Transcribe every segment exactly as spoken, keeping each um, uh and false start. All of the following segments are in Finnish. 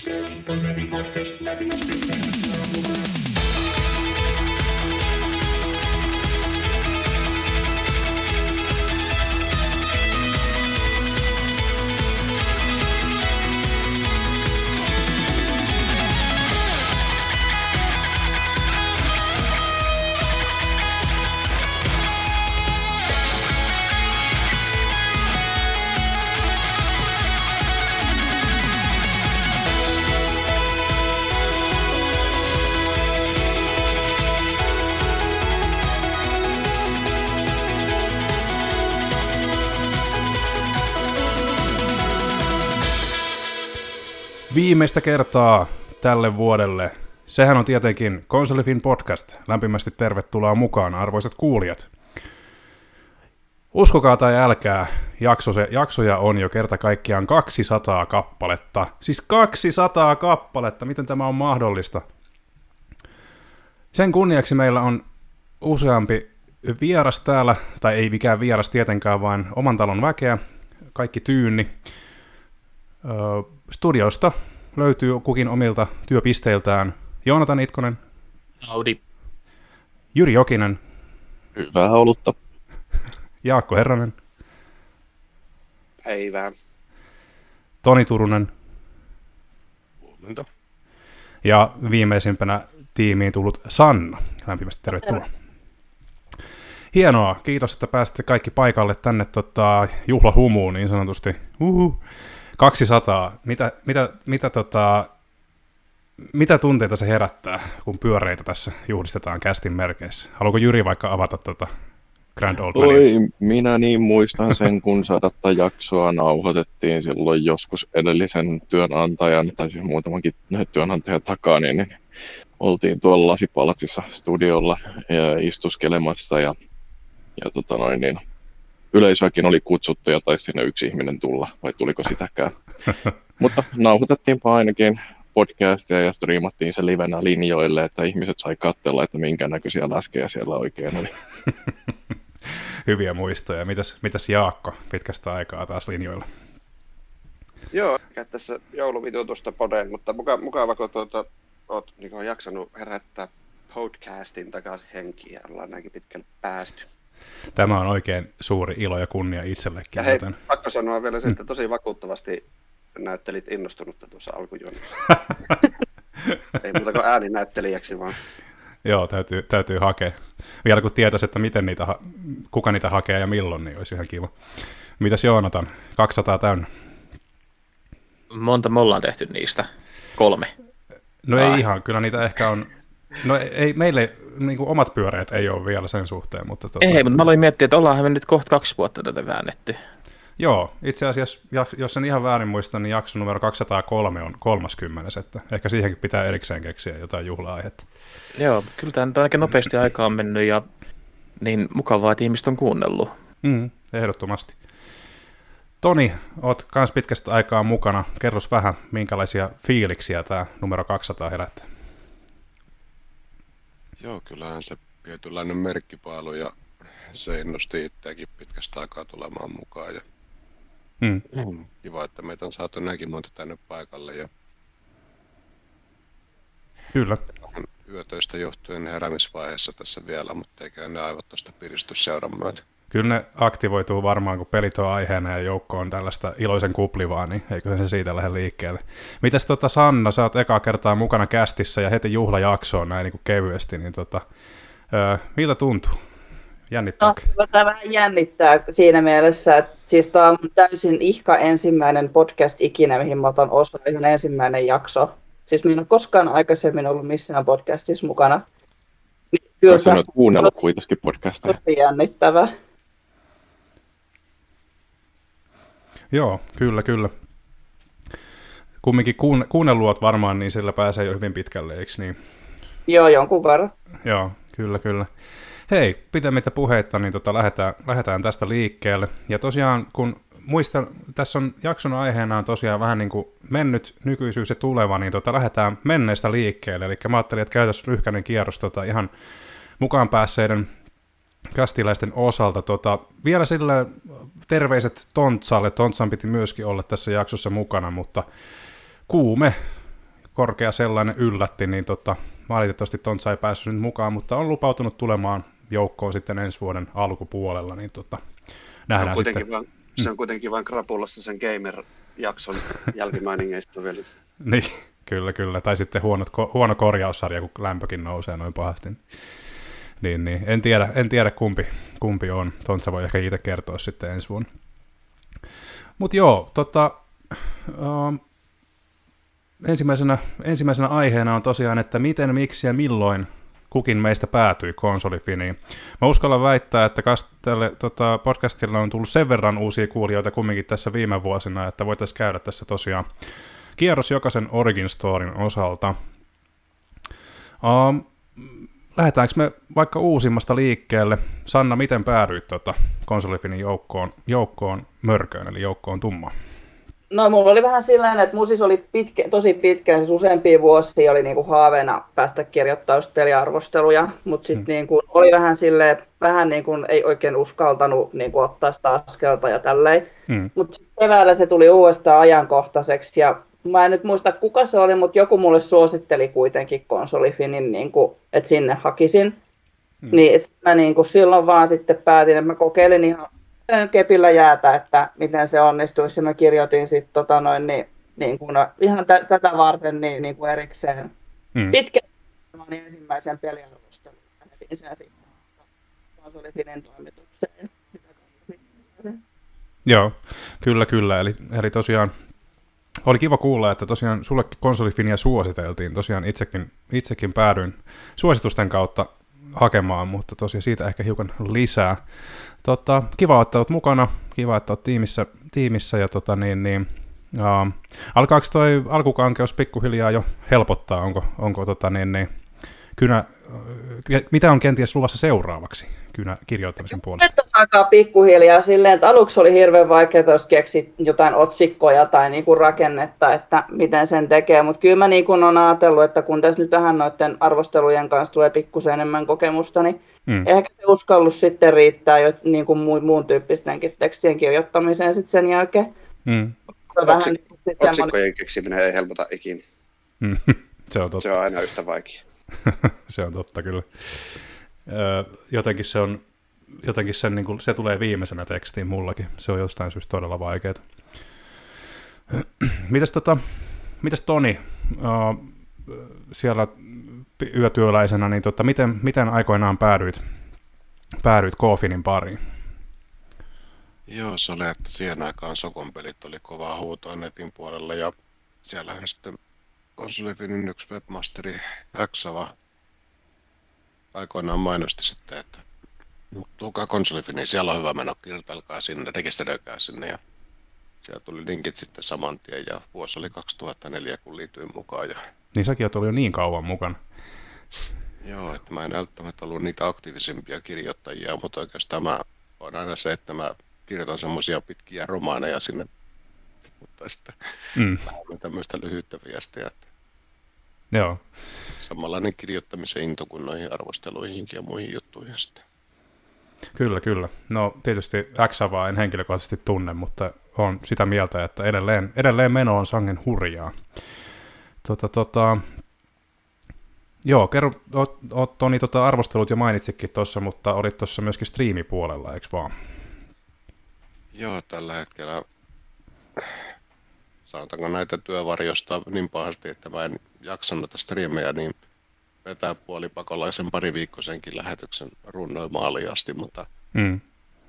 Viimeistä kertaa tälle vuodelle. Sehän on tietenkin Konsolifin podcast. Lämpimästi tervetuloa mukaan, arvoisat kuulijat. Uskokaa tai älkää, jakso se, jaksoja on jo kerta kaikkiaan kaksisataa kappaletta. Siis kaksisataa kappaletta, miten tämä on mahdollista? Sen kunniaksi meillä on useampi vieras täällä, tai ei mikään vieras tietenkään, vaan oman talon väkeä, kaikki tyynni. Studiosta löytyy kukin omilta työpisteiltään Joonatan Itkonen, Audi, Jyri Jokinen, hyvää olutta, Jaakko Herranen, päivää, Toni Turunen huomenta ja viimeisimpänä tiimiin tullut Sanna. Lämpimästi tervetuloa. Hienoa, kiitos, että pääsitte kaikki paikalle tänne tota, juhlahumuun niin sanotusti. Uhu. kaksisataa. Mitä, mitä, mitä, tota, mitä tunteita se herättää, kun pyöreitä tässä juhlistetaan kästin merkeissä? Haluatko Jyri vaikka avata tota Grand Old Mania? Oi, minä niin muistan sen, kun sadatta jaksoa nauhoitettiin silloin joskus edellisen työnantajan, tai siis muutamankin työnantajan takaa, niin, niin oltiin tuolla Lasipalatsissa studiolla ja istuskelemassa, ja, ja tota noin, niin yleisöäkin oli kutsuttu ja taisi sinne yksi ihminen tulla, vai tuliko sitäkään. Mutta nauhoitettiinpa ainakin podcastia ja striimattiin se livenä linjoille, että ihmiset sai katsella, että minkä näköisiä läskejä siellä oikein oli. Hyviä muistoja. Mitäs, mitäs Jaakko pitkästä aikaa taas linjoilla? Joo, tässä jouluvitutusta podeen, mutta muka, mukava, kun tuota, olet niin jaksanut herättää podcastin takaisin henkiä, ollaan näinkin pitkälle päästy. Tämä on oikein suuri ilo ja kunnia itsellekin. Ja hei, joten... pakko sanoa vielä se, että tosi vakuuttavasti näyttelit innostunutta tuossa alkujuonnossa. Ei muuta kuin ääninäyttelijäksi vaan. Joo, täytyy, täytyy hakea. Vielä kun tietäisi, että miten niitä ha- kuka niitä hakee ja milloin, niin olisi ihan kiva. Mitäs Joonatan? kaksisataa täynnä. Monta me ollaan tehty niistä? Kolme. No Ai. ei ihan, kyllä niitä ehkä on... No ei, meille niin kuin omat pyöreät ei ole vielä sen suhteen, mutta... Tuota... Ei, mutta mä aloin miettiä, että ollaanhan me nyt kohta kaksi vuotta tätä väännetty. Joo, itse asiassa, jos en ihan väärin muista, niin jakso numero kaksisataakolme on kolmaskymmenes, että ehkä siihenkin pitää erikseen keksiä jotain juhla-aihetta. Joo, kyllä tämä nyt aika nopeasti aikaa on mennyt ja niin mukavaa, että ihmiset on kuunnellut. Mm, ehdottomasti. Toni, oot kans pitkästä aikaa mukana. Kerros vähän, minkälaisia fiiliksiä tämä numero kaksisataa herättää. Joo, kyllähän se tietynlainen merkkipaalu ja se innosti itseäkin pitkästä aikaa tulemaan mukaan. Ja Mm. kiva, että meitä on saatu näinkin monta tänne paikalle. Ja Kyllä. on yötöistä johtuen heräämisvaiheessa tässä vielä, mutta eikä ne aivot tuosta piristysseuran myötä. Kyllä ne aktivoituu varmaan, kun pelit on aiheena ja joukko on tällaista iloisen kuplivaa, niin eiköhän se siitä lähde liikkeelle. Mitäs tota Sanna, sä oot ekaa kertaa mukana kästissä ja heti juhlajaksoon näin niin kuin kevyesti, niin tota, öö, miltä tuntuu? Jännittääkö? No, tämä vähän jännittää siinä mielessä, että siis tämä on täysin ihka ensimmäinen podcast ikinä, mihin mä otan osaa, ihan ensimmäinen jakso. Siis minä en ole koskaan aikaisemmin ollut missään podcastissa mukana. Kyllä sä olet kuunnellut kuitenkin podcastia. Tosi jännittävää. Joo, kyllä, kyllä. Kumminkin kuun, kuunnelluot varmaan, niin sillä pääsee jo hyvin pitkälle, eikö niin? Joo, jonkun verran. Joo, kyllä, kyllä. Hei, pitemmittä puheitta, niin tota, lähdetään, lähdetään tästä liikkeelle. Ja tosiaan, kun muistan, tässä on jakson aiheena on tosiaan vähän niin kuin mennyt, nykyisyys ja tuleva, niin tota, lähdetään menneestä liikkeelle. Eli mä ajattelin, että käytäisiin lyhkäinen kierros tota, ihan mukaan päässeiden kästiläisten osalta. Tota, vielä sillä terveiset Tontsalle. Tontsan piti myöskin olla tässä jaksossa mukana, mutta kuume korkea sellainen yllätti, niin tota, valitettavasti Tontsa ei päässyt nyt mukaan, mutta on lupautunut tulemaan joukkoon sitten ensi vuoden alkupuolella, niin tota, nähdään se sitten. Vaan, se on kuitenkin vain krapulassa sen Gamer-jakson jälkimainingeista vielä. Niin, kyllä, kyllä. Tai sitten huonot, huono korjaussarja, kun lämpökin nousee noin pahasti. Niin, niin. En tiedä, en tiedä kumpi, kumpi on. Tontsa voi ehkä itse kertoa sitten ensi vuonna. Mutta joo, tota, uh, ensimmäisenä, ensimmäisenä aiheena on tosiaan, että miten, miksi ja milloin kukin meistä päätyi konsolifiniin. Mä uskallan väittää, että tälle, tota, podcastilla on tullut sen verran uusia kuulijoita kumminkin tässä viime vuosina, että voitaisiin käydä tässä tosiaan kierros jokaisen Origin Storin osalta. Um, lähdetäänkö me vaikka uusimmasta liikkeelle? Sanna, miten päädyit tota konsolifinin joukkoon, joukkoon mörköön, eli joukkoon tummaan? No mulla oli vähän sillä että mulla siis oli pitkä, tosi pitkään, siis useampia vuosia oli niinku haaveena päästä kirjoittamaan just peliarvosteluja, mutta sitten hmm. niinku oli vähän silleen, vähän niinku ei oikein uskaltanut niinku ottaa sitä askelta ja tälleen. Hmm. Mutta keväällä se tuli uudestaan ajankohtaiseksi ja mä en nyt muista kuka se oli, mutta joku mulle suositteli kuitenkin konsolifinin, niinku, että sinne hakisin. Hmm. Niin mä niinku silloin vaan sitten päätin, että mä kokeilin ihan kepillä jäätä, että miten se onnistuisi. Mä kirjoitin sitten tota noin, niin, niin kun, ihan t- tätä varten niin, niin kuin erikseen mm. pitkään ensimmäisen peliarvostelun. Lähetin sen sitten konsolifinin toimitukseen. Joo, kyllä kyllä. Eli, eli tosiaan oli kiva kuulla, että tosiaan sullekin konsolifinia suositeltiin. Tosiaan itsekin, itsekin päädyin suositusten kautta hakemaan, mutta tosiaan siitä ehkä hiukan lisää. Tota, kiva, että olet mukana, kiva, että olet tiimissä, tiimissä ja tota, niin, niin, uh, alkaako toi alkukankeus pikkuhiljaa jo helpottaa, onko, onko tota, niin, niin, kynä, uh, mitä on kenties luvassa seuraavaksi kynä kirjoittamisen puolesta? Nyt alkaa pikkuhiljaa silleen, että aluksi oli hirveän vaikeaa keksiä jotain otsikkoja tai niinku rakennetta, että miten sen tekee, mutta kyllä mä niinku olen ajatellut, että kun tässä nyt vähän noiden arvostelujen kanssa tulee pikkusen enemmän kokemusta, niin mm. ehkä se uskallus sitten riittää jo niin kuin muun, muun tyyppistenkin tekstien kirjoittamiseen sitten sen jälkeen. Mm. Vähän Otsik- niin otsikkojen semmoinen keksiminen ei helpota ikinä. Mm. Se on totta. Se on aina yhtä vaikea. Se on totta kyllä. Öö, jotenkin se on, jotenkin sen, niin kuin, se tulee viimeisenä tekstiin mullakin. Se on jostain syystä todella vaikeaa. Mitäs, tota, mitäs Toni, öö, siellä yötyöläisenä, niin tota, miten, miten aikoinaan päädyit, päädyit Kofinin pariin? Joo, se oli, että siihen aikaan Sokon pelit oli kovaa huutoa netin puolella ja siellähän sitten konsolifinin yksi webmasteri Xava aikoinaan mainosti sitten, että tulkaa konsolifiniin, siellä on hyvä meno, kirjoitelkaa sinne, rekisteröikää sinne ja siellä tuli linkit sitten saman tien ja vuosi oli kaksituhattaneljä, kun liityin mukaan. Ja niin säkin oot ollut jo niin kauan mukana. Joo, että mä en välttämättä ollut niitä aktiivisimpia kirjoittajia, mutta oikeastaan mä on aina se, että mä kirjoitan semmoisia pitkiä romaaneja sinne, mutta sitten mm. vähän tämmöistä lyhyttä viestiä. Että joo. Samanlainen kirjoittamisen into kuin noihin arvosteluihinkin ja muihin juttuihin sitten. Kyllä, kyllä. No tietysti Xavaa en henkilökohtaisesti tunne, mutta olen sitä mieltä, että edelleen, edelleen meno on sangen hurjaa. Tota, tota, joo, kerro, oot, oot Toni tota arvostelut jo mainitsikin tuossa, mutta olit tuossa myöskin striimipuolella, eikö vaan? Joo, tällä hetkellä sanotaanko näitä työvarjosta niin pahasti, että mä en jaksa noita striimejä, niin vetää puolipakolaisen pariviikkoisenkin lähetyksen runnoin maaliin asti, mutta mm.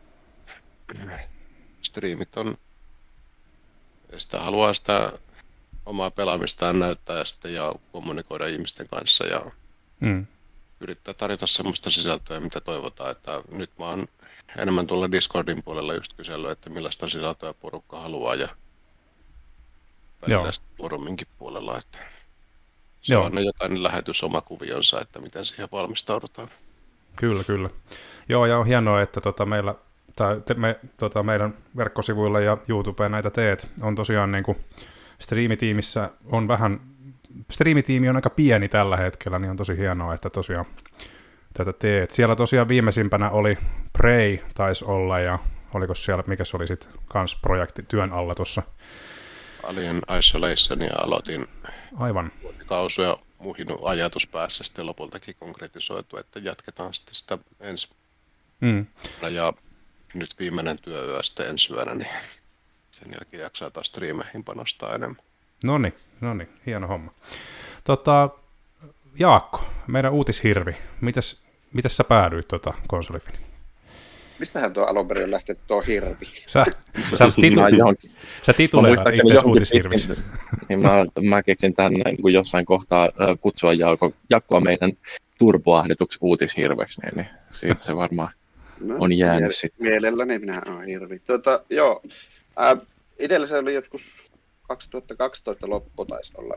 striimit on, sitä haluaa sitä omaa pelaamistaan näyttää ja sitten ja kommunikoida ihmisten kanssa ja mm. yrittää tarjota semmoista sisältöä, mitä toivotaan, että nyt mä oon enemmän tuolla Discordin puolella just kysellyt, että millaista sisältöä porukka haluaa ja välillä foruminkin puolella, että se Joo. on jokainen lähetys oma kuvionsa, että miten siihen valmistaudutaan. Kyllä, kyllä. Joo, ja on hienoa, että tota meillä, tai te, me, tota meidän verkkosivuilla ja YouTubeen näitä teet on tosiaan niin kuin striimitiimissä on vähän, striimitiimi on aika pieni tällä hetkellä, niin on tosi hienoa, että tosiaan tätä teet. Siellä tosiaan viimeisimpänä oli Prey, taisi olla, ja oliko siellä, mikä se oli sitten kans projekti työn alla tuossa? Alien Isolationia aloitin aivan kausu ja muhinut ajatus päässä sitten lopultakin konkretisoitu, että jatketaan sitten sitä ensi mm. ja nyt viimeinen työyö sitten ensi yönä, niin sen jälkeen jaksaa taas striimeihin panostaa enemmän. Noniin, noniin, hieno homma. Tota, Jaakko, meidän uutishirvi, mitäs, mitäs sä päädyit tota konsolifiniin? Mistähän tuo alun perin on lähtenyt tuo hirvi? Sä, sä, titu, sä tituleerat itse uutishirviksi. Niin mä, mä keksin tämän niin kuin jossain kohtaa äh, kutsua Jaakko, Jaakkoa meidän turboahdituksi uutishirveksi, niin, niin siitä se varmaan no, on jäänyt miele- sitten. Mielelläni minä olen hirvi. Tuota, joo, äh, itsellä se oli joskus kaksituhattakaksitoista loppu taisi olla,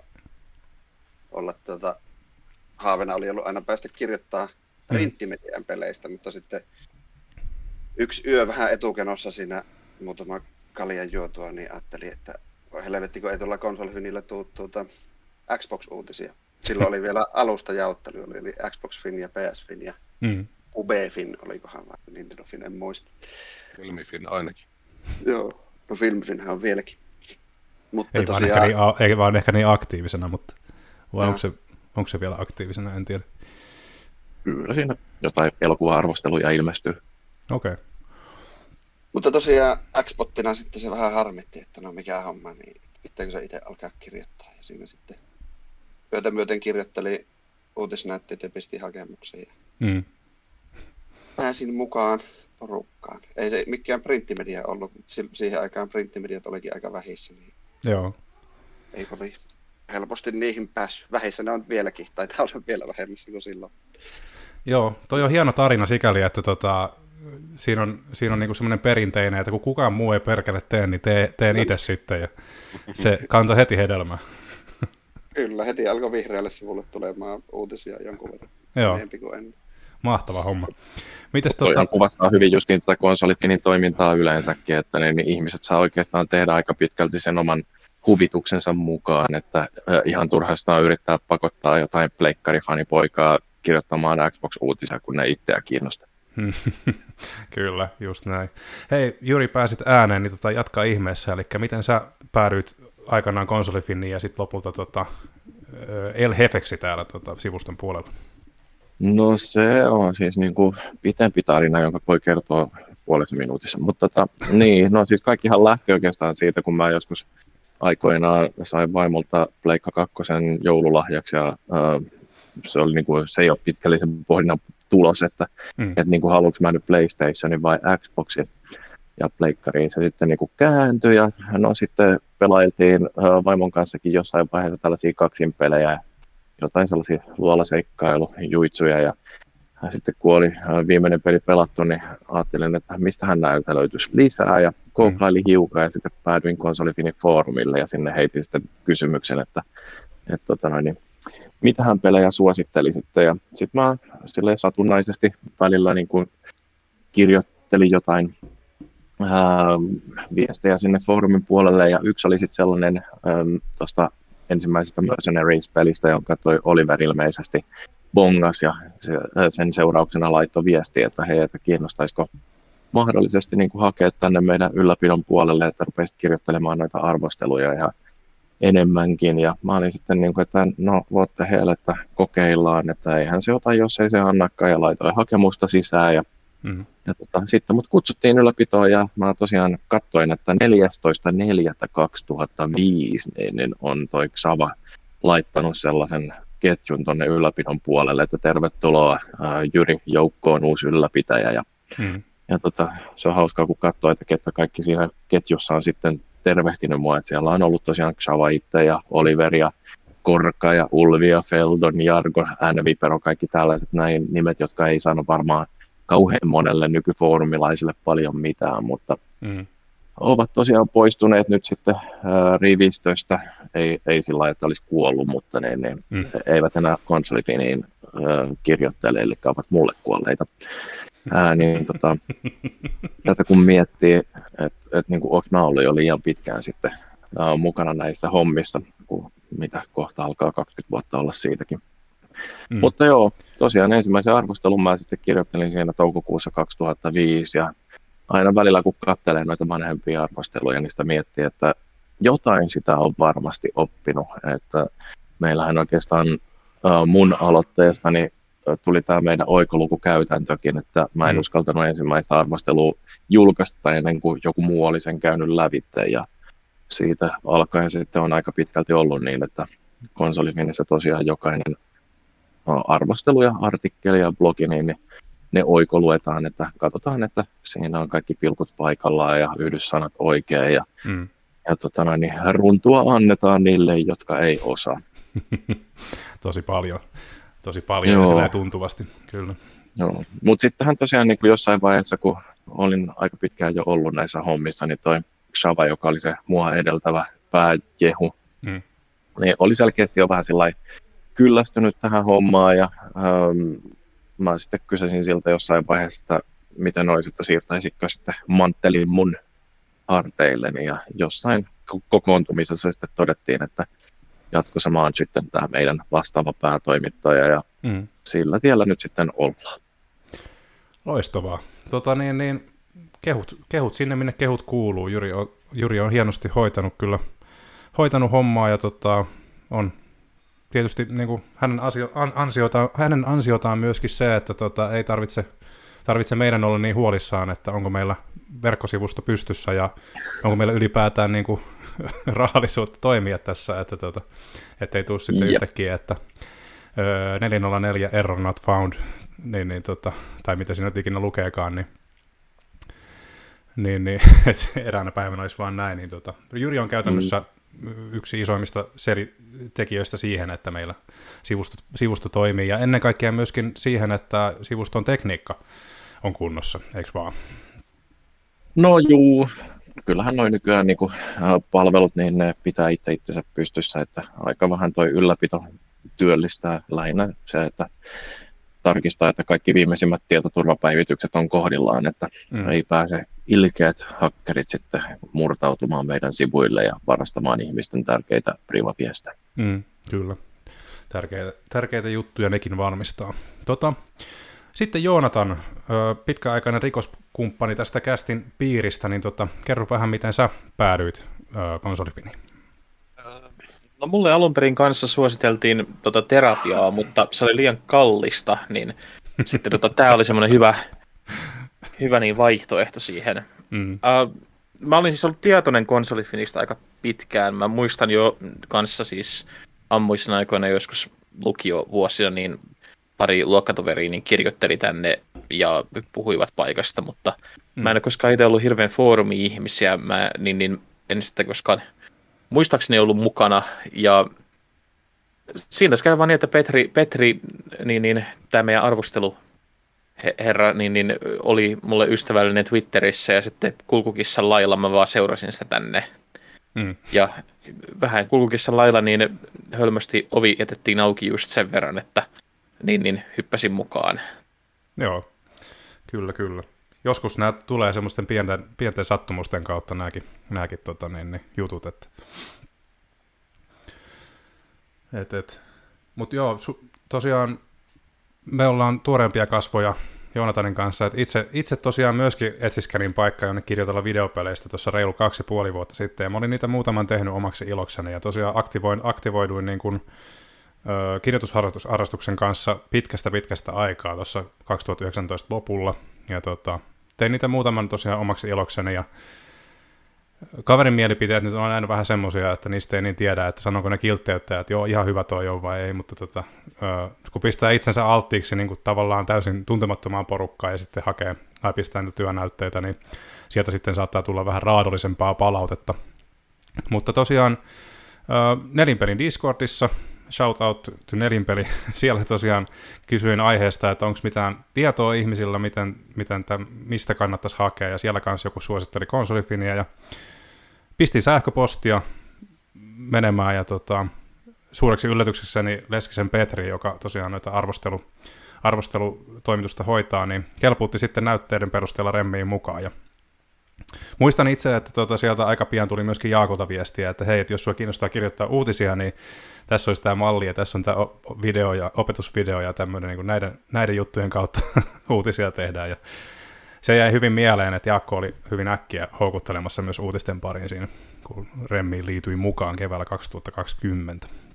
olla tuota, haaveena oli ollut aina päästä kirjoittaa printtimedian peleistä, mutta sitten yksi yö vähän etukenossa siinä muutama kaljan juotua, niin ajattelin, että helvetti, kun ei tuolla konsolifinillä tule tuota Xbox-uutisia. Silloin oli vielä alusta jaottelu, oli Xbox Fin ja P S Fin ja mm. U B Fin, olikohan vai Nintendo Fin, en muista. Filmifin ainakin. Joo, no Filmifinhän on vieläkin. Mutta ei, tosiaan... vaan ehkä niin, ei vaan ehkä niin aktiivisena, mutta vai onko se, onko se vielä aktiivisena, en tiedä. Kyllä siinä jotain elokuva-arvosteluja ilmestyy. Okei. Okay. Mutta tosiaan Xboxina sitten se vähän harmitti, että no mikä homma, niin pitääkö se itse alkaa kirjoittaa. Ja siinä sitten yötä myöten kirjoitteli uutisnäytteet ja pisti hakemuksen. Ja mm. pääsin mukaan porukkaan. Ei se mikään printtimedia ollut, siihen aikaan printtimediat olikin aika vähissä. Niin joo. ei kovin helposti niihin päässyt. Vähissä ne on vieläkin, taitaa olla vielä vähemmissä kuin silloin. Joo, toi on hieno tarina sikäli, että tota, siinä on, siinä on niinku semmoinen perinteinen, että kun kukaan muu ei perkele tee, niin tee, teen itse sitten, ja se kantoi heti hedelmää. Kyllä, heti alkoi vihreälle sivulle tulemaan uutisia jonkun verran. Joo, kuin ennen. Mahtava homma. Mites Toi tota... kuvastaa hyvin justiin tätä konsolifinin toimintaa yleensäkin, että ne, niin ihmiset saa oikeastaan tehdä aika pitkälti sen oman huvituksensa mukaan, että äh, ihan turhastaan yrittää pakottaa jotain pleikkarifanipoikaa kirjoittamaan Xbox-uutisia, kun ne itseä kiinnostaa. Kyllä, just näin. Hei, Juri, pääsit ääneen, niin tota, jatkaa ihmeessä, eli miten sä päädyit aikanaan konsolifiniin ja sitten lopulta tota, El Hefeksi täällä tota, sivuston puolella? No se on siis niin kuin pitempi tarina, jonka voi kertoa puolessa minuutissa, mutta tota, niin, no siis kaikkihan lähti oikeastaan siitä, kun mä joskus aikoinaan sain vaimolta Pleikka kakkosen joululahjaksi ja äh, se, oli niin kuin, se ei ole pitkällisen pohdinnan tulos, että, mm. että niin kuin, haluanko mä nyt PlayStationin vai Xboxin ja pleikkariin se sitten niin kuin kääntyi ja no sitten pelailtiin äh, vaimon kanssakin jossain vaiheessa tällaisia kaksinpelejä, jotain sellaisia luolaseikkailu, juitsuja ja sitten kun oli viimeinen peli pelattu, niin ajattelin, että mistähän näiltä löytyisi lisää ja googlailin hiukan ja sitten päädyin konsolifinin foorumille ja sinne heitin sitten kysymyksen, että, että tota noin, niin, mitähän pelejä suosittelisitte ja sitten mä silleen satunnaisesti välillä niin kuin kirjoittelin jotain ää, viestejä sinne foorumin puolelle ja yksi oli sitten sellainen tuosta ensimmäisestä Mercenaries-pelistä, jonka toi Oliver ilmeisesti bongas ja se, sen seurauksena laittoi viestiä, että hei, että kiinnostaisiko mahdollisesti niin kuin hakea tänne meidän ylläpidon puolelle, että rupesit kirjoittelemaan noita arvosteluja ja enemmänkin. Ja mä olin sitten niin kuin, että no voitte heille, että kokeillaan, että eihän se ota, jos ei se annakaan ja laitoin hakemusta sisään ja Mm-hmm. Ja tota, sitten mut kutsuttiin ylläpitoon ja mä tosiaan katsoin, että neljästoista neljättä kaksituhattaviisi niin, niin on toi Xava laittanut sellaisen ketjun tonne ylläpidon puolelle, että tervetuloa ää, Jyri joukkoon uusi ylläpitäjä. Ja, mm-hmm. ja tota, se on hauskaa, kun katsoo, että ketkä kaikki siinä ketjussa on sitten tervehtinyt mua, että siellä on ollut tosiaan Xava itse ja Oliver ja Korka ja Ulvi ja Feldon, Jargo, N-Vipero, kaikki tällaiset näin nimet, jotka ei saanut varmaan kauhean monelle nykyfoorumilaisille paljon mitään, mutta mm. ovat tosiaan poistuneet nyt sitten äh, rivistöstä, ei, ei sillä lailla, että olisi kuollut, mutta ne, ne mm. eivät enää konsolifiniin äh, kirjoittele, eli ovat mulle kuolleita. Äh, niin, tota, tätä kun miettii, että et, niin onko mä ollut jo liian pitkään sitten äh, mukana näissä hommissa, kun mitä kohta alkaa kaksikymmentä vuotta olla siitäkin. Mm. Mutta joo, tosiaan ensimmäisen arvostelun mä sitten kirjoittelin siinä toukokuussa kaksituhattaviisi ja aina välillä kun katselee noita vanhempia arvosteluja, niin sitä miettii, että jotain sitä on varmasti oppinut, että meillähän oikeastaan uh, mun aloitteestani tuli tämä meidän oikolukukäytäntökin, että mä en mm. uskaltanut ensimmäistä arvostelua julkaista ennen kuin joku muu oli sen käynyt lävitse, ja siitä alkaen sitten on aika pitkälti ollut niin, että Konsolifinissä tosiaan jokainen arvostelu ja artikkeli ja blogi, niin ne oikoluetaan, että katsotaan, että siinä on kaikki pilkut paikallaan ja yhdyssanat oikein, ja, mm. ja tota noin, niin runtua annetaan niille, jotka ei osaa. Tosi paljon. Tosi paljon ja sillä tuntuvasti, kyllä. Joo, mutta sittenhän tosiaan niin kuin jossain vaiheessa, kun olin aika pitkään jo ollut näissä hommissa, niin toi Xava, joka oli se mua edeltävä pääjehu, mm. niin oli selkeästi jo vähän sillai kyllästynyt tähän hommaan, ja ähm, mä sitten kysäsin siltä jossain vaiheessa, miten olisi, että siirtäisikö sitten manttelin mun harteilleni, ja jossain kokoontumisessa sitten todettiin, että jatkossa mä oon sitten tämä meidän vastaava päätoimittaja, ja mm. sillä tiellä nyt sitten ollaan. Loistavaa. Tota niin, niin, kehut, kehut sinne, minne kehut kuuluu. Jyri on, Jyri on hienosti hoitanut kyllä, hoitanut hommaa, ja tota, on tietysti niin kuin hänen, ansio, an, ansiotaan, hänen ansiotaan myöskin se, että tota, ei tarvitse, tarvitse meidän olla niin huolissaan, että onko meillä verkkosivusto pystyssä, ja onko meillä ylipäätään niin kuin rahallisuutta toimia tässä, että tota, ettei tule sitten yep. yhtäkkiä, että öö, neljä nolla neljä error not found, niin, niin, tota, tai mitä siinä ikinä lukeekaan, niin, niin, niin että eräänä päivänä olisi vaan näin. Niin, tota, Jyri on käytännössä mm. yksi isoimmista tekijöistä siihen, että meillä sivusto, sivusto toimii, ja ennen kaikkea myöskin siihen, että sivuston tekniikka on kunnossa, eikö vaan? No juu. Kyllähän noin nykyään niin kuin, palvelut, niin ne pitää itse itsensä pystyssä, että aika vähän toi ylläpito työllistää lähinnä se, että tarkistaa, että kaikki viimeisimmät tietoturvapäivitykset on kohdillaan, että mm. ei pääse ilkeät hakkerit sitten murtautumaan meidän sivuille ja varastamaan ihmisten tärkeitä privaviestejä. Mm, kyllä, tärkeitä, tärkeitä juttuja nekin varmistaa. Tota, Sitten Joonatan, pitkäaikainen rikoskumppani tästä kästin piiristä, niin tota, kerro vähän, miten sä päädyit Konsolifiniin. No mulle alun perin kanssa suositeltiin tota terapiaa, mutta se oli liian kallista, niin sitten tota, tämä oli semmoinen hyvä, hyvä niin vaihtoehto siihen. Mm. Uh, mä olin siis ollut tietoinen Konsolifinista aika pitkään. Mä muistan jo kanssa siis ammuisena aikoina joskus lukiovuosina, niin pari luokkatoveria niin kirjoitteli tänne ja puhuivat paikasta, mutta mm. mä en ole koskaan itse ollut hirveän foorumi-ihmisiä, mä, niin, niin en sitten koskaan muistaakseni ollut mukana, ja siinä käy vaan niin, että Petri, Petri niin, niin, tämä meidän arvosteluherra, niin, niin, oli mulle ystävällinen Twitterissä, ja sitten kulkukissan lailla mä vaan seurasin sitä tänne. Mm. Ja vähän kulkukissan lailla niin hölmösti ovi jätettiin auki just sen verran, että niin, niin hyppäsin mukaan. Joo, kyllä, kyllä. Joskus nämä tulee semmoisten pienten, pienten sattumusten kautta nämäkin, nämäkin tota, niin, niin, jutut. Että... Et, et. Mutta joo, su- tosiaan me ollaan tuoreempia kasvoja Joonatanin kanssa. Et itse, itse tosiaan myöskin etsiskelin paikkaa, jonne kirjoitella videopeleistä tuossa reilu kaksi ja puoli vuotta sitten. Ja mä olin niitä muutaman tehnyt omaksi ilokseni. Ja tosiaan aktivoin, aktivoiduin niin kuin kirjoitusharrastuksen kanssa pitkästä pitkästä aikaa tuossa kaksituhattayhdeksäntoista lopulla, ja tota, tein niitä muutaman tosiaan omaksi ilokseni, ja kaverin mielipiteet nyt on aina vähän semmoisia, että niistä ei niin tiedä, että sanonko ne kiltteyttä, että joo, ihan hyvä toi on vai ei, mutta tota, kun pistää itsensä alttiiksi niin kuin tavallaan täysin tuntemattomaan porukkaan ja sitten hakee tai pistää niitä työnäytteitä, niin sieltä sitten saattaa tulla vähän raadollisempaa palautetta. Mutta tosiaan Nelinpelin Discordissa, shout out to Nelinpeli, siellä tosiaan kysyin aiheesta, että onko mitään tietoa ihmisillä, miten, miten täm, mistä kannattaisi hakea, ja siellä kanssa joku suositteli Konsolifinia, ja pistin sähköpostia menemään, ja tota, suureksi yllätyksessäni Leskisen Petri, joka tosiaan noita arvostelu, arvostelutoimitusta hoitaa, niin kelpuutti sitten näytteiden perusteella remmiin mukaan, ja muistan itse, että tuota, sieltä aika pian tuli myöskin Jaakolta viestiä, että hei, että jos sinua kiinnostaa kirjoittaa uutisia, niin tässä olisi tämä malli ja tässä on tämä video ja opetusvideo ja tämmöinen niin kuin näiden, näiden juttujen kautta uutisia tehdään. Ja se jäi hyvin mieleen, että Jaakko oli hyvin äkkiä houkuttelemassa myös uutisten pariin siinä, kun remmiin liityin mukaan keväällä kaksituhattakaksikymmentä.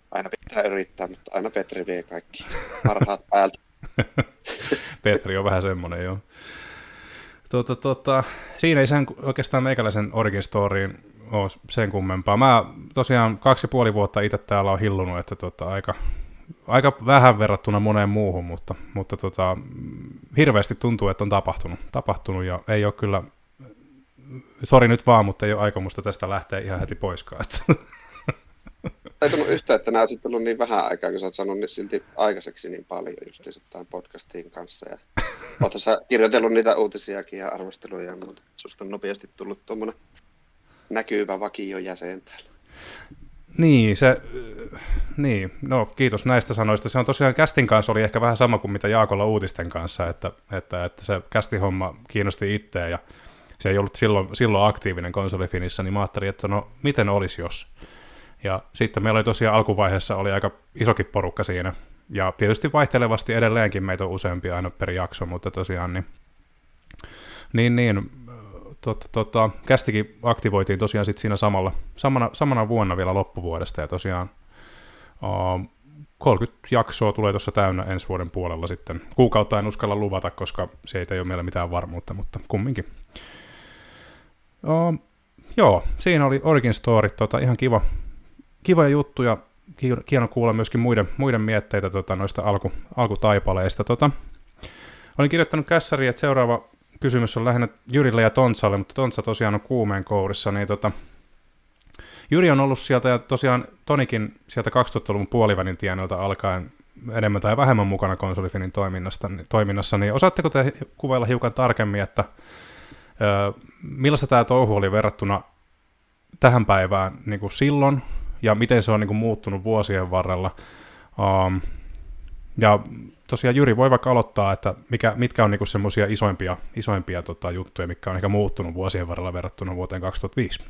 Aina pitää yrittää, mutta aina Petri vie kaikki parhaat päältä. Petri on vähän semmoinen, joo. Tota, tota, siinä ei sen oikeastaan meikäläisen origin storyin ole sen kummempaa. Mä tosiaan kaksi ja puoli vuotta itse täällä on hillunut, että tota, aika, aika vähän verrattuna moneen muuhun, mutta, mutta tota, hirveästi tuntuu, että on tapahtunut, tapahtunut ja ei ole kyllä, sori nyt vaan, mutta ei ole aikomusta tästä lähteä ihan heti poiskaan. Ei tullut yhtään, että nämä on sitten ollut niin vähän aikaa, kun sä oot sanonut niin silti aikaiseksi niin paljon justiinsa tämän podcastin kanssa. Ja oot sä kirjoitellut niitä uutisiakin ja arvosteluja, mutta susta on nopeasti tullut tuommoinen näkyvä vakiojäsen täällä. Niin, se, niin, no kiitos näistä sanoista. Se on tosiaan Castin kanssa oli ehkä vähän sama kuin mitä Jaakolla uutisten kanssa, että, että, että se Castin homma kiinnosti itseä ja se ei ollut silloin, silloin aktiivinen konsolifinissä, niin mä ajattelin, että no miten olisi jos. Ja sitten meillä oli tosiaan alkuvaiheessa oli aika isokin porukka siinä, ja tietysti vaihtelevasti edelleenkin meitä on useampia aina per jakso, mutta tosiaan niin, niin, niin tota, tota, Kästikin aktivoitiin tosiaan sitten siinä samalla, samana, samana vuonna vielä loppuvuodesta, ja tosiaan uh, kolmekymmentä jaksoa tulee tuossa täynnä ensi vuoden puolella sitten. Kuukautta en uskalla luvata, koska se ei ole meillä mitään varmuutta, mutta kumminkin. Uh, joo, siinä oli Origin Story, tota, ihan kiva. Kivoja juttuja, hieno kuulla myöskin muiden, muiden mietteitä tota, noista alku, alkutaipaleista. Tota, olin kirjoittanut kässäriin, että seuraava kysymys on lähinnä Jyrille ja Tontsalle, mutta Tontsa tosiaan on kuumeen kourissa. Niin tota, Jyri on ollut sieltä ja tosiaan Tonikin sieltä kaksituhattaluvun puolivälin tienoilta alkaen enemmän tai vähemmän mukana konsolifinin toiminnassa. Niin osaatteko te kuvailla hiukan tarkemmin, että ö, millaista tämä touhu oli verrattuna tähän päivään niin kuin silloin, ja miten se on niin kuin muuttunut vuosien varrella. Um, ja tosiaan Jyri voi vaikka aloittaa, että mikä, mitkä on niin kuin semmoisia isoimpia, isoimpia tota, juttuja, mitkä on ehkä muuttunut vuosien varrella verrattuna vuoteen kaksituhattaviisi.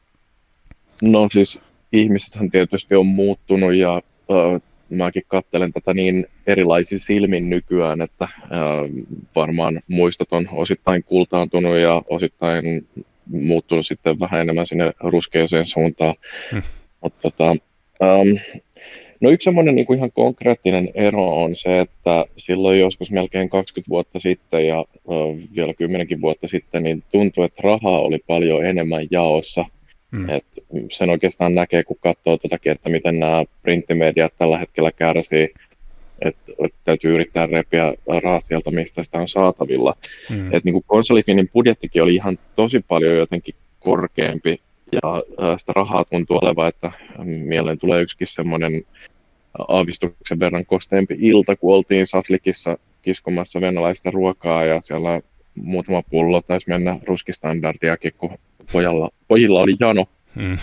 No siis ihmisethän tietysti on muuttunut ja äh, mäkin katselen tätä niin erilaisin silmin nykyään, että äh, varmaan muistot on osittain kultaantunut ja osittain muuttunut sitten vähän enemmän sinne ruskeaseen suuntaan. Hmm. Mutta, tota, um, no yksi semmoinen niin kuin ihan konkreettinen ero on se, että silloin joskus melkein kaksikymmentä vuotta sitten ja uh, vielä kymmenenkin vuotta sitten, niin tuntui, että rahaa oli paljon enemmän jaossa. Mm. Et sen oikeastaan näkee, kun katsoo totakin, että miten nämä printtimediat tällä hetkellä kärsii, että et täytyy yrittää repiä rahaa sieltä, mistä sitä on saatavilla. Mm. Et niin kuin konsolifinin budjettikin oli ihan tosi paljon jotenkin korkeampi. Ja sitä rahaa tuntuu olevan, että mieleen tulee yksikin semmoinen aavistuksen verran kosteempi ilta, kun oltiin Saslikissa kiskomassa venäläistä ruokaa ja siellä muutama pullo taisi mennä ruskistandardiakin, kun pojalla, pojilla oli jano. Mm.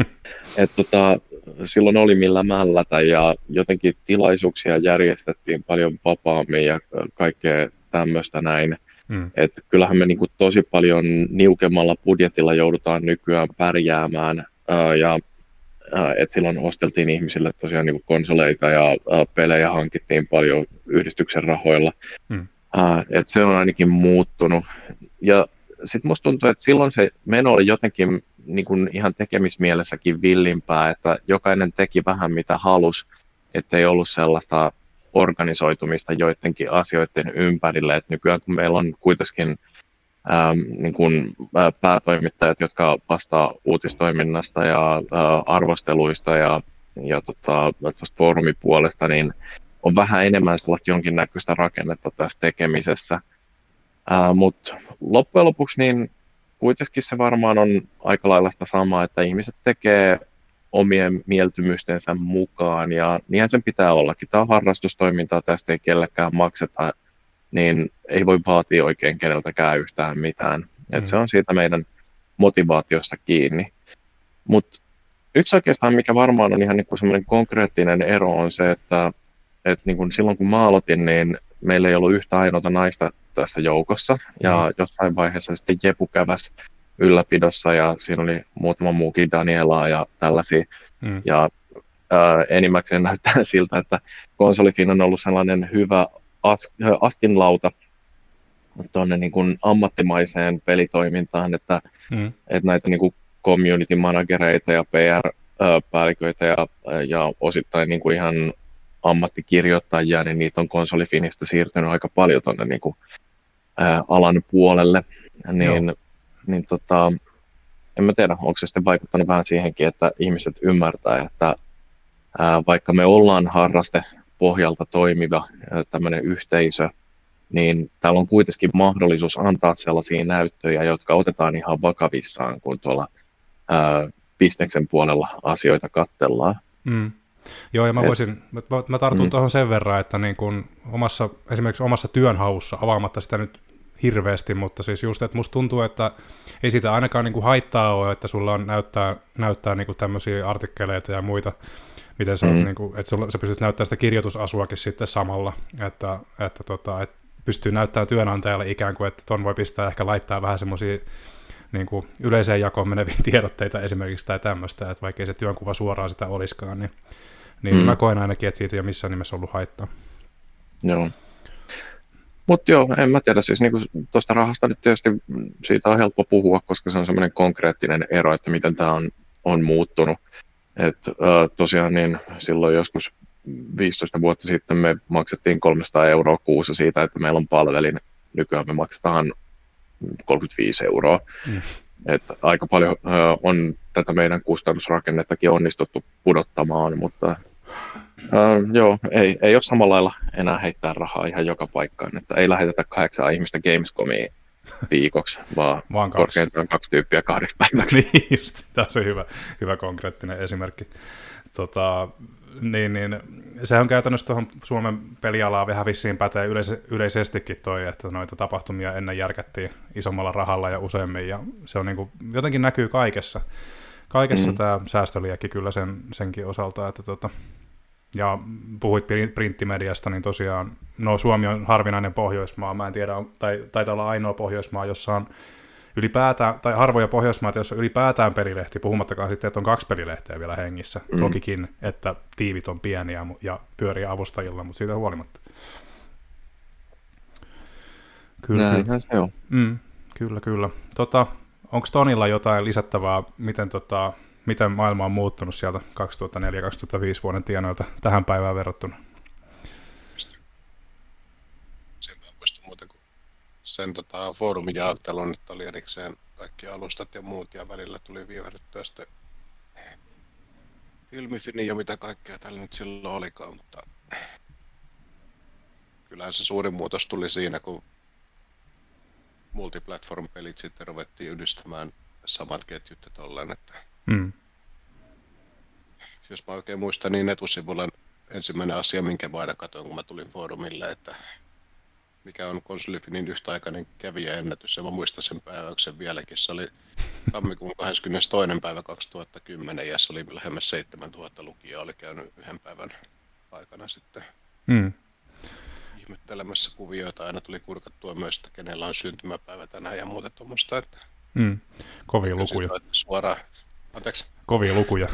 Et tota, silloin oli millä mällätä ja jotenkin tilaisuuksia järjestettiin paljon vapaammin ja kaikkea tämmöistä näin. Mm. Että kyllähän me niinku tosi paljon niukemmalla budjetilla joudutaan nykyään pärjäämään ää, ja ää, et silloin osteltiin ihmisille tosiaan niinku konsoleita ja ää, pelejä hankittiin paljon yhdistyksen rahoilla. Mm. Ää, et se on ainakin muuttunut ja sitten musta tuntuu, että silloin se meno oli jotenkin niinku ihan tekemismielessäkin villimpää, että jokainen teki vähän mitä halusi, ettei ollut sellaista organisoitumista joidenkin asioiden ympärille, että nykyään kun meillä on kuitenkin äm, niin kuin, ä, päätoimittajat, jotka vastaa uutistoiminnasta ja ä, arvosteluista ja, ja tota, foorumipuolesta, niin on vähän enemmän sellaista jonkinnäköistä rakennetta tässä tekemisessä. Mutta loppujen lopuksi niin kuitenkin se varmaan on aika lailla sitä samaa, että ihmiset tekee omien mieltymystensä mukaan, ja niinhän sen pitää ollakin. Tämä on harrastustoimintaa, tästä ei kellekään makseta, niin ei voi vaatia oikein keneltäkään yhtään mitään. Mm. Et se on siitä meidän motivaatiosta kiinni. Mutta yksi oikeastaan, mikä varmaan on ihan niinku semmoinen konkreettinen ero, on se, että et niinku silloin kun mä aloitin, niin meillä ei ollut yhtä ainoata naista tässä joukossa, ja mm. jossain vaiheessa sitten Jepu käväsi ylläpidossa ja siinä oli muutama muukin Danielaa ja tällaisia. Mm. Ja ää, enimmäkseen näyttää siltä, että konsolifin on ollut sellainen hyvä as, astinlauta tuonne niin kuin ammattimaiseen pelitoimintaan, että, mm. että näitä niin kuin community managereita ja P R, päälliköitä ja, ja osittain niin kuin ihan ammattikirjoittajia, niin niitä on konsolifinistä siirtynyt aika paljon tuonne niin kuin, ää, alan puolelle. Niin, niin tota, en mä tiedä, onko se sitten vaikuttanut vähän siihenkin, että ihmiset ymmärtää, että ää, vaikka me ollaan harraste pohjalta toimiva tämmöinen yhteisö, niin täällä on kuitenkin mahdollisuus antaa sellaisia näyttöjä, jotka otetaan ihan vakavissaan, kun tuolla ää, bisneksen puolella asioita katsellaan. Mm. Joo, ja mä voisin, mä, mä tartun mm. tuohon sen verran, että niin kun omassa, esimerkiksi omassa työnhaussa, avaamatta sitä nyt hirveästi, mutta siis just, että musta tuntuu, että ei siitä ainakaan niin kuin haittaa ole, että sulla on näyttää, näyttää niin kuin tämmöisiä artikkeleita ja muita, miten sä, mm. oot, niin kuin, että sulla, sä pystyt näyttämään sitä kirjoitusasuakin sitten samalla, että, että, tota, että pystyy näyttämään työnantajalle ikään kuin, että ton voi pistää ehkä laittaa vähän semmoisia niin kuin yleiseen jakoon meneviä tiedotteita esimerkiksi tai tämmöistä, että vaikkei se työnkuva suoraan sitä olisikaan, niin, niin mm. mä koen ainakin, että siitä ei ole missään nimessä ollut haittaa. Joo. Mutta joo, en mä tiedä, siis niinku tuosta rahasta nyt tietysti siitä on helppo puhua, koska se on semmoinen konkreettinen ero, että miten tämä on, on muuttunut. Et, äh, tosiaan niin silloin joskus viisitoista vuotta sitten me maksettiin kolmesataa euroa kuussa siitä, että meillä on palvelin. Nykyään me maksetaan kolmekymmentäviisi euroa. Mm. Et aika paljon äh, on tätä meidän kustannusrakennettakin onnistuttu pudottamaan, mutta äh, joo, ei, ei ole samalla lailla enää heittää rahaa ihan joka paikkaan. Että ei lähetetä kahdeksaa ihmistä Gamescomiin viikoksi, vaan, vaan kaksi. Korkeintaan kaksi tyyppiä kahdeksi päiväksi. Niin just, tässä on hyvä, hyvä konkreettinen esimerkki. Tota, niin, niin, se on käytännössä tuohon Suomen pelialaa vähän vissiin pätee yleis- yleisestikin toi, että noita tapahtumia ennen järkättiin isommalla rahalla ja useammin, ja se on niin kuin, jotenkin näkyy kaikessa. Kaikessa mm. tämä säästöliäkin kyllä sen, senkin osalta, että tota, ja puhuit printtimediasta, niin tosiaan, no Suomi on harvinainen Pohjoismaa, mä en tiedä, on, tai taitaa olla ainoa Pohjoismaa, jossa on ylipäätään, tai harvoja Pohjoismaita, jossa on ylipäätään pelilehti, puhumattakaan sitten, että on kaksi pelilehteä vielä hengissä. Mm. Tokikin, että tiivit on pieniä ja pyörii avustajilla, mutta siitä huolimatta. Kyllä, Näinhän se on. Mm, kyllä, kyllä. Tota, onko Tonilla jotain lisättävää, miten, tota, miten maailma on muuttunut sieltä kaksituhattaneljä kaksituhattaviisi vuoden tienoilta tähän päivään verrattuna? Sieltä on muista muuta kuin sen tota, foorumin jaottelun, että oli erikseen kaikki alustat ja muut, ja välillä tuli viivähdettyä sitten Filmifini ja mitä kaikkea tällä nyt silloin olikaan, mutta kyllähän se suurin muutos tuli siinä, kun multiplatform-pelit sitten ruvettiin yhdistämään samat ketjut ja tolleen, että mm. jos mä oikein muistan, niin etusivulla ensimmäinen asia, minkä mä aina katsoin, kun mä tulin foorumille, että mikä on konsolifinin yhtäaikainen kävijäennätys, ja mä muistan sen päiväyksen vieläkin. Se oli tammikuun kahdeskymmenestoinen päivä kaksituhattakymmenen, ja se oli lähemmäs seitsemäntuhatta lukijaa, oli käynyt yhden päivän aikana sitten mm. ihmettelemässä kuvioita. Aina tuli kurkattua myös, että kenellä on syntymäpäivä tänään ja muuta tuommoista. Että mm. Kovia lukuja. Suoraan. Anteeksi? Kovia lukuja.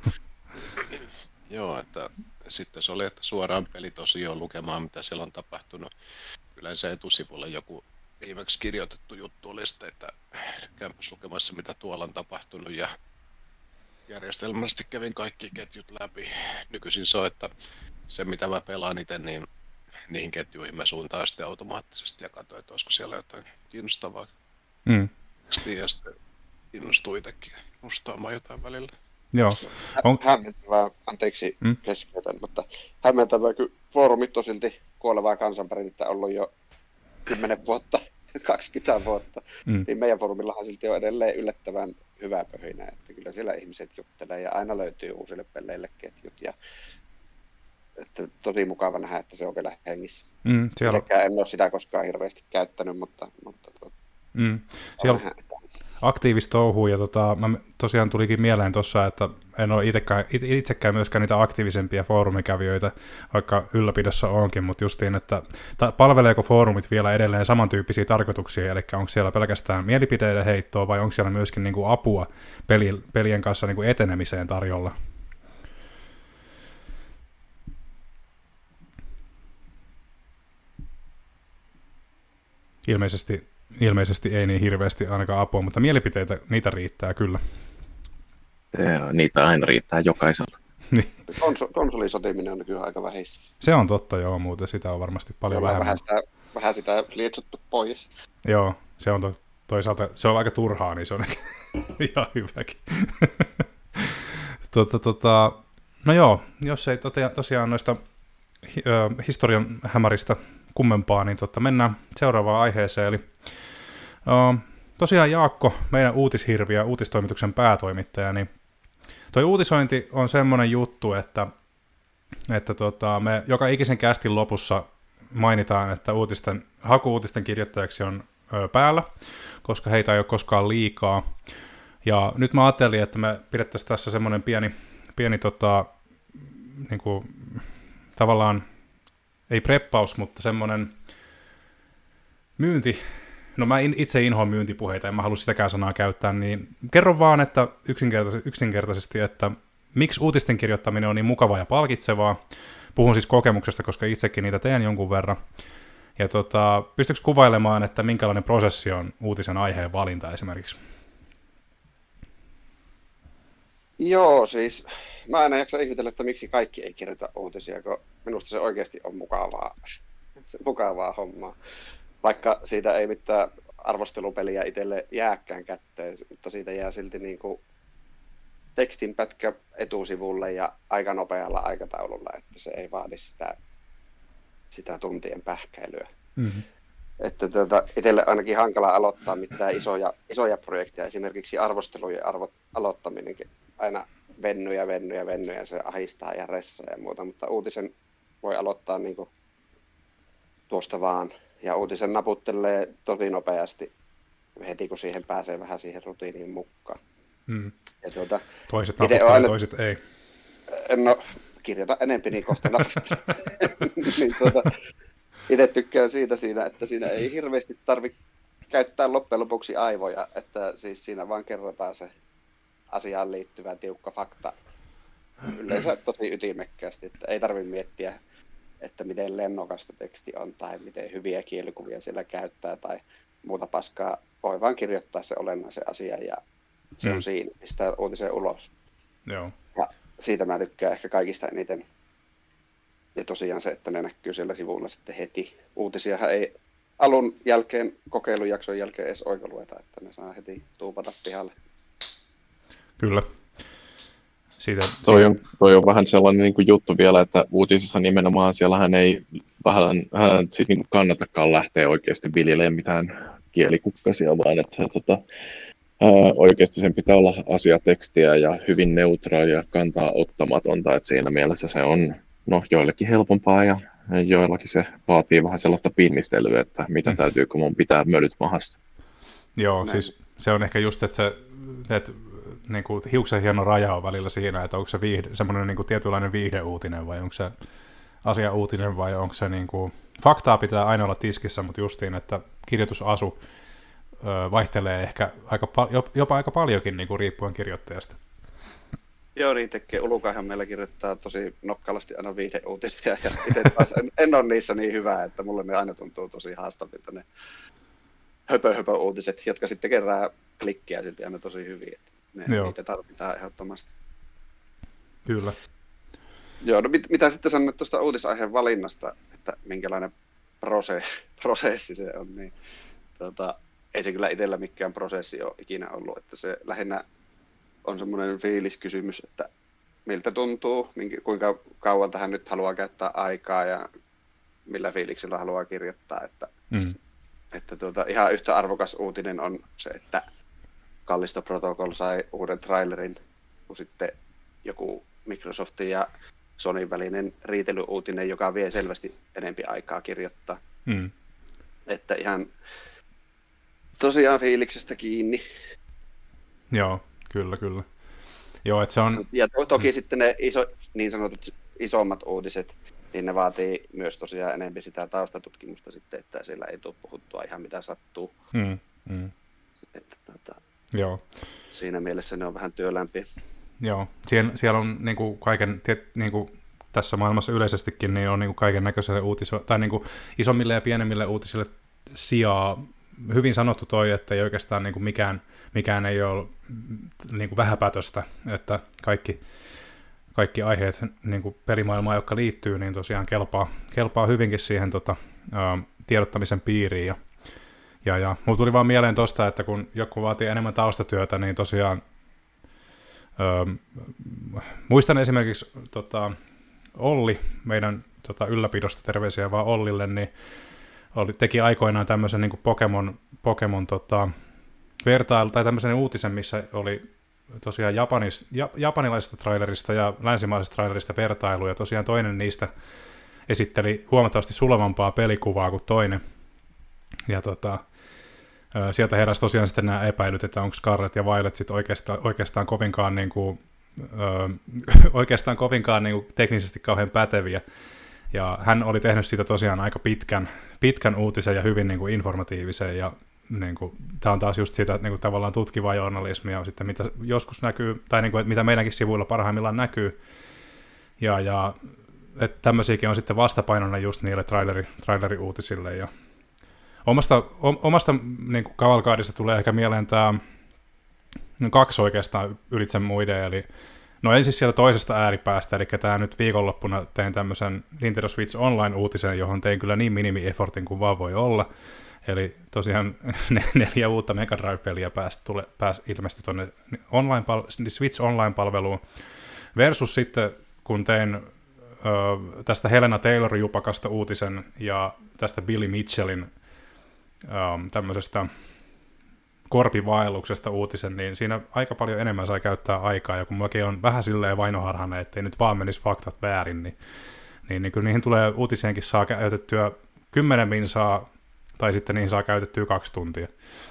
Joo, että sitten se oli, että suoraan pelitosioon lukemaan, mitä siellä on tapahtunut. Yleensä etusivulla joku viimeksi kirjoitettu juttu oli sitten, että käymässä lukemassa, mitä tuolla on tapahtunut, ja järjestelmällisesti kävin kaikki ketjut läpi. Nykyisin se on, että se mitä mä pelaan itse, niin niihin ketjuihin mä suuntaan sitten automaattisesti ja katsoin, että olisiko siellä jotain kiinnostavaa. Mm. Ja sitten innostuu itsekin nostaamaan jotain välillä. Joo. On... Hämmentävää, anteeksi mm? keskeytän, mutta hämmentävää, kun foorumit on silti kuolevaa kansanperinnettä ollut jo kymmenen vuotta, kaksikymmentä vuotta, mm. niin meidän foorumillahan silti on edelleen yllättävän hyvää pöhinää, että kyllä siellä ihmiset juttelee ja aina löytyy uusille peleille ketjut, ja että tosi mukava nähdä, että se on vielä hengissä. Mm, siellä... en ole sitä koskaan hirveästi käyttänyt, mutta, mutta mm. siellä... nähdä, että... aktiivista touhua, ja tota, mä tosiaan tulikin mieleen tuossa, että en ole itsekään, itsekään myöskään niitä aktiivisempia foorumikävijöitä, vaikka ylläpidossa onkin, mutta justiin, että ta, palveleeko foorumit vielä edelleen samantyyppisiä tarkoituksia, eli onko siellä pelkästään mielipiteiden heittoa, vai onko siellä myöskin niin kuin apua peli, pelien kanssa niin kuin etenemiseen tarjolla? Ilmeisesti Ilmeisesti ei niin hirveästi ainakaan apua, mutta mielipiteitä, niitä riittää kyllä. Ja niitä aina riittää jokaiselta. Konso- konsolisotiminen on nykyään aika vähissä. Se on totta, joo, muuten sitä on varmasti paljon Jollain vähemmän. Vähän sitä, vähän sitä lietsottu pois. Joo, se on to, toisaalta, se on aika turhaa, niin se on ihan hyväkin. tota, tota, no joo, jos ei tote, tosiaan noista hi, ö, historian hämäristä kummempaa, niin tota, mennään seuraavaan aiheeseen. Eli ö, tosiaan Jaakko, meidän uutishirvi ja uutistoimituksen päätoimittaja, niin toi uutisointi on semmoinen juttu, että, että tota, me joka ikisen kästin lopussa mainitaan, että uutisten, haku-uutisten kirjoittajaksi on ö, päällä, koska heitä ei ole koskaan liikaa. Ja nyt mä ajattelin, että me pidettäisiin tässä semmoinen pieni, pieni tota, niin kuin, tavallaan, ei preppaus, mutta semmoinen myynti. No mä itse inhoan myyntipuheita, en mä halua sitäkään sanaa käyttää, niin kerro vaan, että yksinkertaisesti, yksinkertaisesti, että miksi uutisten kirjoittaminen on niin mukavaa ja palkitsevaa. Puhun siis kokemuksesta, koska itsekin niitä teen jonkun verran. Ja tota, pystyykö kuvailemaan, että minkälainen prosessi on uutisen aiheen valinta esimerkiksi? Joo, siis mä aina jaksa ihmetellä, että miksi kaikki ei kirjoita uutisia, kun minusta se oikeasti on mukavaa, se mukavaa hommaa. Vaikka siitä ei mitään arvostelupeliä itselle jääkään kätteen, mutta siitä jää silti niin kuin tekstinpätkä etusivulle ja aika nopealla aikataululla, että se ei vaadi sitä, sitä tuntien pähkäilyä. Mm-hmm. Että tuota, itselle ainakin hankala aloittaa mitään isoja, isoja projekteja, esimerkiksi arvostelujen arvo, aloittaminenkin aina venny ja venny ja venny ja se ahistaa ja ressaa ja muuta, mutta uutisen voi aloittaa niin kuin tuosta vaan. Ja uutisen naputtelee tosi nopeasti heti, kun siihen pääsee vähän siihen rutiiniin mukaan. Mm. Ja tuota, toiset naputtelee, aina, toiset ei. No, kirjoita enempi, niin kohta niin, tuota, itse tykkään siitä siinä, että siinä ei hirveästi tarvitse käyttää loppujen lopuksi aivoja, että siis siinä vaan kerrotaan se asiaan liittyvä tiukka fakta yleensä tosi ytimekkäästi, että ei tarvitse miettiä, että miten lennokasta teksti on tai miten hyviä kielikuvia siellä käyttää tai muuta paskaa. Voi vaan kirjoittaa se olennaisen asian ja se on mm. siinä, pistää uutisen ulos. Joo. Ja siitä mä tykkään ehkä kaikista eniten. Ja tosiaan se, että ne näkyy siellä sivulla sitten heti. Uutisiahan ei alun jälkeen, kokeilujakson jälkeen edes oikolueta, että ne saa heti tuupata pihalle. Kyllä. Siitä, toi, on, toi on vähän sellainen niin kuin juttu vielä, että uutisissa nimenomaan siellähän ei vähän, vähän siis niin kuin kannatakaan lähteä oikeasti viljelemään mitään kielikukkasia, vaan että tota, ää, oikeasti sen pitää olla asiatekstiä ja hyvin neutraalia, kantaa ottamatonta, että siinä mielessä se on no, joillekin helpompaa ja joillakin se vaatii vähän sellaista pinnistelyä, että mitä mm. täytyykö mun pitää mölyt mahassa. Joo, Näin. Siis se on ehkä just, että se että niin kuin hiuksen hieno raja on välillä siinä, että onko se viihde, semmoinen niin kuin tietynlainen viihdeuutinen vai onko se asiauutinen vai onko se niin kuin, faktaa pitää aina olla tiskissä, mutta justiin, että kirjoitusasu ö, vaihtelee ehkä aika, jopa aika paljonkin niin kuin riippuen kirjoittajasta. Joo, niin tekee. Ulukahan meillä kirjoittaa tosi nokkalasti aina viihdeuutisia ja itse taas en, en ole niissä niin hyvä, että mulle ne aina tuntuu tosi haastavilta ne höpö, höpö uutiset, jotka sitten kerää klikkiä silti aina tosi hyvin. Ne, niitä tarvitaan ehdottomasti. Kyllä. Joo, no mit, mitä sitten sanoit tuosta uutisaiheen valinnasta, että minkälainen prosessi, prosessi se on, niin tota, ei se kyllä itsellä mikään prosessi ole ikinä ollut, että se lähinnä on semmoinen fiiliskysymys, että miltä tuntuu, minkä, kuinka kauan tähän nyt haluaa käyttää aikaa ja millä fiiliksellä haluaa kirjoittaa, että, mm. että tuota, ihan yhtä arvokas uutinen on se, että Callisto Protocol sai uuden trailerin, kun sitten joku Microsoftin ja Sonyn välinen riitelyuutinen, joka vie selvästi enempi aikaa kirjoittaa. Mm. Että ihan tosiaan fiiliksestä kiinni. Joo, kyllä, kyllä. Joo, että se on... Ja to- toki mm. sitten ne iso, niin sanotut isommat uutiset, niin ne vaatii myös tosiaan enemmän sitä taustatutkimusta sitten, että siellä ei tule puhuttua ihan mitä sattuu. Mm. Mm. Että, tota, Joo. Siinä mielessä ne on vähän työlämpiä. Joo, siellä, siellä on niin kuin kaiken, niin kuin tässä maailmassa yleisestikin, niin on niin kuin kaiken näköiselle uutisille, tai niin kuin isommille ja pienemmille uutisille sijaa hyvin sanottu toi, että ei oikeastaan niin kuin mikään, mikään ei ole niin kuin vähäpätöstä, että kaikki, kaikki aiheet niin kuin pelimaailmaan, jotka liittyy, niin tosiaan kelpaa, kelpaa hyvinkin siihen tota, ä, tiedottamisen piiriin. Ja, ja, ja mulla tuli vaan mieleen tosta, että kun joku vaatii enemmän taustatyötä, niin tosiaan ä, muistan esimerkiksi tota, Olli, meidän tota, ylläpidosta, terveisiä vaan Ollille, niin oli, teki aikoinaan tämmöisen niin kuin Pokemon, Pokemon tota, vertailu, tai tämmöisen uutisen, missä oli tosiaan japanis, ja, japanilaisesta trailerista ja länsimaisesta trailerista vertailu, ja tosiaan toinen niistä esitteli huomattavasti sulevampaa pelikuvaa kuin toinen. Ja tota, sieltä heräsi tosiaan sitten nämä epäilyt, että onko Scarlet ja Violet sitten oikeastaan, oikeastaan kovinkaan, niin kuin, ö, oikeastaan kovinkaan niin kuin teknisesti kauhean päteviä. Ja hän oli tehnyt siitä tosiaan aika pitkän, pitkän uutisen ja hyvin niin kuin informatiivisen, ja niin kuin, tämä on taas just sitä niin kuin tavallaan tutkivaa journalismia, sitten mitä joskus näkyy, tai niin kuin, että mitä meidänkin sivuilla parhaimmillaan näkyy, ja, ja että tämmöisiäkin on sitten vastapainona just niille traileri, traileri-uutisille, ja omasta, omasta niin kuin kavalkaadista tulee ehkä mieleen tämä no kaksi oikeastaan ylitse muiden, eli no ensin sieltä toisesta ääripäästä, eli tämä nyt viikonloppuna tein tämmöisen Nintendo Switch Online-uutisen, johon tein kyllä niin minimi-effortin kuin vaan voi olla. Eli tosiaan neljä uutta Mega Drive-peliä pääsi, tule, pääsi ilmestyi tuonne online, Switch Online-palveluun. Versus sitten, kun tein ö, tästä Helena Taylor-jupakasta uutisen ja tästä Billy Mitchellin ö, tämmöisestä korpivaelluksesta uutisen, niin siinä aika paljon enemmän sai käyttää aikaa, ja kun mullakin on vähän silleen vainoharhainen, ettei nyt vaan menisi faktat väärin, niin, niin, niin kyllä niihin tulee uutisienkin saa käytettyä kymmenen minsaa, tai sitten niihin saa käytettyä kaksi tuntia.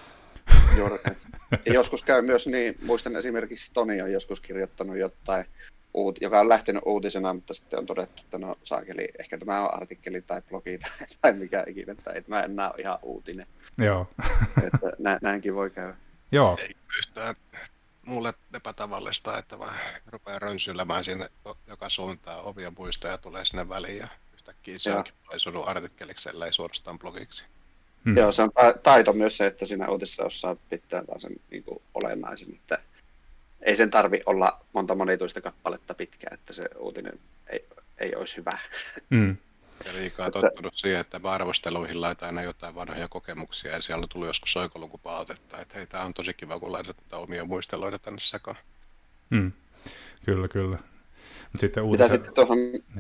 Joo, ja joskus käy myös niin, muistan esimerkiksi Toni on joskus kirjoittanut jotain, uut, joka on lähtenyt uutisena, mutta sitten on todettu, että no saakeli, ehkä tämä on artikkeli tai blogi tai, tai mikä ikinä, tai että mä en näe ihan uutinen. Joo. Että nä, näinkin voi käydä. Joo. Ei yhtään mulle epätavallista, että mä rupean rönsyilemään sinne joka suuntaan ovia muista ja tulee sinne väliin ja yhtäkkiä se onkin paisunut artikkeliksi, ellei suorastaan blogiksi. Hmm. Joo, se on ta- taito myös se, että siinä uutisessa osaa pitää vaan sen niin kuin olennaisen, että ei sen tarvi olla monta monituista kappaletta pitkään, että se uutinen ei, ei olisi hyvä. Hmm. Ja liikaa tottunut siihen, että mä arvosteluihin laitan aina jotain vanhoja kokemuksia, ja siellä on tullut joskus oikolukupalautetta, että hei, tää on tosi kiva, kun laitetaan omia muisteloita tänne sekaan. Hmm. Kyllä, kyllä. Mut sitten uutisen... Mitä sitten tuohon...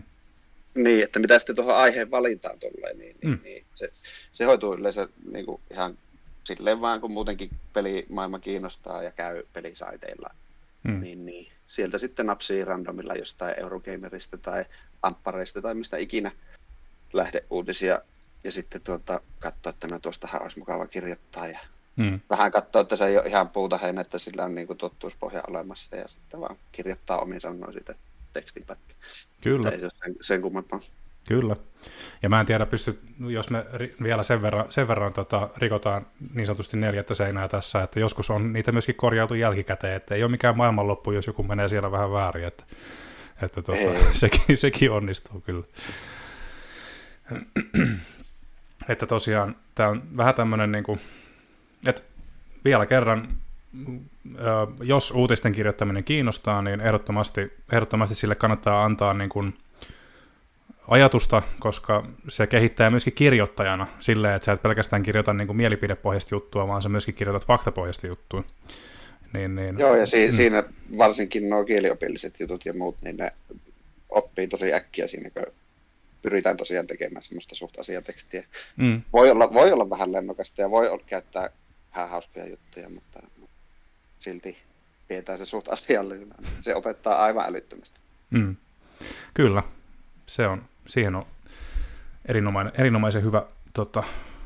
Niin, että mitä sitten tuohon aiheen valintaan tulee, niin, niin, mm. niin se, se hoituu yleensä niin kuin ihan silleen vaan, kun muutenkin pelimaailma kiinnostaa ja käy pelisaiteilla, mm. niin, niin sieltä sitten napsii randomilla jostain Eurogamerista tai Amppareista tai mistä ikinä lähdeuutisia, ja sitten tuota, katsoa, että no tuostahan olisi mukava kirjoittaa, ja mm. vähän katsoa, että se ei ole ihan puuta heinä, että sillä on niin kuin totuuspohja olemassa, ja sitten vaan kirjoittaa omin sanoin siitä tekstinpätkä. Kyllä. Ei se ole sen, sen kummempaa. Kyllä. Ja mä en tiedä, pysty, jos me ri, vielä sen verran, sen verran tota, rikotaan niin sanotusti neljättä seinää tässä, että joskus on niitä myöskin korjautu jälkikäteen, että ei ole mikään maailmanloppu, jos joku menee siellä vähän väärin, että, että tota, sekin, sekin onnistuu kyllä. Että tosiaan tämä on vähän tämmöinen, niin kuin, että vielä kerran, jos uutisten kirjoittaminen kiinnostaa, niin ehdottomasti, ehdottomasti sille kannattaa antaa niin kuin ajatusta, koska se kehittää myöskin kirjoittajana silleen, että sä et pelkästään kirjoita niin kuin mielipidepohjaista juttua, vaan sä myöskin kirjoitat faktapohjaista juttua. Niin, niin. Joo, ja si- mm. siinä varsinkin nuo kieliopilliset jutut ja muut, niin ne oppii tosi äkkiä siinä, kun pyritään tosiaan tekemään semmoista suht asiatekstiä. Mm. Voi olla, voi olla vähän lennokasta ja voi olla, käyttää vähän hauskoja juttuja, mutta silti pidetään se suht asiallisena. Se opettaa aivan älyttömästi. Mm. Kyllä, se on, siihen on erinomainen, erinomaisen hyvä tota,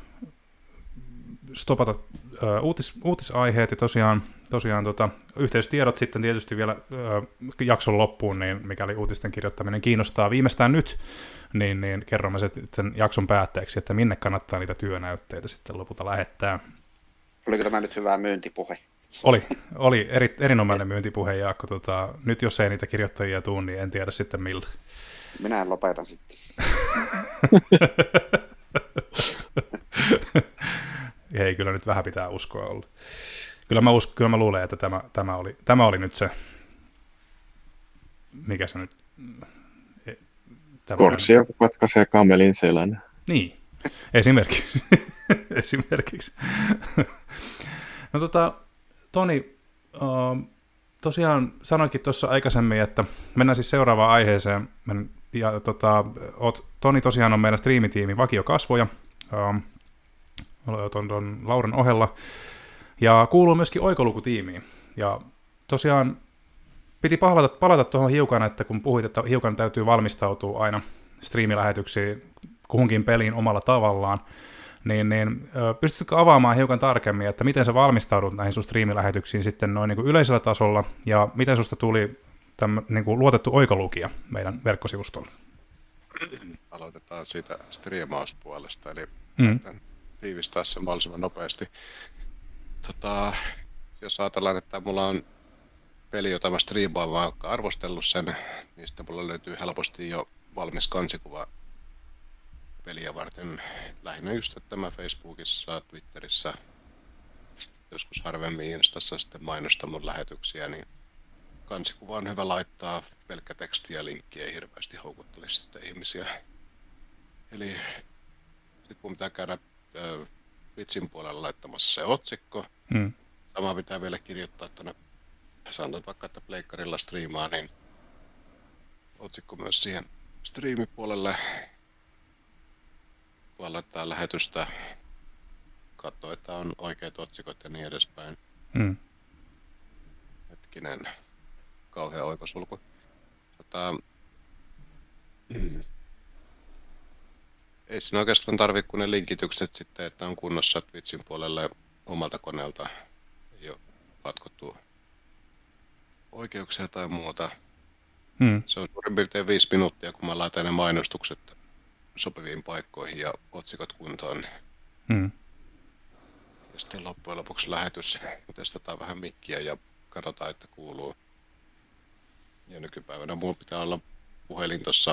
stopata ö, uutis, uutisaiheet ja tosiaan, tosiaan tota, yhteystiedot sitten tietysti vielä ö, jakson loppuun, niin mikäli uutisten kirjoittaminen kiinnostaa viimeistään nyt, niin, niin kerromme sitten jakson päätteeksi, että minne kannattaa niitä työnäytteitä sitten lopulta lähettää. Oliko tämä nyt hyvä myyntipuhe? Oli, oli eri, erinomainen myyntipuhe, Jaakko. Tota, nyt jos ei niitä kirjoittajia tule, niin en tiedä sitten millä. Minä lopetan sitten. Hei, ei kyllä nyt vähän pitää uskoa olla. Kyllä mä, usk- kyllä mä luulen, että tämä, tämä, oli, tämä oli nyt se, mikä se nyt... Tämmöinen... Korsia, kun katkaisee kamelin selän. Niin, esimerkiksi. esimerkiksi. no tota, Toni, uh, tosiaan sanoitkin tuossa aikaisemmin, että mennään siis seuraavaan aiheeseen. Ja, tota, oot, Toni tosiaan on meidän striimitiimin vakiokasvoja uh, ton, ton Lauren ohella. Ja kuuluu myöskin oikolukutiimiin. Ja tosiaan piti palata, palata tuohon hiukan, että kun puhuit, että hiukan täytyy valmistautua aina striimilähetyksiin kuhunkin peliin omalla tavallaan, niin, niin pystytkö avaamaan hiukan tarkemmin, että miten sä valmistaudut näihin sun striimilähetyksiin sitten noin niin kuin yleisellä tasolla, ja miten susta tuli tämmö, niin kuin luotettu oikolukija meidän verkkosivustolla? Aloitetaan siitä striimauspuolesta, eli mm. tiivistää sen mahdollisimman nopeasti. Tota, jos ajatellaan, että mulla on peli, jota mä striimaan, vaikka arvostellut sen, niin sitten mulla löytyy helposti jo valmis kansikuva peliä varten. Lähinnä just tämä Facebookissa, Twitterissä, joskus harvemmin Instassa sitten mainosta mun lähetyksiä, niin kansikuva on hyvä laittaa, pelkkä teksti ja linkki ei hirveästi houkuttele sitten ihmisiä. Eli sit mun pitää käydä äh, vitsin puolella laittamassa se otsikko. Mm. Sama pitää vielä kirjoittaa tuonne, sanotaan vaikka, että pleikkarilla striimaa, niin otsikko myös siihen striimipuolelle. Voi laittaa lähetystä, katsoa, että on oikeat otsikot ja niin edespäin. Mm. Hetkinen, kauhea oikosulku. Tota, mm. Ei siinä oikeastaan tarvitse kuin ne linkitykset sitten, että on kunnossa Twitchin puolelle omalta koneelta jo patkottu oikeuksia tai muuta. Mm. Se on suurin piirtein viisi minuuttia, kun mä laitan ne mainostukset sopiviin paikkoihin ja otsikot kuntoon. Mm. Ja sitten loppujen lopuksi lähetys. Testataan vähän mikkiä ja katsotaan, että kuuluu. Ja nykypäivänä mulla pitää olla puhelin tuossa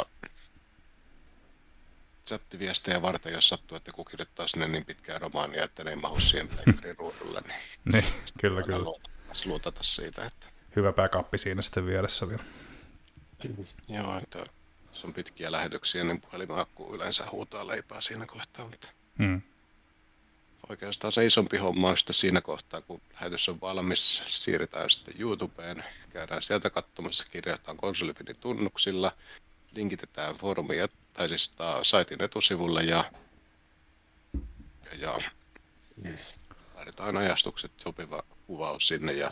chattiviestejä varten, jos sattuu, että joku kirjoittaa sinne niin pitkää romaania, että ne ei mahu siihen pleikkarin ruudulle. Niin, niin kyllä, kyllä. Luotata, luotata siitä, että... Hyvä backup siinä sitten vieressä vielä. Joo, että jos on pitkiä lähetyksiä, niin puhelimakku yleensä huutaa leipää siinä kohtaa. Mutta mm. oikeastaan se isompi homma on sitten siinä kohtaa, kun lähetys on valmis, siirretään sitten YouTubeen, käydään sieltä katsomassa, kirjoitetaan konsolifinin tunnuksilla, linkitetään foorumia, tai siis saitin etusivulle ja, ja, ja mm. laitetaan ajastukset, sopiva kuvaus sinne ja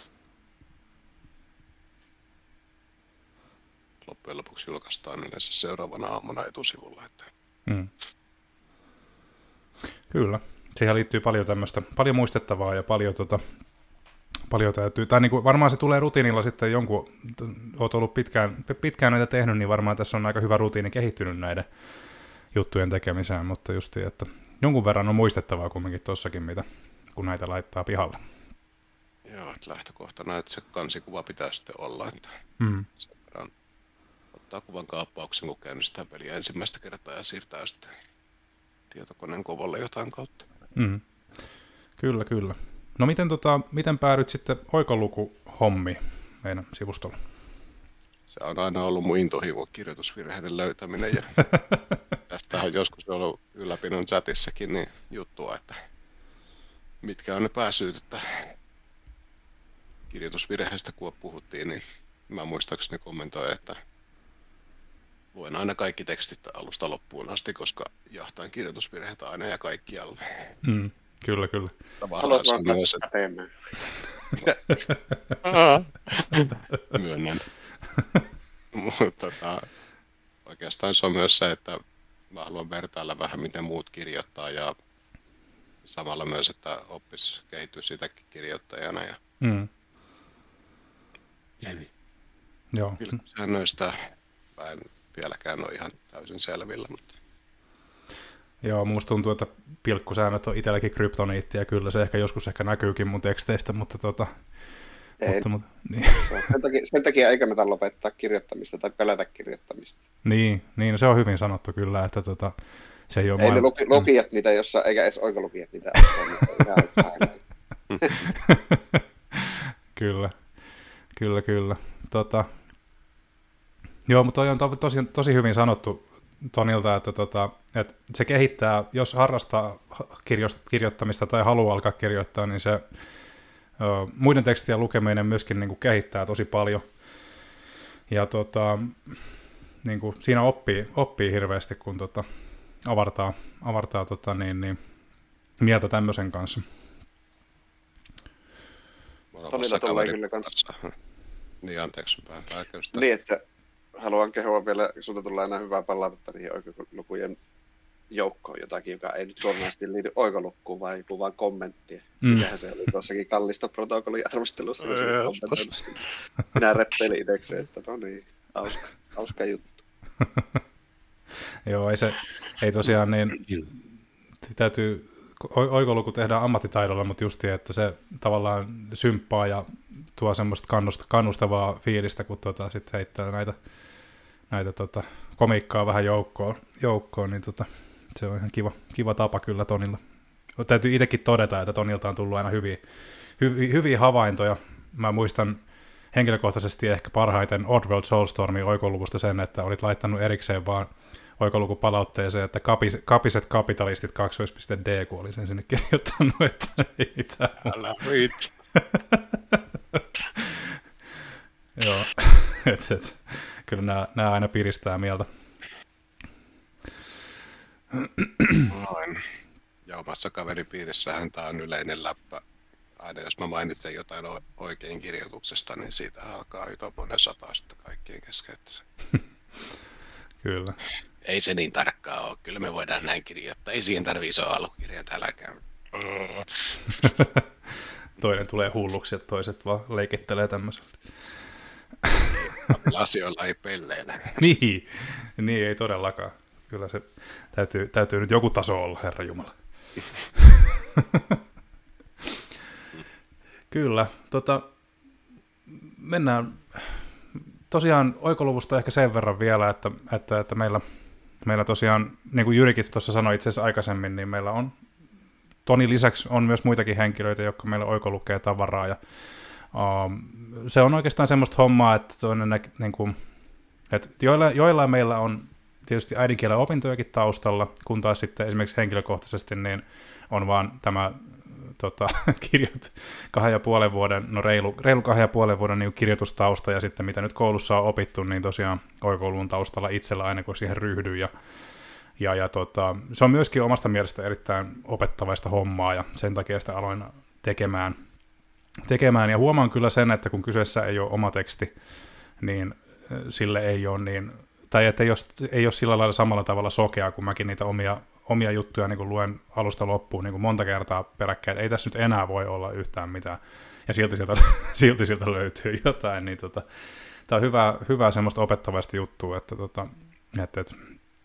loppujen lopuksi julkaistaan yleensä seuraavana aamuna etusivulla. Että... Mm. Kyllä. Siihen liittyy paljon tämmöistä, paljon muistettavaa ja paljon, tota, paljon täytyy, tai niin kuin varmaan se tulee rutiinilla sitten jonkun, oot ollut pitkään, pitkään näitä tehnyt, niin varmaan tässä on aika hyvä rutiini kehittynyt näiden juttujen tekemiseen, mutta just että jonkun verran on muistettavaa kumminkin tossakin, mitä, kun näitä laittaa pihalle. Joo, että lähtökohtana, että se kansikuva pitää sitten olla, että mm. sen verran ottaa kuvan kaappauksen, kun käynnistää peliä ensimmäistä kertaa ja siirtää sitten tietokoneen kovalle jotain kautta. Mm. Kyllä, kyllä. No miten, tota, miten päädyt sitten oikolukuhommiin meidän sivustolla? Se on aina ollut mun intohimo kirjoitusvirheiden löytäminen ja tästä on joskus ollut ylläpidon chatissakin niin juttua, että mitkä on ne pääsyyt, että kirjoitusvirheistä kun puhuttiin, niin mä muistaakseni kommentoin, että luen aina kaikki tekstit alusta loppuun asti, koska jahtaan kirjoitusvirheitä aina ja kaikkialle. Mm, kyllä, kyllä. Haluat vaan päästä pätemään. Myönnän. Mutta tota, oikeastaan se on myös se, että mä haluan vertailla vähän, miten muut kirjoittaa ja samalla myös, että oppisi kehittyä sitäkin kirjoittajana. Ja mm. Joo. Pilkkusäännöistä mä en vieläkään ole ihan täysin selvillä. Mutta... Joo, musta tuntuu, että pilkkusäännöt on itselläkin kryptoniitti ja kyllä se ehkä joskus ehkä näkyykin mun teksteistä, mutta tota... Ei. Mutta, mutta, niin. sen, takia, sen takia eikä me lopettaa kirjoittamista tai pelätä kirjoittamista. Niin, niin, se on hyvin sanottu kyllä, että tota, se ei ole ei maailma... ne luki, lukijat niitä jossain, eikä edes oikolukijat niitä. Kyllä, kyllä, kyllä. Tota... Joo, mutta toi on to, tosi, tosi hyvin sanottu Tonilta, että, tota, että se kehittää, jos harrastaa kirjoittamista tai haluaa alkaa kirjoittaa, niin se ö, muiden tekstien lukeminen myöskin niin kuin kehittää tosi paljon. Ja tota, niin kuin siinä oppii, oppii hirveästi, kun tota, avartaa, avartaa tota, niin, niin, mieltä tämmöisen kanssa. Tonilla tulee kyllä kanssa. Niin, anteeksi, pääkäystä. Niin, että haluan kehua vielä, sulta tulee aina hyvää palautetta niihin oikolukujen joukkoon jotakin, joka ei nyt suoranaisesti liity oikolukkuun, vaan joku vaan kommenttia. Mm. Mikähän se oli tuossakin Kallista protokollin arvostelussa. Minä reppeilin itsekseen, että no niin, hauska, hauska juttu. Joo, ei se, ei tosiaan niin, täytyy, oikoluku tehdään ammattitaidolla, mutta justi, että se tavallaan symppaa ja tuo semmoista kannustavaa fiilistä, kun tuota, sit heittää näitä, näitä tota, komiikkaa vähän joukkoon, joukkoon niin tota, se on ihan kiva, kiva tapa kyllä Tonilla. Täytyy itsekin todeta, että Tonilta on tullut aina hyviä, hyviä, hyviä havaintoja. Mä muistan henkilökohtaisesti ehkä parhaiten Oddworld Soulstormin oikoluvusta sen, että olit laittanut erikseen vaan oikolukupalautteeseen, että kapis, kapiset kapitalistit kaksoispiste D, kun olin sen sinne kirjoittanut, että ei mitään. Älä viit. Joo, et, et, kyllä nämä, nämä aina piristää mieltä. Noin. Ja omassa kaveripiirissähän tämä on yleinen läppä. Aina jos mä mainitsen jotain oikein kirjoituksesta, niin siitä alkaa jo tuommoinen sata sitten kaikkien kesken. Kyllä. Ei se niin tarkkaa ole. Kyllä me voidaan näin kirjoittaa. Ei siihen tarvitse isoa alkukirjaa täälläkään. Toinen tulee hulluksi ja toiset vaan leikittelee tämmöisellä. Asioilla ei pelleillä. Niin, niin ei todellakaan. Kyllä se täytyy, täytyy nyt joku taso olla, Herra Jumala. Kyllä, tota, mennään tosiaan oikoluvusta ehkä sen verran vielä, että, että, että meillä, meillä tosiaan, niin kuin Jyrikin tuossa sanoi itse asiassa aikaisemmin, niin meillä on, Tonin lisäksi on myös muitakin henkilöitä, jotka meillä oikolukee tavaraa, ja um, se on oikeastaan semmoista hommaa, että, toinen, niin kuin, että joilla, joillain meillä on tietysti äidinkielen opintojakin taustalla, kun taas sitten esimerkiksi henkilökohtaisesti niin on vaan tämä tota, kirjoit, kahden ja puolen vuoden, no reilu, reilu kahden ja puolen vuoden niin kirjoitustausta ja sitten mitä nyt koulussa on opittu, niin tosiaan oikoulun taustalla itsellä aina kun siihen ryhdyin ja, ja, ja tota, se on myöskin omasta mielestä erittäin opettavaista hommaa ja sen takia sitä aloin tekemään, tekemään ja huomaan kyllä sen, että kun kyseessä ei ole oma teksti, niin sille ei ole niin, tai että ei ole, ei ole sillä lailla samalla tavalla sokea, kun mäkin niitä omia, omia juttuja niin kuin luen alusta loppuun niin kuin monta kertaa peräkkäin, ei tässä nyt enää voi olla yhtään mitään, ja silti sieltä, silti sieltä löytyy jotain, niin tota, tämä on hyvä, hyvä semmoista opettavaista juttua, että, tota, että, että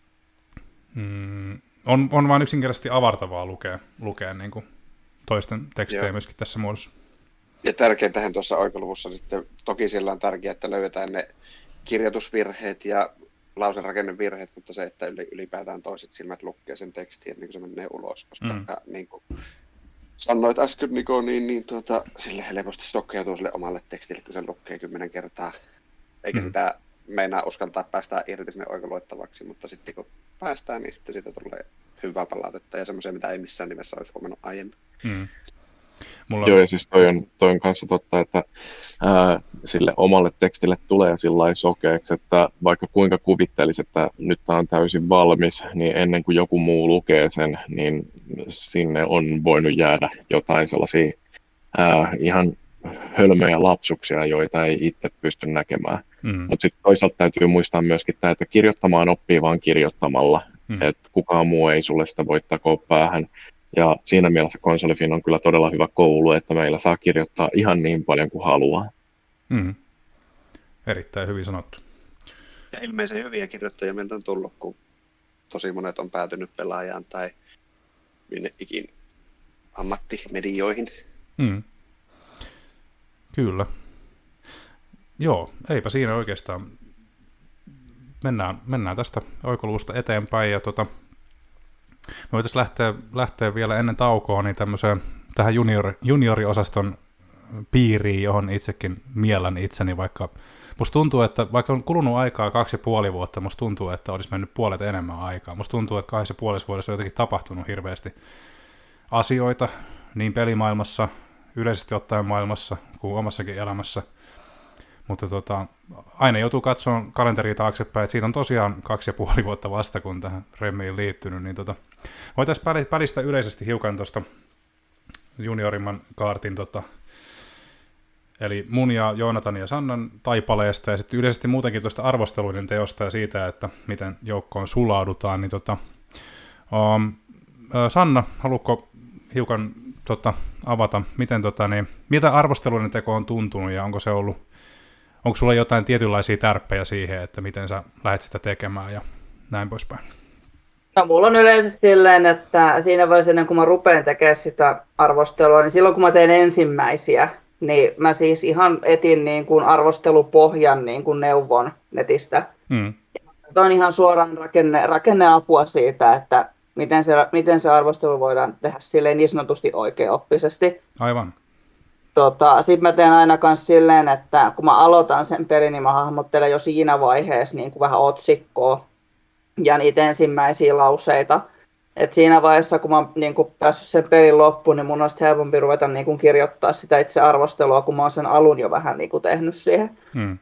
mm, on, on vain yksinkertaisesti avartavaa lukea, lukea niin kuin toisten tekstejä Joo. myöskin tässä muodossa. Ja tärkeintähän tuossa oikoluvussa sitten, toki siellä on tärkeää, että löydetään ne kirjoitusvirheet ja lauserakennevirheet, mutta se, että ylipäätään toiset silmät lukee sen tekstin, niin kuin se menee ulos, koska mm. niin kuin sanoit äsken, Niko, niin, niin tuota, sille helposti sokkeutuu sille omalle tekstille, kun se lukee kymmenen kertaa, eikä mm. sitä meinaa uskaltaa päästää irti sinne oikoluettavaksi, mutta sitten kun päästään, niin sitten siitä tulee hyvää palautetta ja semmoisia, mitä ei missään nimessä olisi huomannut aiemmin. Mm. Mulla... Joo, ja siis toi on, toi on kanssa totta, että ää, sille omalle tekstille tulee sillä sokeeksi, että vaikka kuinka kuvittelisi, että nyt tämä on täysin valmis, niin ennen kuin joku muu lukee sen, niin sinne on voinut jäädä jotain sellaisia ää, ihan hölmöjä lapsuksia, joita ei itse pysty näkemään. Mm. Mutta sitten toisaalta täytyy muistaa myöskin tämä, että kirjoittamaan oppii vaan kirjoittamalla, mm. että kukaan muu ei sulle sitä voi takoa päähän. Ja siinä mielessä Konsolifin on kyllä todella hyvä koulu, että meillä saa kirjoittaa ihan niin paljon kuin haluaa. Mm. Erittäin hyvin sanottu. Ja ilmeisen hyviä kirjoittajia meiltä on tullut, kun tosi monet on päätynyt pelaajaan tai minne ikin ammattimedioihin. Mm. Kyllä. Joo, eipä siinä oikeastaan. Mennään, mennään tästä oikoluvusta eteenpäin ja tota... Me voitaisiin lähteä, lähteä vielä ennen taukoa niin tämmöiseen tähän junior, junioriosaston piiriin, johon itsekin miellän itseni, vaikka musta tuntuu, että vaikka on kulunut aikaa kaksi ja puoli vuotta, musta tuntuu, että olisi mennyt puolet enemmän aikaa. Musta tuntuu, että kahdessa puolessa vuodessa on jotenkin tapahtunut hirveästi asioita niin pelimaailmassa, yleisesti ottaen maailmassa kuin omassakin elämässä. Mutta tota, aina joutuu katsoa kalenteria taaksepäin, että siitä on tosiaan kaksi ja puoli vuotta vasta, kun tähän Remmiin liittynyt. Niin tota, voitaisiin pälistä yleisesti hiukan tuosta juniorimman kaartin, tota, eli mun ja Joonatan ja Sannan taipaleesta, ja sitten yleisesti muutenkin tuosta arvosteluiden teosta ja siitä, että miten joukkoon sulaudutaan. Niin tota, um, Sanna, haluatko hiukan tota, avata, miten, tota, niin, mitä arvosteluiden teko on tuntunut, ja onko se ollut, onko sulla jotain tietynlaisia tärppejä siihen, että miten sä lähdet sitä tekemään, ja näin poispäin? No mulla on yleensä silleen, että siinä vaiheessa ennen kuin mä rupean tekemään sitä arvostelua, niin silloin kun mä teen ensimmäisiä, niin mä siis ihan etin niin kuin arvostelupohjan niin kuin neuvon netistä. Mm. Tämä on ihan suoraan rakenne, rakenneapua siitä, että miten se, miten se arvostelu voidaan tehdä silleen niin sanotusti oikeaoppisesti. Aivan. Tota, sitten mä teen aina myös silleen, että kun mä aloitan sen pelin, niin mä hahmottelen jo siinä vaiheessa niin kuin vähän otsikkoa ja niitä ensimmäisiä lauseita. Et siinä vaiheessa, kun mä oon niin kun päässyt sen pelin loppuun, niin mun on helpompi ruveta niin kun kirjoittaa sitä itse arvostelua, kun mä oon sen alun jo vähän niin kun tehnyt siihen. Hmm.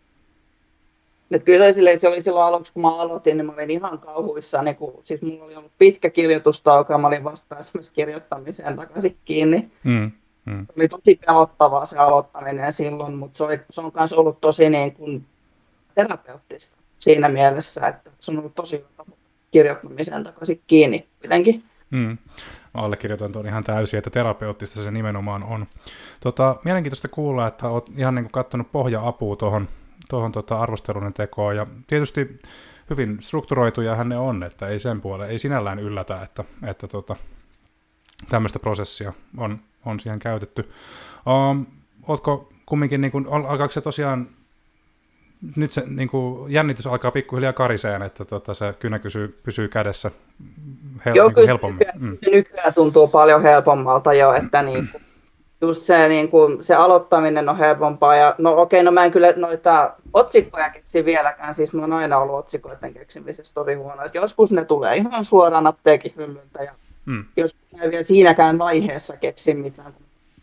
Et kyllä oli silleen, että se oli silloin aluksi, kun mä aloitin, niin mä olin ihan kauhuissa. Niin kun, siis mulla oli ollut pitkä kirjoitustauko ja mä olin vasta pääsemässä kirjoittamiseen takaisin kiinni. Hmm. Hmm. Oli tosi pelottavaa se aloittaminen silloin, mutta se, oli, se on myös ollut tosi niin kun terapeuttista siinä mielessä, että se on ollut tosi hyvä kirjoittamiseen takaisin kiinni kuitenkin. Mm. Mä allekirjoitan tuon ihan täysin, että terapeuttista se nimenomaan on. Tota, mielenkiintoista kuulla, että oot ihan niin kuin katsonut pohja-apua tuohon tohon tota arvosteluiden tekoon, ja tietysti hyvin strukturoitujahan ne on, että ei sen puolelle, ei sinällään yllätä, että, että tota, tämmöistä prosessia on, on siihen käytetty. Um, ootko kumminkin, niin kuin, alkaako se tosiaan nyt se niin kuin, jännitys alkaa pikkuhiljaa kariseen, että tota, se kynä kysyy, pysyy kädessä hel- joo, niin kuin helpommin. Nykyään, mm. nykyään tuntuu paljon helpommalta jo, että niin kuin, just se, niin kuin, se aloittaminen on helpompaa. Ja, no okei, okay, no mä en kyllä noita otsikkoja keksi vieläkään, siis mä oon aina ollut otsikoiden keksimisessä tosi huono. Et joskus ne tulee ihan suoraan apteekin hyllyltä ja mm. joskus mä en vielä siinäkään vaiheessa keksi mitään.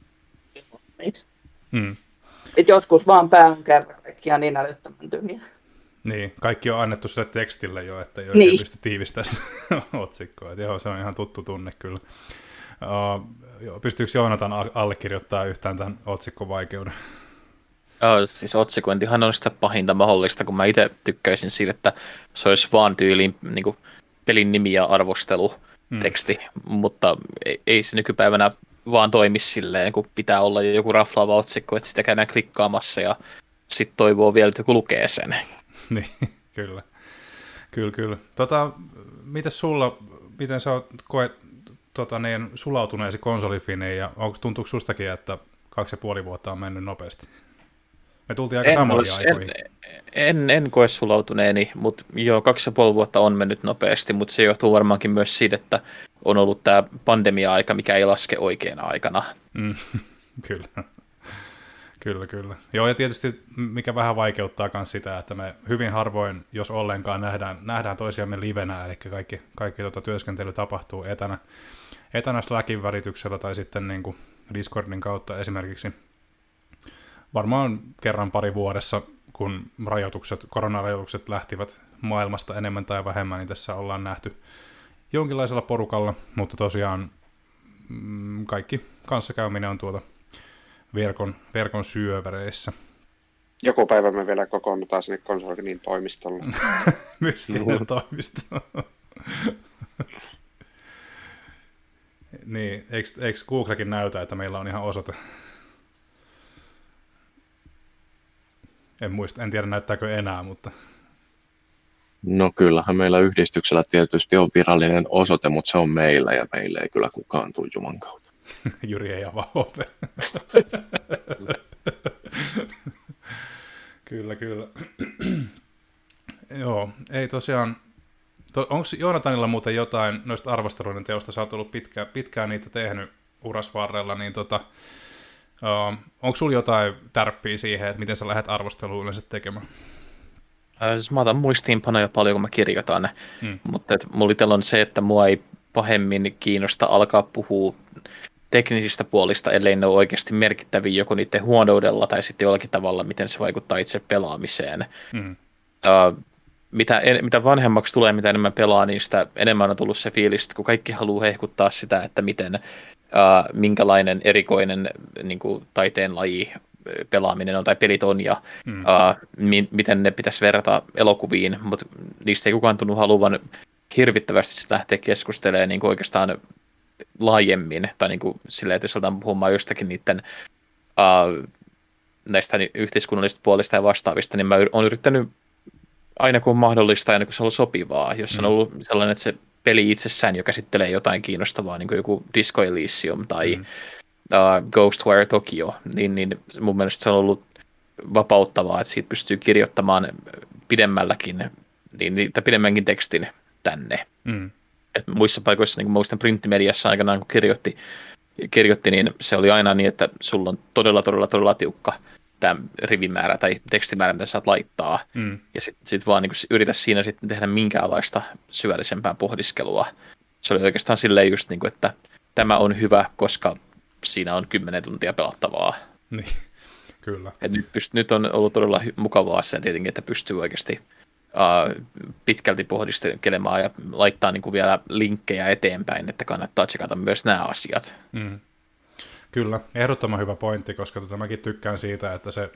Mm. Et joskus vaan pää on kerta kaikkiaan niin älyttömän tyhjä. Niin, kaikki on annettu sille tekstille jo, että ei oikein niin pysty tiivistämään sitä otsikkoa. Et joo, se on ihan tuttu tunne kyllä. Uh, pystyykö Joonatan allekirjoittamaan yhtään tämän otsikkovaikeuden? Oh, siis otsikointihan on sitä pahinta mahdollista, kun mä itse tykkäisin siitä, että se olisi vaan tyyliin niin kuin pelin nimi ja arvosteluteksti, hmm. mutta ei, ei se nykypäivänä vaan toimi silleen, kun pitää olla joku raflaava otsikko, että sitä käydään klikkaamassa ja sitten toivoo vielä, että joku lukee sen. Niin, kyllä. Kyllä, kyllä. Tota, mites sulla, miten sä koet tota, niin, sulautuneesi konsolifiniin ja onko, tuntuuko sustakin, että kaksi ja puoli vuotta on mennyt nopeasti? Me tultiin aika samoihin aikoihin. En, en, en koe sulautuneeni, mutta joo, kaksi ja puoli vuotta on mennyt nopeasti, mutta se johtuu varmaankin myös siitä, että on ollut tämä pandemia-aika, mikä ei laske oikeana aikana. Mm, kyllä. Kyllä, kyllä. Joo, ja tietysti mikä vähän vaikeuttaa myös sitä, että me hyvin harvoin, jos ollenkaan, nähdään, nähdään toisiamme livenä, eli kaikki, kaikki tota, työskentely tapahtuu etänä, etänä Slackin välityksellä tai sitten niin kuin Discordin kautta esimerkiksi. Varmaan kerran pari vuodessa, kun rajoitukset, koronarajoitukset lähtivät maailmasta enemmän tai vähemmän, niin tässä ollaan nähty jonkinlaisella porukalla, mutta tosiaan mm, kaikki kanssakäyminen on tuota verkon, verkon syövereissä. Joku päivä me vielä kokoonnutaan sinne konsolinin toimistolle. Mystinen toimisto. Niin, eikö, eikö Googlekin näytä, että meillä on ihan osoite? En muista, en tiedä näyttääkö enää, mutta... No kyllähän meillä yhdistyksellä tietysti on virallinen osoite, mutta se on meillä ja meille ei kyllä kukaan tule Juman kautta. Jyri ei avaa ovea. Kyllä, kyllä. Joo, ei tosiaan, Onko Joonatanilla muuten jotain noista arvosteluiden teosta, sä oot ollut pitkään, pitkään niitä tehnyt urasvarrella, niin tota, uh, onko sulla jotain tärppiä siihen, että miten sä lähdet arvosteluun yleensä tekemään? Äh, siis mä otan muistiinpanoja paljon, kun mä kirjoitan, hmm. mutta et mulla itsellä on se, että mua ei pahemmin kiinnosta alkaa puhua teknisistä puolista, ellei ne ole oikeasti merkittäviä joko niiden huonoudella tai sitten jollakin tavalla, miten se vaikuttaa itse pelaamiseen. Hmm. Uh, mitä, en, mitä vanhemmaksi tulee, mitä enemmän pelaa, niin sitä enemmän on tullut se fiilis, kun kaikki haluaa hehkuttaa sitä, että miten, uh, minkälainen erikoinen niin kuin taiteen laji pelaaminen on tai pelit on ja mm. uh, mi- miten ne pitäisi verrata elokuviin, mutta niistä ei kukaan tunnu haluavan hirvittävästi lähteä keskustelemaan niin kuin oikeastaan laajemmin, tai niin kuin silleen, että jos aletaan puhumaan jostakin niiden uh, näistä yhteiskunnallisista puolista ja vastaavista, niin mä oon yrittänyt aina kun on mahdollista, aina kun se on sopivaa. Jos on ollut sellainen, että se peli itsessään jo käsittelee jotain kiinnostavaa, niin kuin joku Disco Elysium tai mm. uh, Ghostwire Tokyo, niin, niin mun mielestä se on ollut vapauttavaa, että siitä pystyy kirjoittamaan pidemmälläkin, niin, niin, tai pidemmänkin tekstin tänne. Mm. Et muissa paikoissa, niin kuin muistan printtimediassa aikanaan, kun kirjoitti, kirjoitti, niin se oli aina niin, että sulla on todella, todella, todella tiukka tämä rivimäärä tai tekstimäärä, mitä saat laittaa, mm. ja sitten sit vaan niin yritä siinä sitten tehdä minkäänlaista syvällisempää pohdiskelua. Se oli oikeastaan silleen just, niin kuin, että tämä on hyvä, koska siinä on kymmenen tuntia pelattavaa. Niin, kyllä. Et nyt, pyst- nyt on ollut todella mukavaa sen tietenkin, että pystyy oikeasti uh, pitkälti pohdiskelemaan ja laittaa niin kuin vielä linkkejä eteenpäin, että kannattaa tsekata myös nämä asiat. Mm. Kyllä, ehdottoman hyvä pointti, koska tota, mäkin tykkään siitä, että se ö,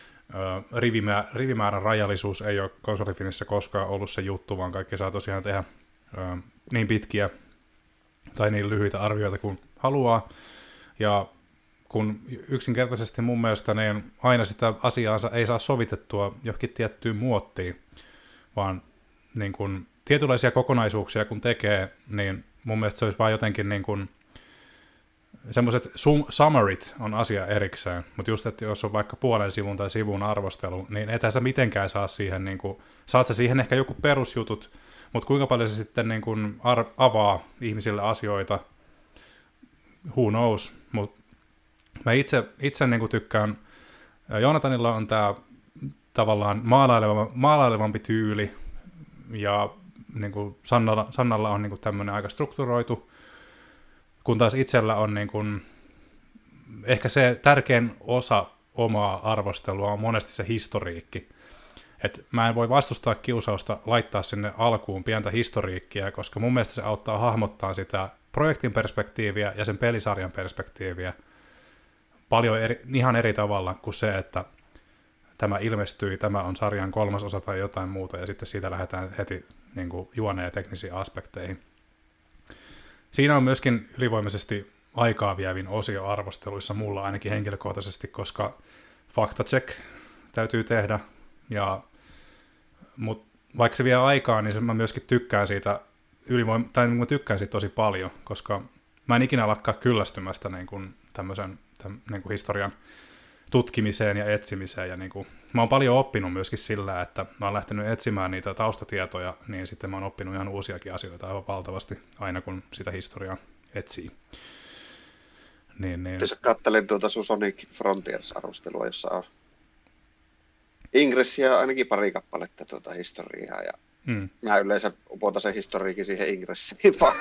rivimä, rivimäärän rajallisuus ei ole konsolifinissä koskaan ollut se juttu, vaan kaikki saa tosiaan tehdä ö, niin pitkiä tai niin lyhyitä arvioita kuin haluaa. Ja kun yksinkertaisesti mun mielestä niin aina sitä asiaansa ei saa sovitettua johonkin tiettyyn muottiin, vaan niin kun tietynlaisia kokonaisuuksia kun tekee, niin mun mielestä se olisi vaan jotenkin niin kuin semmoiset sum- summarit on asia erikseen, mutta just, että jos on vaikka puolen sivun tai sivun arvostelu, niin ethän sä mitenkään saa siihen, niin kuin, saat sä siihen ehkä joku perusjutut, mutta kuinka paljon se sitten niin kuin ar- avaa ihmisille asioita, who knows, mutta mä itse, itse niin kuin tykkään, Joonatanilla on tämä tavallaan maalaileva, maalailevampi tyyli, ja niin kuin Sannalla, Sannalla on niin kuin tämmöinen aika strukturoitu, kun taas itsellä on niin kuin, ehkä se tärkein osa omaa arvostelua on monesti se historiikki. Et mä en voi vastustaa kiusausta laittaa sinne alkuun pientä historiikkia, koska mun mielestä se auttaa hahmottaa sitä projektin perspektiiviä ja sen pelisarjan perspektiiviä paljon eri, ihan eri tavalla kuin se, että tämä ilmestyi, tämä on sarjan kolmas osa tai jotain muuta, ja sitten siitä lähdetään heti niin kuin juoneen ja teknisiin aspekteihin. Siinä on myöskin ylivoimaisesti aikaa vievin osio arvosteluissa mulla ainakin henkilökohtaisesti, koska faktacheck täytyy tehdä, ja, mut vaikka se vie aikaa, niin mä myöskin tykkään siitä, ylivoim- tai mä tykkään siitä tosi paljon, koska mä en ikinä lakkaa kyllästymästä niin kuin tämmöisen tämän, niin kuin historian tutkimiseen ja etsimiseen, ja niin kuin, mä oon paljon oppinut myöskin sillä, että mä oon lähtenyt etsimään niitä taustatietoja, niin sitten mä oon oppinut ihan uusiakin asioita aivan valtavasti, aina kun sitä historiaa etsii. Niin, niin. Sä kattelin tuota sun Sonic Frontiers-arvostelua, jossa on ingressiä ainakin pari kappaletta tuota historiaa, ja mm. mä yleensä upotan sen historiikin siihen ingressiin vaan.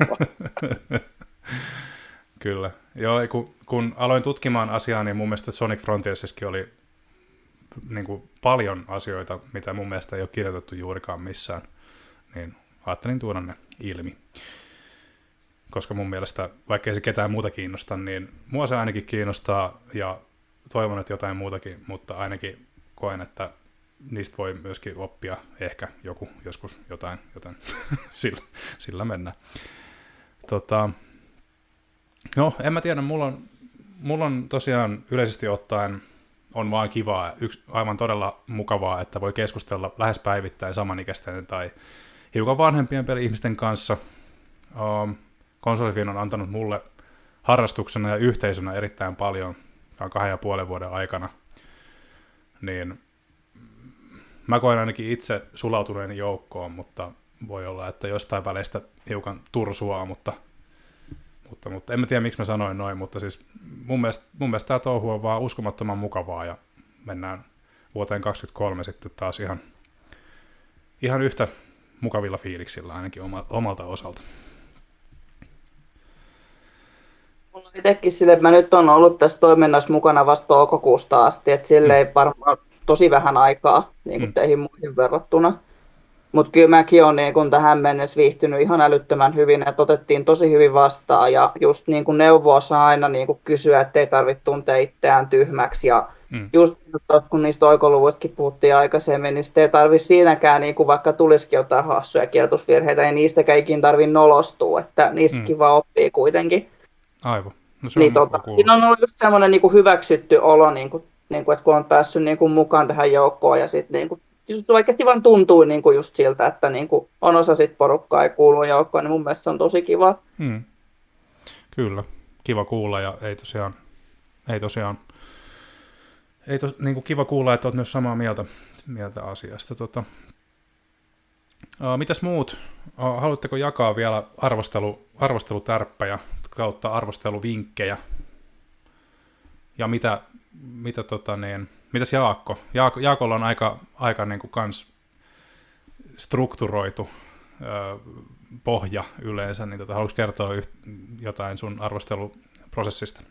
Kyllä. Joo, kun, kun aloin tutkimaan asiaa, niin mun mielestä Sonic Frontiersissakin oli niin kuin paljon asioita, mitä mun mielestä ei ole kirjoitettu juurikaan missään. Niin ajattelin tuoda ne ilmi. Koska mun mielestä, vaikka ei se ketään muuta kiinnosta, niin mua se ainakin kiinnostaa ja toivon, että jotain muutakin, mutta ainakin koen, että niistä voi myöskin oppia ehkä joku joskus jotain, joten sillä, sillä mennään. Tota, no, en mä tiedä, mulla on, mulla on tosiaan yleisesti ottaen on vaan kivaa, yksi, aivan todella mukavaa, että voi keskustella lähes päivittäin samanikäisten tai hiukan vanhempien peli-ihmisten kanssa. Um, Konsolifin on antanut mulle harrastuksena ja yhteisönä erittäin paljon kahden ja puolen vuoden aikana, niin mä koen ainakin itse sulautuneeni joukkoon, mutta voi olla, että jostain väleistä hiukan tursuaa, mutta, mutta, mutta en mä tiedä, miksi mä sanoin noin, mutta siis mun mielestä, mun mielestä tämä touhu on vaan uskomattoman mukavaa, ja mennään vuoteen kaksikymmentäkolme sitten taas ihan, ihan yhtä mukavilla fiiliksillä ainakin omalta osalta. Mulla on itsekin sille, että mä nyt on ollut tässä toiminnassa mukana vasta toukokuusta asti, että sille ei varmaan tosi vähän aikaa niin kuin teihin muihin verrattuna. Mutta kyllä mäkin olen niin kun tähän mennessä viihtynyt ihan älyttömän hyvin, että otettiin tosi hyvin vastaan ja just niin kuin neuvoa saa aina niin kuin kysyä, ettei tarvitse tuntea itseään tyhmäksi. Ja mm. just kun niistä oikoluvuistakin puhuttiin aikaisemmin, niin sitten ei tarvitse siinäkään, niin kuin vaikka tulisikin jotain hassuja kirjoitusvirheitä, niin niistäkään ikin tarvitse nolostua, että niistäkin mm. vaan oppii kuitenkin. Aivan. No se niin on tota, siinä on ollut just semmoinen niin kuin hyväksytty olo, niin kuin, niin kuin, että kun on päässyt niin kuin mukaan tähän joukkoon ja sitten niin kuin oikeasti vaan tuntuu niin kuin just siltä, että niin kuin on osa sit porukkaa ja kuuluu joukkoon, niin mun mielestä se on tosi kiva. Hmm. Kyllä, kiva kuulla ja ei tosiaan, ei tosiaan, ei tos, niin kuin kiva kuulla, että olet myös samaa mieltä, mieltä asiasta. Tota, uh, mitäs muut? Uh, haluatteko jakaa vielä arvostelu, arvostelutärppejä kautta arvosteluvinkkejä? Ja mitä, mitä tota niin, mitäs Jaakko? Jaakko Jaakolla on aika, aika niin kuin kans strukturoitu ö, pohja yleensä, niin tota, haluatko kertoa yht, jotain sun arvosteluprosessista?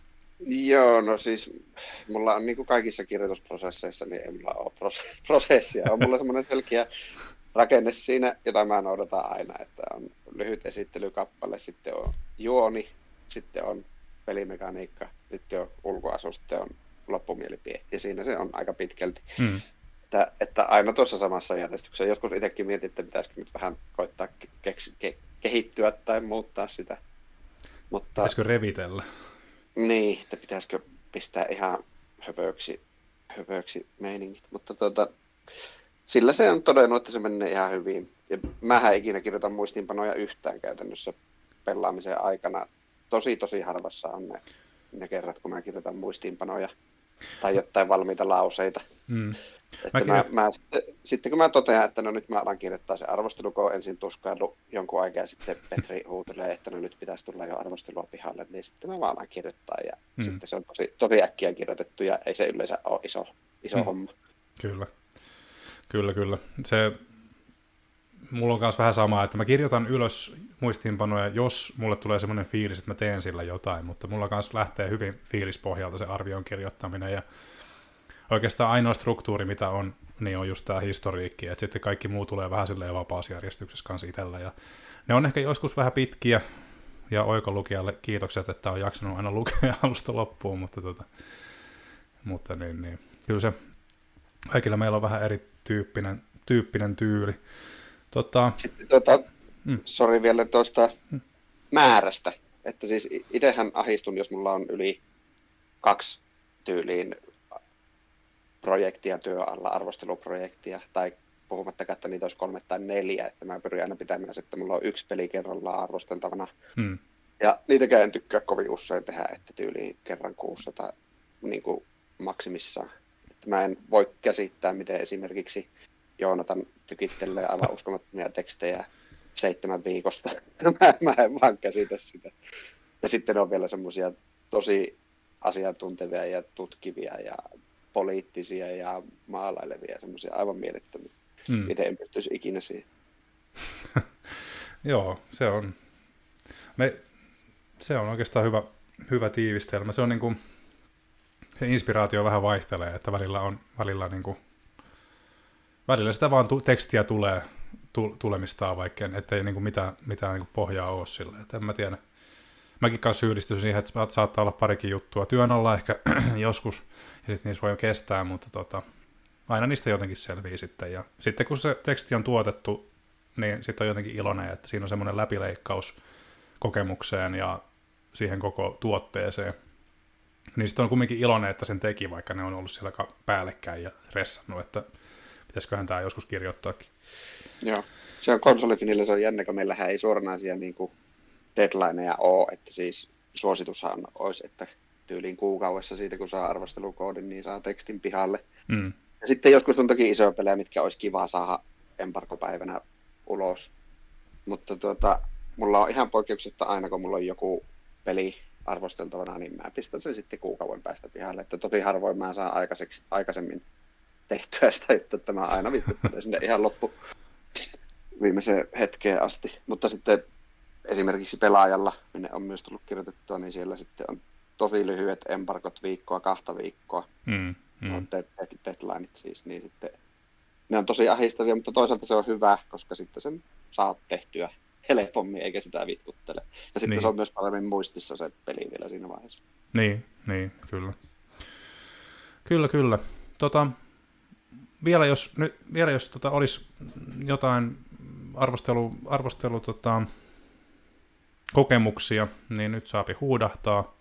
Joo, no siis mulla on niin kuin kaikissa kirjoitusprosesseissa, niin ei mulla ole prosessia. On mulla semmoinen selkeä rakenne siinä, jota mä noudatan aina, että on lyhyt esittelykappale, sitten on juoni, sitten on pelimekaniikka, sitten on ulkoasu, sitten on loppumielipide, ja siinä se on aika pitkälti. Mm. Että, että aina tuossa samassa järjestyksessä. Joskus itsekin mietin, että pitäisikö nyt vähän koittaa ke- ke- kehittyä tai muuttaa sitä. Mutta, pitäisikö revitellä? Niin, että pitäisikö pistää ihan höpöksi, höpöksi meiningit. Mutta tuota, sillä se on todennut, että se menee ihan hyvin. Ja mähän ikinä kirjoitan muistiinpanoja yhtään käytännössä pelaamisen aikana. Tosi, tosi harvassa on ne, ne kerrat, kun mä kirjoitan muistiinpanoja tai jotain valmiita lauseita. Mm. Että mä, mä, sitten, sitten kun mä totean, että no nyt mä alan kirjoittaa se arvostelu, kun on ensin tuskailu jonkun aikaa ja sitten Petri huutelee, että no nyt pitäisi tulla jo arvostelua pihalle, niin sitten mä vaan alan kirjoittaa ja mm. sitten se on tosi, tosi äkkiä kirjoitettu ja ei se yleensä ole iso, iso mm. homma. Kyllä, kyllä, kyllä. Se, mulla on myös vähän sama, että mä kirjoitan ylös muistiinpanoja, jos mulle tulee semmoinen fiilis, että mä teen sillä jotain, mutta mulla myös lähtee hyvin fiilispohjalta se arvion kirjoittaminen ja oikeastaan ainoa struktuuri, mitä on, niin on just tämä historiikki, että sitten kaikki muu tulee vähän silleen vapaassa järjestyksessä kanssa itsellä. Ja ne on ehkä joskus vähän pitkiä, ja oikolukijalle kiitokset, että on jaksanut aina lukea alusta loppuun, mutta, tota, mutta niin, niin. Kyllä se, kaikilla meillä on vähän erityyppinen tyyppinen tyyli. Tota, sitten tota, mm. sori vielä tuosta mm. määrästä, että siis itsehän ahistun, jos mulla on yli kaksi tyyliin projektia työ alla, arvosteluprojektia, tai puhumattakaan, että niitä olisi kolme tai neljä, että mä pyrin aina pitämään, että mulla on yksi peli kerrallaan arvosteltavana. Hmm. Ja niitäkään en tykkää kovin usein tehdä, että tyyliin kerran kuussa tai niin kuin maksimissaan. Että mä en voi käsittää, miten esimerkiksi Joonatan tykittelee aivan uskomattomia tekstejä seitsemän viikosta. mä, mä en vaan käsitä sitä. Ja sitten on vielä semmoisia tosi asiantuntevia ja tutkivia ja poliittisia ja maalailevia, semmoisia aivan mielettömiä. Hmm. Itse en pystyisi ikinä siihen. Joo, se on. Me, se on oikeastaan hyvä, hyvä tiivistelmä. Se on niin kuin, se inspiraatio vähän vaihtelee, että välillä on, välillä niin kuin, välillä sitä vaan tu, tekstiä tulee tu, tulemistaan, vaikka ettei niin kuin mitään, mitään niin kuin pohjaa ole sille. Että en mä tiedä. Mäkin kanssa syyllistyn siihen, että saattaa olla parikin juttua työn alla ehkä joskus, ja sitten niissä voi kestää, mutta tota, aina niistä jotenkin selvii sitten. Ja sitten kun se teksti on tuotettu, niin sitten on jotenkin iloinen, että siinä on semmoinen läpileikkaus kokemukseen ja siihen koko tuotteeseen. Niin sitten on kumminkin iloinen, että sen teki, vaikka ne on ollut siellä päällekkäin ja ressannut, että pitäisiköhän tämä joskus kirjoittaakin. Joo, se on konsolifinillä, se on jännä, kun meillähän ei suoranaisia niin kuin deadlineja ole, että siis suositushan olisi, että tyyliin kuukaudessa siitä, kun saa arvostelukoodin, niin saa tekstin pihalle. Mm. Ja sitten joskus on toki isoja pelejä, mitkä olisi kiva saada embargopäivänä ulos. Mutta tuota, mulla on ihan poikkeuksetta aina, kun mulla on joku peli arvosteltavana, niin mä pistän sen sitten kuukauden päästä pihalle. Että tosi harvoin mä saan aikaiseksi, aikaisemmin tehtyä sitä, että mä aina vittuttelen sinne ihan loppu viimeiseen hetkeen asti. Mutta sitten esimerkiksi Pelaajalla, minne on myös tullut kirjoitettua, niin siellä sitten on tosi lyhyet embargot, viikkoa, kahta viikkoa. Mm, mm. On deadlineit siis, niin sitten ne on tosi ahdistavia, mutta toisaalta se on hyvä, koska sitten sen saat tehtyä helpommin, eikä sitä vitkuttele. Ja sitten niin. Se on myös paremmin muistissa se peli vielä siinä vaiheessa. Niin, niin kyllä. Kyllä, kyllä. Tota, vielä jos, nyt, vielä jos tota, olisi jotain arvostelu, arvostelu tota, kokemuksia, niin nyt saapi huudahtaa.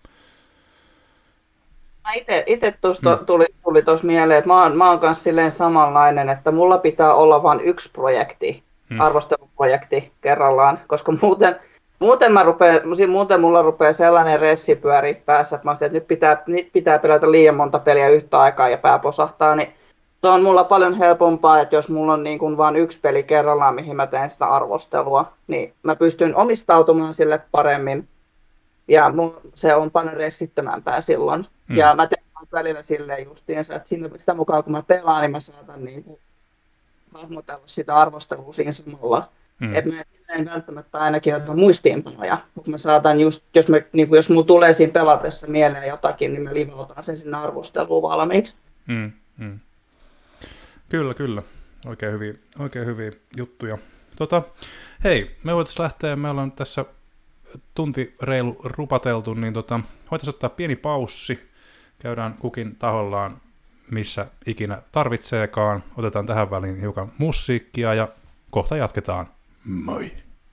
Itse tuosta hmm. tuli, tuli tuossa mieleen, että mä oon, mä oon kanssa silleen samanlainen, että mulla pitää olla vain yksi projekti, hmm. arvosteluprojekti kerrallaan, koska muuten, muuten, mä rupean, muuten mulla rupeaa sellainen ressi pyörii päässä, että mä sanoin, että nyt pitää, nyt pitää pelata liian monta peliä yhtä aikaa ja pää posahtaa, niin se on mulla paljon helpompaa, että jos mulla on niin kuin vain yksi peli kerrallaan, mihin mä teen sitä arvostelua, niin mä pystyn omistautumaan sille paremmin. Ja se on paljon ressittömämpää silloin. Mm. Ja mä teen välillä silleen justiinsa, että siinä, sitä mukaan kun mä pelaan, niin mä saatan niin kuin hahmotella sitä arvostelua siinä samalla. Mm. Että mä en välttämättä aina kirjoita muistiinpanoja, mutta mä saatan just, jos, mä, niin kuin jos mulla tulee siinä pelatessa mieleen jotakin, niin mä livautan sen sinne arvosteluun valmiiksi. Mm. Mm. Kyllä, kyllä. Oikein hyviä, oikein hyviä juttuja. Tota, hei, me voitaisiin lähteä, me ollaan tässä tunti reilu rupateltu, niin tota, voitaisiin ottaa pieni paussi, käydään kukin tahollaan, missä ikinä tarvitseekaan, otetaan tähän väliin hiukan musiikkia ja kohta jatketaan. Moi!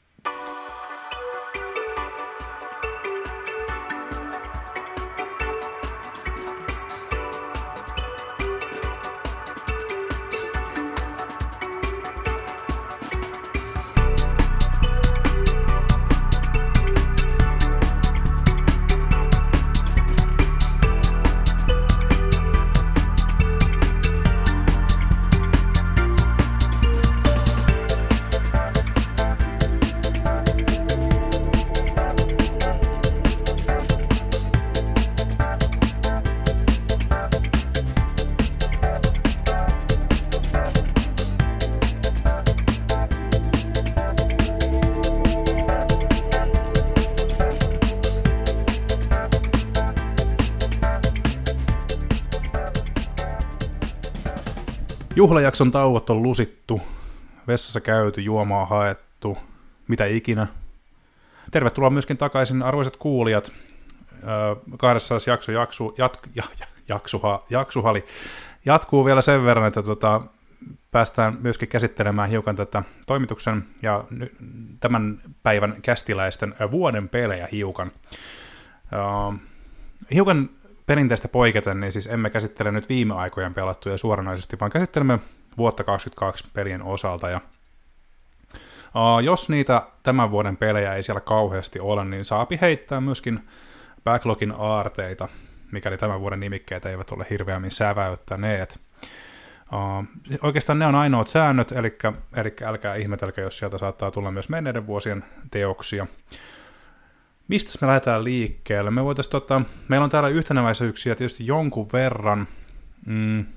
Juhlajakson tauot on lusittu, vessassa käyty, juomaa haettu, mitä ikinä. Tervetuloa myöskin takaisin, arvoisat kuulijat. kahdessadas jakso, jaksu, jatku, ja, jaksuha, jaksuhali jatkuu vielä sen verran, että tota, päästään myöskin käsittelemään hiukan tätä toimituksen ja ny, tämän päivän kästiläisten vuoden pelejä hiukan. Uh, hiukan perinteistä poiketen, niin siis emme käsittele nyt viime aikojen pelattuja suoranaisesti, vaan käsittelemme vuotta kaksikymmentäkaksi pelien osalta. Ja, uh, jos niitä tämän vuoden pelejä ei siellä kauheasti ole, niin saapi heittää myöskin backlogin aarteita, mikäli tämän vuoden nimikkeet eivät ole hirveämmin säväyttäneet. Uh, oikeastaan ne on ainoat säännöt, eli, eli älkää ihmetelkö, jos sieltä saattaa tulla myös menneiden vuosien teoksia. Mistä me lähdetään liikkeelle? Me voitaisiin, tota, meillä on täällä yhtenäväisyyksiä tietysti jonkun verran. Mm.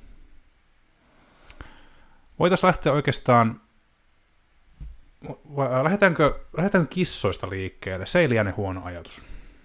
Voitaisiin lähteä oikeastaan, lähdetäänkö, lähdetäänkö kissoista liikkeelle? Se ei liene huono ajatus.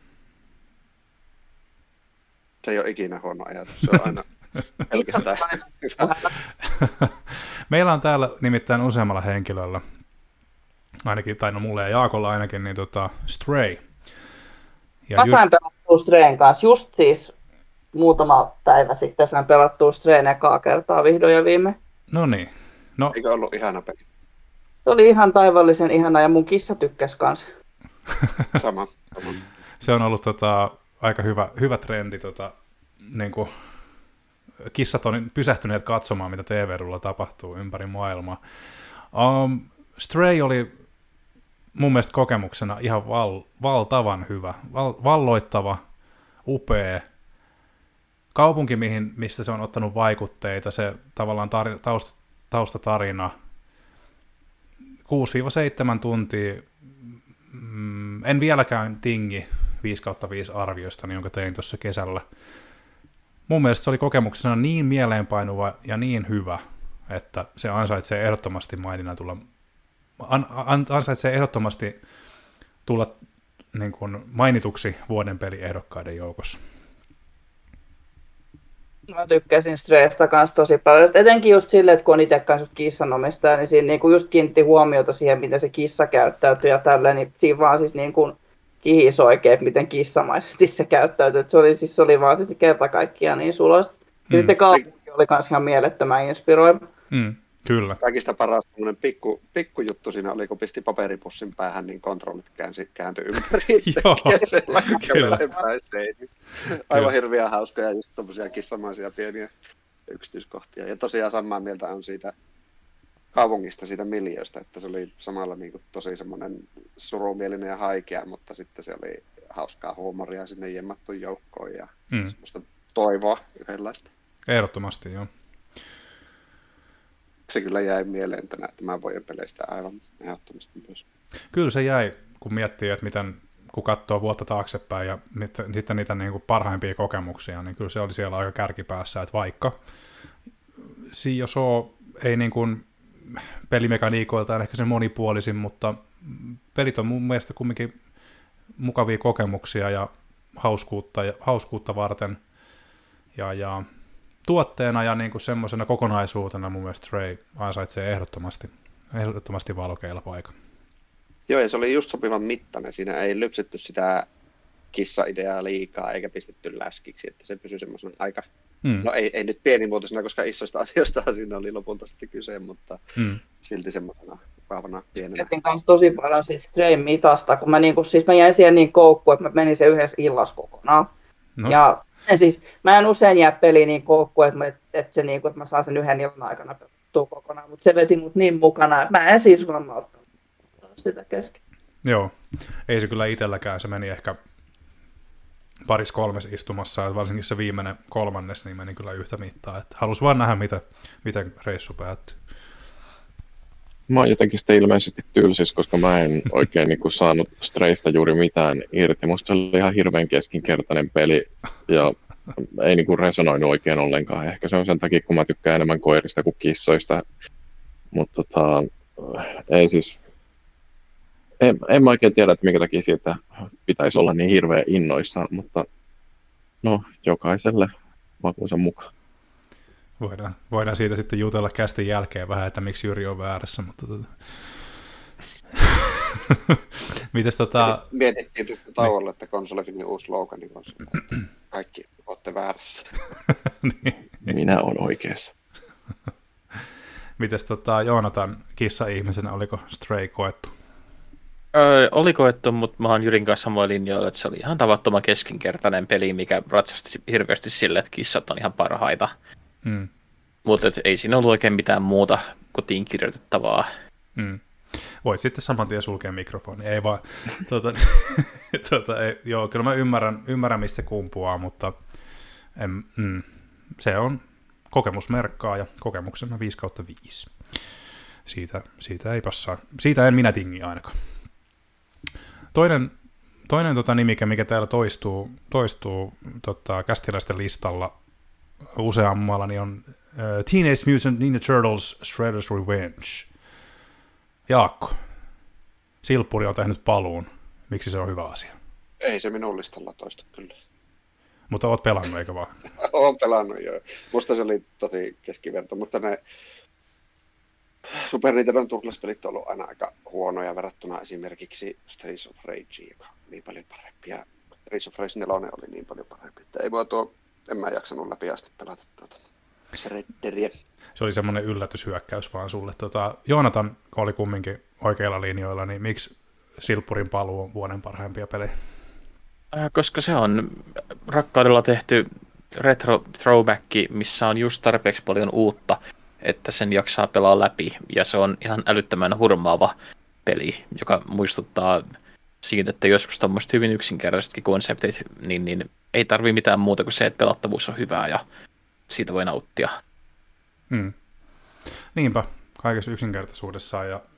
Se ei ole ikinä huono ajatus, se on aina pelkästään hyvä. Meillä on täällä nimittäin useammalla henkilöllä, ainakin, tai no mulle ja Jaakolla ainakin, niin tota, Stray. Ja mä sain ju- pelattua Strayn kanssa, just siis muutama päivä sitten sain pelattua Strayn ekaa kertaa vihdoin ja viime. No niin. No. Eikö ollut ihana peli? Se oli ihan taivallisen ihana ja mun kissa tykkäsi kanssa. Sama. Sama. Se on ollut tota, aika hyvä, hyvä trendi. Tota, niin kuin kissat on pysähtyneet katsomaan, mitä T V-rulla tapahtuu ympäri maailmaa. Um, Stray oli mun mielestä kokemuksena ihan val, valtavan hyvä, val, valloittava, upea kaupunki, mihin, mistä se on ottanut vaikutteita, se tavallaan tar, taust, taustatarina, kuusi seitsemän tuntia. Mm, en vieläkään tingi viisi kautta viisi arviosta, jonka tein tuossa kesällä. Mun mielestä se oli kokemuksena niin mieleenpainuva ja niin hyvä, että se ansaitsee ehdottomasti maininnan tulla, an, an, ansaitsee ehdottomasti tulla niin kuin mainituksi vuoden peliehdokkaiden joukossa. Mä tykkäsin Straysta kanssa tosi paljon. Etenkin just silleen, että kun on itse kanssa kissanomistaja, niin siinä niinku just kiinnitti huomiota siihen, miten se kissa käyttäytyy ja tälleen, niin siinä vaan siis niinku kihisi oikein, että miten kissamaisesti se käyttäytyy. Se oli, siis se oli vaan siis kerta kaikkiaan niin sulosta. Mm. Sitten kaupunki oli myös ihan mielettömän inspiroiva. Mm, kyllä. Kaikista paras pikku, pikku juttu siinä oli, kun pisti paperipussin päähän, niin kontrollit käänsi, kääntyi ympäri. Joo, kyllä. Aivan hirveän hauskoja, just tommosia kissamaisia pieniä yksityiskohtia. Ja tosiaan samaa mieltä on siitä kaupungista, siitä miljöistä, että se oli samalla niin kuin tosi semmoinen surumielinen ja haikea, mutta sitten se oli hauskaa huumoria sinne jemmattuun joukkoon ja mm. semmoista toivoa yhdenlaista. Ehdottomasti, joo. Se kyllä jäi mieleen tänä tämän vuoden peleistä aivan ehdottomasti myös. Kyllä se jäi, kun miettii, että miten, kun katsoo vuotta taaksepäin ja sitten niitä niin kuin parhaimpia kokemuksia, niin kyllä se oli siellä aika kärkipäässä, että vaikka C S O ei niin kuin pelimekaniikoiltaan ehkä se monipuolisin, mutta pelit on mun mielestä kumminkin mukavia kokemuksia ja hauskuutta, ja, hauskuutta varten. Ja, ja tuotteena ja niin kuin semmoisena kokonaisuutena mun mielestä Stray ansaitsee ehdottomasti, ehdottomasti valokeilla paikan. Joo, ja se oli just sopivan mittainen. Siinä ei lypsetty sitä kissa-ideaa liikaa eikä pistetty läskiksi, että se pysyi semmoisena aika... Mm. No ei, ei nyt pienimuotoisena, koska isoista asioista siinä oli lopulta sitten kyse, mutta mm. silti semmoisena vahvana pienenä. Jätin kanssa tosi paljon siitä Strayn mitasta, kun mä, niinku, siis mä jäin siihen niin koukkuun, että mä menin sen yhdessä illassa kokonaan. No. Ja siis mä en usein jää peliin niin koukkuun, että, mä, että, se, niinku, että mä saan sen yhden illan aikana pelattua kokonaan, mutta se veti mut niin mukana, että mä en siis vaan malttanut sitä kesken. Joo, ei se kyllä itselläkään, se meni ehkä paris kolmes istumassa, että varsinkin se viimeinen kolmannes niin meni kyllä yhtä mittaa, että halus vaan nähdä, miten, miten reissu päättyy. Mä oon jotenkin sitten ilmeisesti tylsis, koska mä en oikein niin kuin saanut Straysta juuri mitään irti. Musta se oli ihan hirveän keskinkertainen peli ja ei niin kuin resonoinut oikein ollenkaan. Ehkä se on sen takia, kun mä tykkään enemmän koirista kuin kissoista, mutta tota, ei siis... En, en mä oikein tiedä, että minkä takia siitä pitäisi olla niin hirveän innoissaan, mutta no, jokaiselle makuunsa mukaan. Voidaan, voidaan siitä sitten jutella kästin jälkeen vähän, että miksi Jyri on väärässä, mutta tota... Mites tota... Mietittiin tuttu tauolla, että konsolifinin uusi slogani on se, että kaikki olette väärässä. Niin. Minä olen oikeassa. Mites tota, Joonatan kissa-ihmisenä, oliko Stray koettu? Öö, oli koettu, mutta mä oon Jyrin kanssa samoin linjoilla, että se oli ihan tavattoman keskinkertainen peli, mikä ratsasti hirveästi sille, että kissat on ihan parhaita. Mm. Mutta ei siinä ollut oikein mitään muuta kotiin kirjoitettavaa. Mm. Voit sitten saman tien sulkea mikrofoni. Ei vaan, tuota, tuota, ei, joo, kyllä mä ymmärrän, ymmärrän mistä se kumpuaa, mutta en, mm, se on kokemusmerkkaa ja kokemuksena viisi kautta viisi. Siitä, siitä ei passaa. Siitä en minä tingi ainakaan. Toinen, toinen tota nimike, mikä täällä toistuu, toistuu tota, kästiläisten listalla useammalla, niin on uh, Teenage Mutant Ninja Turtles Shredder's Revenge. Jaakko, Silppuri on tehnyt paluun. Miksi se on hyvä asia? Ei se minun listalla toista kyllä. Mutta oot pelannut, eikö vaan? Oon pelannut, joo. Musta se oli tosi keskiverto, mutta ne Super Nintendon Turtles-pelit on ollut aina aika huonoja verrattuna esimerkiksi Streets of Rage, joka on niin paljon parempi. Ja Streets of Rage neljä oli niin paljon parempi, että ei voi tuo, en mä jaksanut läpi asti pelata tuota Shredderiä. Se oli semmoinen yllätyshyökkäys vaan sulle. Tota, Joonatan oli kumminkin oikeilla linjoilla, niin miksi Silppurin paluu on vuoden parhaimpia pelejä? Äh, koska se on rakkaudella tehty retro throwback, missä on just tarpeeksi paljon uutta, että sen jaksaa pelaa läpi, ja se on ihan älyttömän hurmaava peli, joka muistuttaa siitä, että joskus tämmöiset hyvin yksinkertaisetkin konseptit, niin, niin ei tarvitse mitään muuta kuin se, että pelattavuus on hyvää, ja siitä voi nauttia. Hmm. Niinpä, kaikessa yksinkertaisuudessaan, ja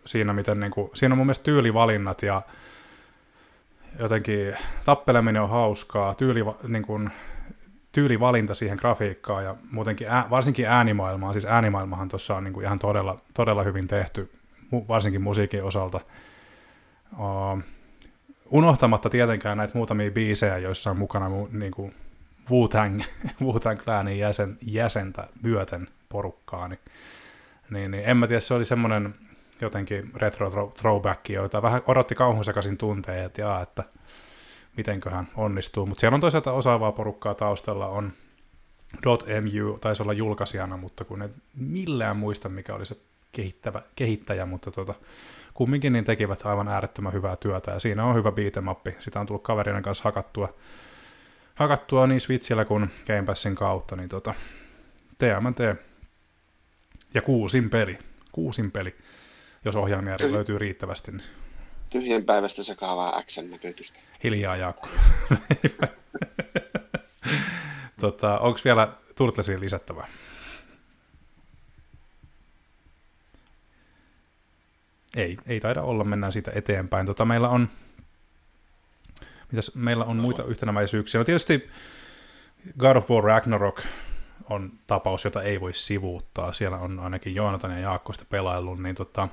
siinä, miten niin kuin, siinä on mun mielestä tyylivalinnat ja jotenkin tappeleminen on hauskaa, tyyli, niin kuin, tyylivalinta siihen grafiikkaan ja muutenkin ää, varsinkin äänimaailmaan, siis äänimaailmahan tuossa on niin kuin ihan todella, todella hyvin tehty, varsinkin musiikin osalta. Uh, unohtamatta tietenkään näitä muutamia biisejä, joissa on mukana niin kuin Wu-Tang, Wu-Tang Clanin jäsen, jäsentä myöten porukkaa, niin, niin, niin en mä tiedä, se oli semmoinen jotenkin retro throwback, joita vähän odotti kauhun sekaisin tunteet, ja että mitenköhän onnistuu, mutta siellä on toisaalta osaavaa porukkaa taustalla, on .mu, taisi olla julkaisijana, mutta kun en millään muista, mikä oli se kehittävä, kehittäjä, mutta tota, kumminkin niin tekivät aivan äärettömän hyvää työtä, ja siinä on hyvä beat'em-appi, sitä on tullut kaverinen kanssa hakattua, hakattua niin Switchillä kuin Game Passin kautta, niin tota, T M T, ja kuusin peli, kuusin peli, jos ohjelmia Tyh- löytyy riittävästi. Niin. Tyhjän päivästä sekaavaa X-näköitystä. Hiljaa, Jaakko. tota, onko vielä Turtlesiin lisättävää? Ei, ei taida olla, mennään siitä eteenpäin. Tota, meillä on, mitäs, meillä on muita yhtenäväisyyksiä. No tietysti God of War Ragnarok on tapaus, jota ei voi sivuuttaa. Siellä on ainakin Joonatan ja Jaakko sitä pelaillut, niin tota,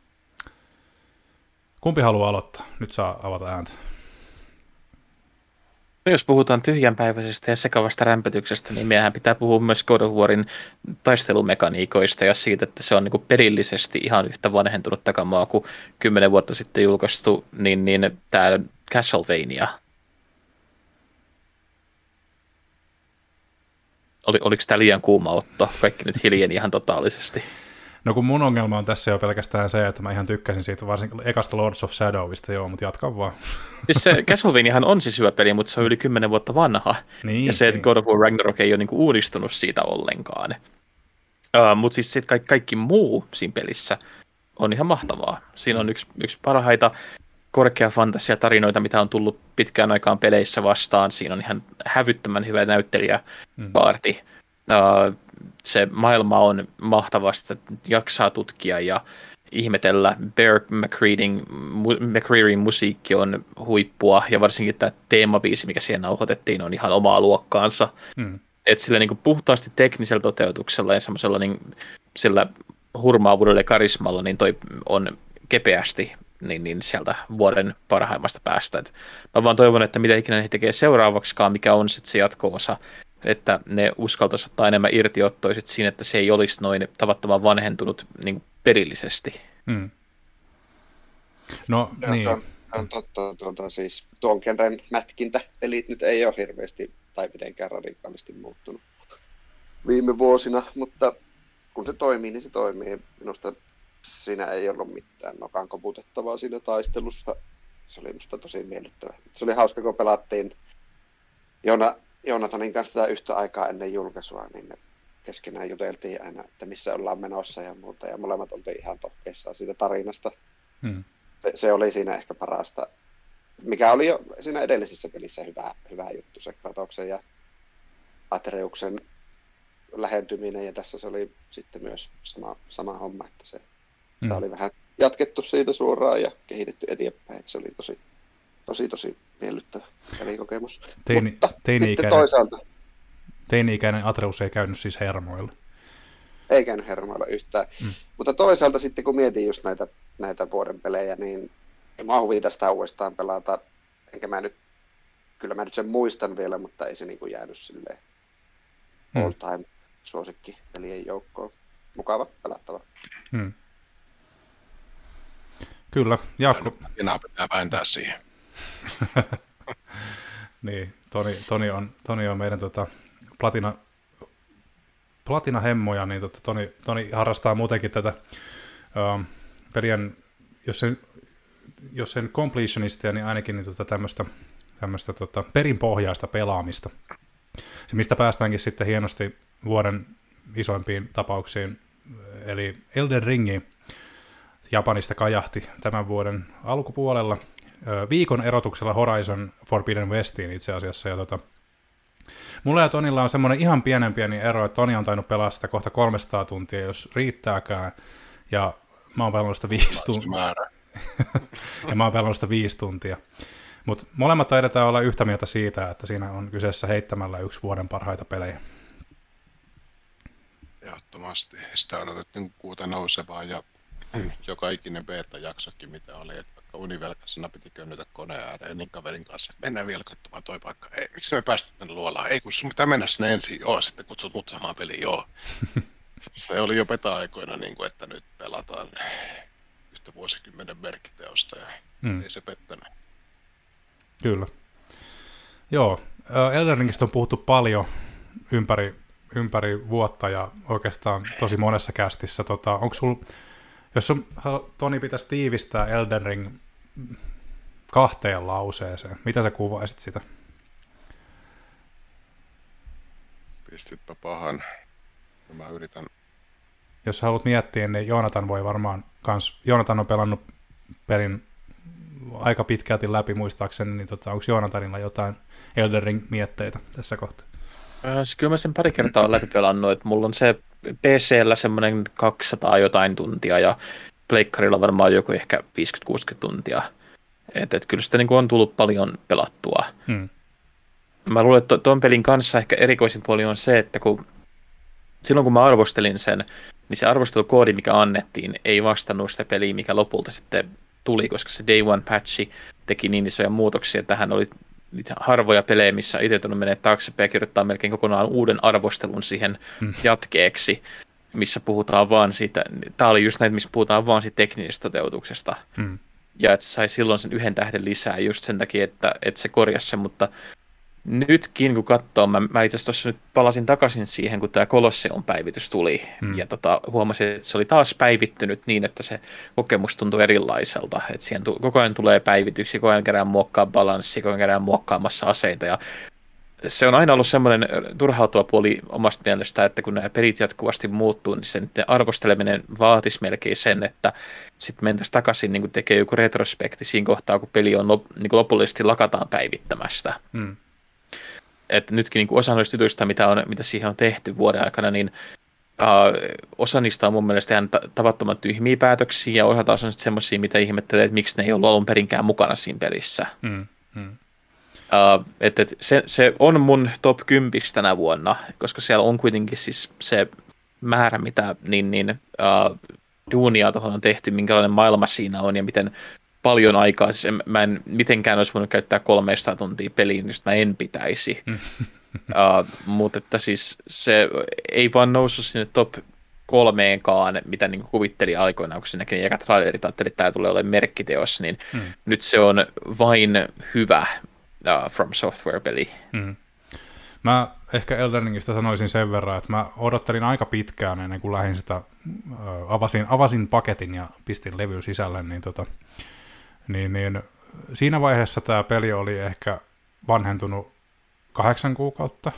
kumpi haluaa aloittaa? Nyt saa avata ääntä. Jos puhutaan tyhjänpäiväisestä ja sekavasta rämpötyksestä, niin meidän pitää puhua myös God of Warin taistelumekaniikoista ja siitä, että se on niin kuin pelillisesti ihan yhtä vanhentunut takamaa kuin kymmenen vuotta sitten julkaistu, niin, niin tämä Castlevania. Oli, oliko tämä liian kuuma otto? Kaikki nyt hiljeni ihan totaalisesti. No kun mun ongelma on tässä jo pelkästään se, että mä ihan tykkäsin siitä varsinkin ekasta Lords of Shadowista, joo, mutta jatkan vaan. Siis se Castlevaniahan on siis hyvä peli, mutta se on yli kymmenen vuotta vanha. Niin, ja se, että God of War Ragnarok ei ole niinku uudistunut siitä ollenkaan. Uh, mutta siis sit kaikki, kaikki muu siinä pelissä on ihan mahtavaa. Siinä on yksi, yksi parhaita korkea fantasia tarinoita, mitä on tullut pitkään aikaan peleissä vastaan. Siinä on ihan hävyttömän hyvä näyttelijäkaarti. Mm. Uh, se maailma on mahtavasti, jaksaa tutkia ja ihmetellä. Bear McCreadyn, McCrearyn musiikki on huippua, ja varsinkin tämä teemabiisi, mikä siihen nauhoitettiin, on ihan omaa luokkaansa. Mm. Että sillä niin kuin puhtaasti teknisellä toteutuksella ja semmoisella niin, sillä hurmaavuudella ja karismalla, niin toi on kepeästi niin, niin sieltä vuoden parhaimmasta päästä. Et mä vaan toivon, että mitä ikinä he tekee seuraavaksikaan, mikä on sitten se jatko-osa, että ne uskaltaisivat ottaa enemmän irtiottoiset siinä, että se ei olisi noin tavattoman vanhentunut niin perillisesti. Mm. No, ja niin. Se on, on totta, tuota, siis tuon genren mätkintäpelit nyt ei ole hirveästi tai mitenkään radikaalisti muuttunut viime vuosina, mutta kun se toimii, niin se toimii. Minusta siinä ei ollut mitään nokan koputettavaa siinä taistelussa. Se oli minusta tosi miellyttävä. Se oli hauska, kun pelattiin Jona Joonatanin kanssa tätä yhtä aikaa ennen julkaisua, niin me keskenään juteltiin aina, että missä ollaan menossa ja muuta, ja molemmat oltiin ihan tokkeissaan siitä tarinasta. Hmm. Se, se oli siinä ehkä parasta, mikä oli jo siinä edellisessä pelissä hyvä, hyvä juttu, se Kratoksen ja Atreuksen lähentyminen, ja tässä se oli sitten myös sama, sama homma, että se, hmm. se oli vähän jatkettu siitä suoraan ja kehitetty eteenpäin, se oli tosi, tosi, tosi miellyttävä pelikokemus. Teini, Mutta teini-ikäinen, toisaalta teini-ikäinen Atreus ei käynyt siis hermoilla. Ei käynyt hermoilla yhtään. Mm. Mutta toisaalta sitten kun mietin just näitä, näitä vuoden pelejä, niin mä huvita sitä uudestaan pelata. Enkä mä nyt, kyllä mä nyt sen muistan vielä, mutta ei se niin kuin jäänyt silleen mm. all time suosikki pelien joukkoon. Mukava, pelattava. Mm. Kyllä, Jaakko. Enää pitää vääntää siihen. Niin, Toni, Toni, on, Toni on meidän tota, platina, platina-hemmoja, niin tota, Toni, Toni harrastaa muutenkin tätä um, pelien, jos sen, jos sen completionistia, niin ainakin niin tota, tämmöistä, tämmöistä tota, perinpohjaista pelaamista. Se, mistä päästäänkin sitten hienosti vuoden isoimpiin tapauksiin, eli Elden Ringi Japanista kajahti tämän vuoden alkupuolella, viikon erotuksella Horizon Forbidden Westiin itse asiassa. Ja tota, mulla ja Tonilla on semmoinen ihan pienen pieni ero, että Toni on tainnut pelaa sitä kohta kolmesataa tuntia, jos riittääkään. Ja mä oon pelannut sitä viisi tuntia. ja mä oon pelannut sitä viisi tuntia. Mutta molemmat taidetaan olla yhtä mieltä siitä, että siinä on kyseessä heittämällä yksi vuoden parhaita pelejä. Ehdottomasti. Sitä odotettiin kuuta nousevaa ja joka ikinen beta-jaksokin, mitä oli, että vaikka univelkaisena piti könnytä koneen ääreen, niin kaverin kanssa, että mennään vielä katsomaan toi paikka. Ei, miksi me päästä tänne luolaan? Ei, kun sun pitää mennä sinne ensin, joo, sitten kutsut mut samaan peliin, joo. Se oli jo beta-aikoina, niin kuin, että nyt pelataan yhtä vuosikymmenen merkkiteosta ja mm. ei se pettänyt. Kyllä. Joo, Elden Ringistä on puhuttu paljon ympäri, ympäri vuotta ja oikeastaan tosi monessa kästissä. Tota, onko sul, jos sun, Toni, pitäisi tiivistää Elden Ring kahteen lauseeseen, mitä sä kuvaisit sitä? Pistitpä pahan. Mä yritän. Jos haluat miettiä, niin Joonatan voi varmaan kans, Joonatan on pelannut pelin aika pitkälti läpi muistaakseni, niin tota, onko Joonatanilla jotain Elden Ring-mietteitä tässä kohtaa? Äh, kyllä mä sen pari kertaa olen läpi pelannut, että mulla on se P C:llä semmoinen kaksisataa jotain tuntia ja pleikkarilla varmaan joku ehkä viisikymmentä kuusikymmentä tuntia. Että et kyllä sitä niin on tullut paljon pelattua. Hmm. Mä luulen, että tuon pelin kanssa ehkä erikoisin puoli on se, että kun silloin kun mä arvostelin sen, niin se arvostelukoodi, mikä annettiin, ei vastannut sitä peliä, mikä lopulta sitten tuli, koska se Day One patchi teki niin isoja muutoksia. Tähän oli niitä harvoja pelejä, missä itse tullut menee taaksepäin ja kirjoittaa melkein kokonaan uuden arvostelun siihen hmm. jatkeeksi, missä puhutaan vaan siitä, tämä oli just näitä, missä puhutaan vaan siitä teknisestä toteutuksesta. Hmm. Ja että se sai silloin sen yhden tähden lisää just sen takia, että, että se korjasi sen, mutta nytkin kun katsoo, mä, mä itse asiassa tuossa nyt palasin takaisin siihen, kun tämä Colosseum päivitys tuli, hmm. ja tota, huomasin, että se oli taas päivittynyt niin, että se kokemus tuntui erilaiselta, että siihen tu- koko ajan tulee päivityksiä, koko ajan käydään muokkaa balanssia, koko ajan käydään muokkaamassa aseita, ja se on aina ollut semmoinen turhautuva puoli omasta mielestä, että kun nämä pelit jatkuvasti muuttuu, niin sen arvosteleminen vaatisi melkein sen, että sitten mentäisiin takaisin niin tekee joku retrospekti siinä kohtaa, kun peli on lop- niin lopullisesti lakataan päivittämästä. Hmm. Että nytkin niin osa noista jutuista, mitä, on, mitä siihen on tehty vuoden aikana, niin uh, osa niistä on mun mielestä ihan tavattoman tyhmiä päätöksiä, ja osa taas on sitten semmoisia, mitä ihmettelee, että miksi ne ei ollut alun perinkään mukana siinä pelissä. Hmm. Hmm. Uh, että et se, se on mun top kymmenen tänä vuonna, koska siellä on kuitenkin siis se määrä, mitä niin, niin, uh, duunia tuohon on tehty, minkälainen maailma siinä on ja miten paljon aikaa. Siis en, mä en mitenkään olisi voinut käyttää kolmesataa tuntia peliin, just mä en pitäisi. uh, mutta että siis se ei vaan noussut sinne top kolmeenkaan, mitä niin kuvitteli aikoinaan, kun se näki ne ekat trailerit, ajattelin, että tämä tulee olemaan merkkiteos, niin hmm. nyt se on vain hyvä Uh, From Software-peli. Mm. Mä ehkä Elden Ringistä sanoisin sen verran, että mä odottelin aika pitkään ennen kuin lähdin sitä, uh, avasin, avasin paketin ja pistin levyn sisälle, niin, tota, niin, niin siinä vaiheessa tämä peli oli ehkä vanhentunut kahdeksan kuukautta,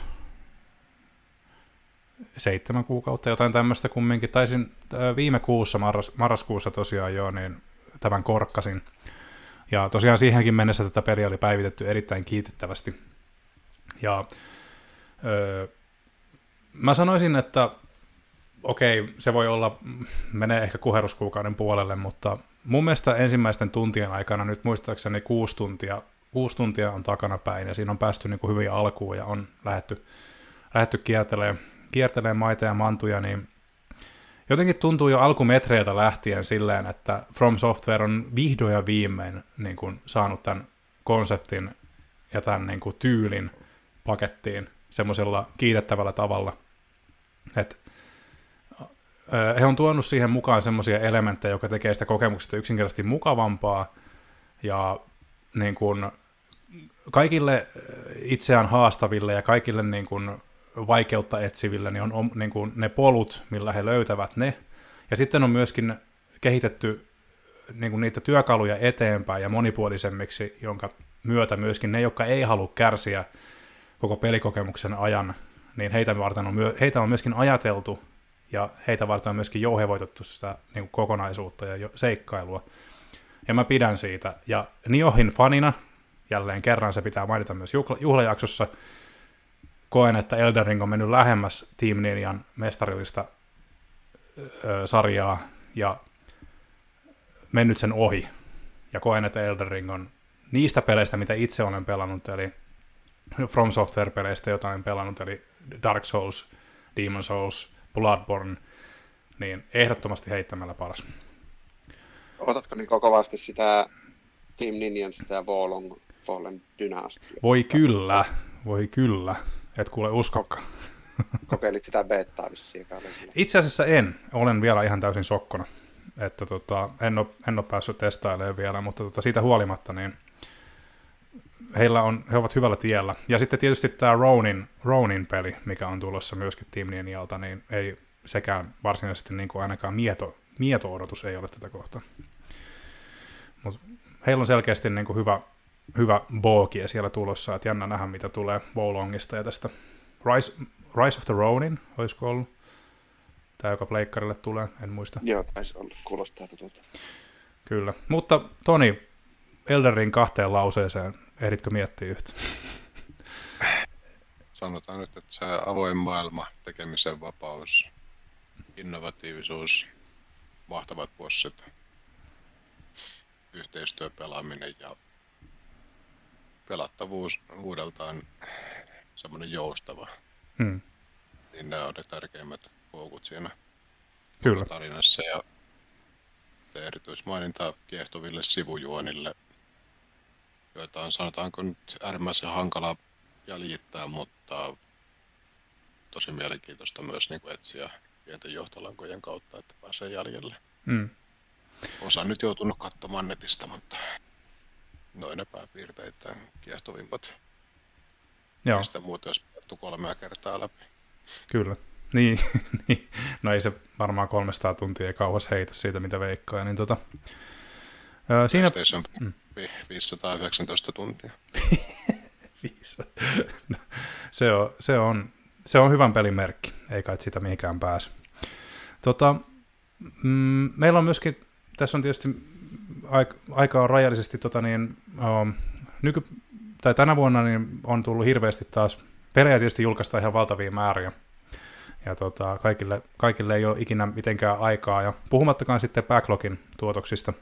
seitsemän kuukautta, jotain tämmöistä kumminkin. Taisin uh, viime kuussa, marras, marraskuussa tosiaan jo, niin tämän korkkasin. Ja tosiaan siihenkin mennessä tätä peliä oli päivitetty erittäin kiitettävästi. Ja öö, mä sanoisin, että okei, se voi olla, menee ehkä kuheruskuukauden puolelle, mutta mun mielestä ensimmäisten tuntien aikana, nyt muistaakseni kuusi tuntia, kuusi tuntia on takana päin, ja siinä on päästy niin kuin hyvin alkuun, ja on lähdetty, lähdetty kiertelemään, kiertelemään maita ja mantuja, niin jotenkin tuntuu jo alkumetreiltä lähtien silleen, että From Software on vihdoin ja viimein niin kuin saanut tämän konseptin ja tämän niin kuin tyylin pakettiin semmoisella kiitettävällä tavalla. Et, he on tuonut siihen mukaan semmoisia elementtejä, jotka tekee sitä kokemuksesta yksinkertaisesti mukavampaa ja niin kuin kaikille itseään haastaville ja kaikille niin kuin vaikeutta etsivillä, niin on niin kuin ne polut, millä he löytävät ne. Ja sitten on myöskin kehitetty niin kuin niitä työkaluja eteenpäin ja monipuolisemmiksi, jonka myötä myöskin ne, jotka ei halua kärsiä koko pelikokemuksen ajan, niin heitä, varten on, myö- heitä on myöskin ajateltu ja heitä varten on myöskin jouhevoitettu sitä niin kuin kokonaisuutta ja seikkailua. Ja mä pidän siitä. Ja Niohin fanina, jälleen kerran se pitää mainita myös juhla- juhlajaksossa, koen, että Elden Ring on mennyt lähemmäs Team Ninjan mestarillista ö, sarjaa, ja mennyt sen ohi. Ja koen, että Elden Ring on niistä peleistä, mitä itse olen pelannut, eli From Software-peleistä jotain pelannut, eli Dark Souls, Demon Souls, Bloodborne, niin ehdottomasti heittämällä paras. Otatko niin kovasti sitä Team Ninjan, sitä Wolong Fallen Dynastia? Voi kyllä, voi kyllä. Et kuule uskokka. Kokeilit sitä betaa vissiin. Itse asiassa en. Olen vielä ihan täysin sokkona. Että tota, en, ole, en ole päässyt testailemaan vielä, mutta tota, siitä huolimatta niin heillä on, he ovat hyvällä tiellä. Ja sitten tietysti tämä Ronin, Ronin peli, mikä on tulossa myöskin Team Ninjalta, niin ei sekään varsinaisesti niin kuin ainakaan mieto, mieto-odotus ei ole tätä kohtaa. Mutta heillä on selkeästi niin kuin hyvä, hyvä boogie siellä tulossa, että jännä nähdä, mitä tulee Wolongista ja tästä Rise, Rise of the Ronin, olisiko ollut? Tämä, joka pleikkarille tulee, en muista. Joo, taisi olla, kuulostaa tutulta. Kyllä, mutta Toni, Elden Ring kahteen lauseeseen, ehditkö miettiä yhtä? Sanotaan nyt, että se avoin maailma, tekemisen vapaus, innovatiivisuus, mahtavat bossit, yhteistyöpelaaminen ja pelattavuus uudeltaan semmoinen joustava. Hmm. Niin nämä on ne tärkeimmät koukut siinä Kyllä. tarinassa ja erityismaininta kiehtoville sivujuonille, joita on sanotaanko nyt äärimmäisen hankala jäljittää, mutta tosi mielenkiintoista myös niin kuin etsiä pienten johtolankojen kautta, että pääsee jäljelle. Mm. Osa nyt joutunut katsomaan netistä, mutta noin ne pääpiirteitä kiehtovimpat. Joo. Ja sitä muuta jos pelattu kolmea kertaa läpi. Kyllä. Niin, niin. No ei se varmaan kolmesataa tuntia ei kauas heitä siitä, mitä veikkaa. Niin tota, ää, siinä... Mm. viisisataayhdeksäntoista tuntia. no, se, on, se, on, se on hyvän pelin merkki, ei kai sitä mihinkään pääse. Tota, mm, meillä on myöskin, tässä on tietysti aika, aika rajallisesti tota niin, um, nyky, tai tänä vuonna niin on tullut hirveästi taas, pelejä tietysti julkaistaan ihan valtavia määriä, ja tota, kaikille, kaikille ei ole ikinä mitenkään aikaa, ja puhumattakaan sitten backlogin tuotoksista.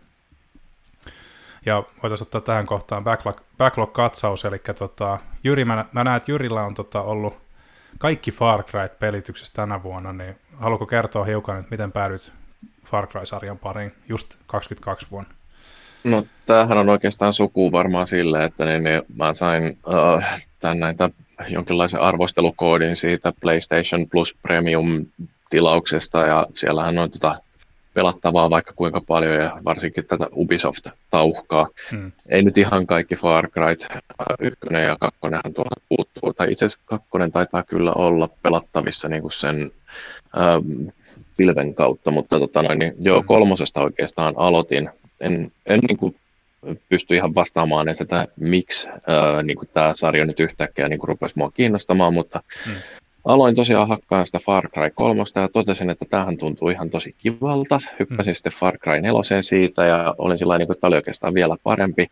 Ja voitaisiin ottaa tähän kohtaan backlog, backlog-katsaus, eli tota, Jyri, mä, mä näen, että Jyrillä on tota, ollut kaikki Far Cry-pelityksessä tänä vuonna, niin haluatko kertoa hiukan, että miten päädyt Far Cry-sarjan pariin just kaksikymmentäkaksi vuonna? No tämähän on oikeastaan sukua varmaan silleen, että niin, niin mä sain uh, tämän näitä jonkinlaisen arvostelukoodin siitä PlayStation Plus Premium-tilauksesta, ja siellähän on tota pelattavaa vaikka kuinka paljon, ja varsinkin tätä Ubisoft-tauhkaa. Hmm. Ei nyt ihan kaikki Far Cry, ykkönen ja kakkonenhan tuolta puuttuu, tai itse asiassa kakkonen taitaa kyllä olla pelattavissa niin kuin sen ähm, pilven kautta, mutta tota noin, niin, joo, kolmosesta oikeastaan aloitin. En, en niin kuin pysty ihan vastaamaan edes, että miksi ää, niin kuin tämä sarja nyt yhtäkkiä niin kuin rupesi mua kiinnostamaan, mutta hmm. aloin tosiaan hakkaa sitä Far Cry kolme ja totesin, että tämähän tuntuu ihan tosi kivalta. Hyppäsin hmm. sitten Far Cry neljä siitä ja olin sillä tavalla, että tämä oli oikeastaan vielä parempi.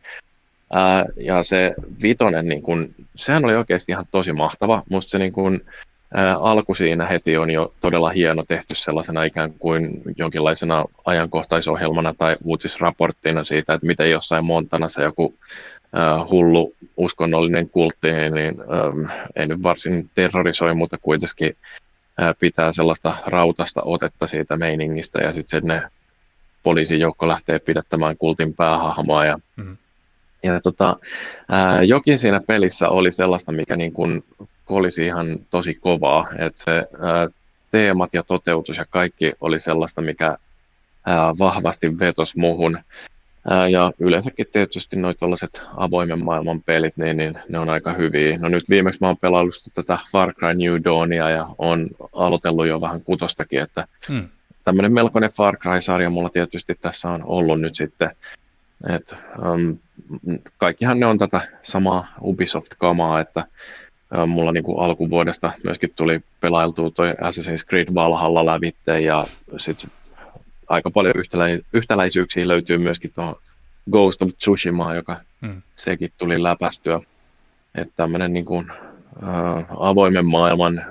Ää, ja se vitonen, niin kuin, sehän oli oikeasti ihan tosi mahtava. Musta se niin kuin, ää, alku siinä heti on jo todella hieno, tehty sellaisena ikään kuin jonkinlaisena ajankohtaisohjelmana tai uutisraporttina siitä, että miten jossain Montanassa joku ää, hullu uskonnollinen kultti, niin ää, ei nyt varsin terrorisoi, mutta kuitenkin ää, pitää sellaista rautasta otetta siitä meiningistä ja sitten ne poliisijoukko lähtee pidättämään kultin päähahmoa ja mm-hmm. Ja tota, ää, jokin siinä pelissä oli sellaista, mikä niin kuin kolisi ihan tosi kovaa, että se ää, teemat ja toteutus ja kaikki oli sellaista, mikä ää, vahvasti vetosi muhun. Ää, ja yleensäkin tietysti noi tollaiset avoimen maailman pelit, niin, niin ne on aika hyviä. No nyt viimeksi mä oon pelaillut tätä Far Cry New Dawnia ja on aloitellut jo vähän kutostakin, että hmm. tämmöinen melkoinen Far Cry-sarja mulla tietysti tässä on ollut nyt sitten. Et, um, kaikkihan ne on tätä samaa Ubisoft-kamaa, että um, mulla niinku alkuvuodesta myöskin tuli pelailtua toi Assassin's Creed Valhalla lävitte ja sitten aika paljon yhtälä- yhtäläisyyksiä löytyy myöskin tuohon Ghost of Tsushima, joka hmm. sekin tuli läpästyä. Että tämmöinen niinku, uh, avoimen maailman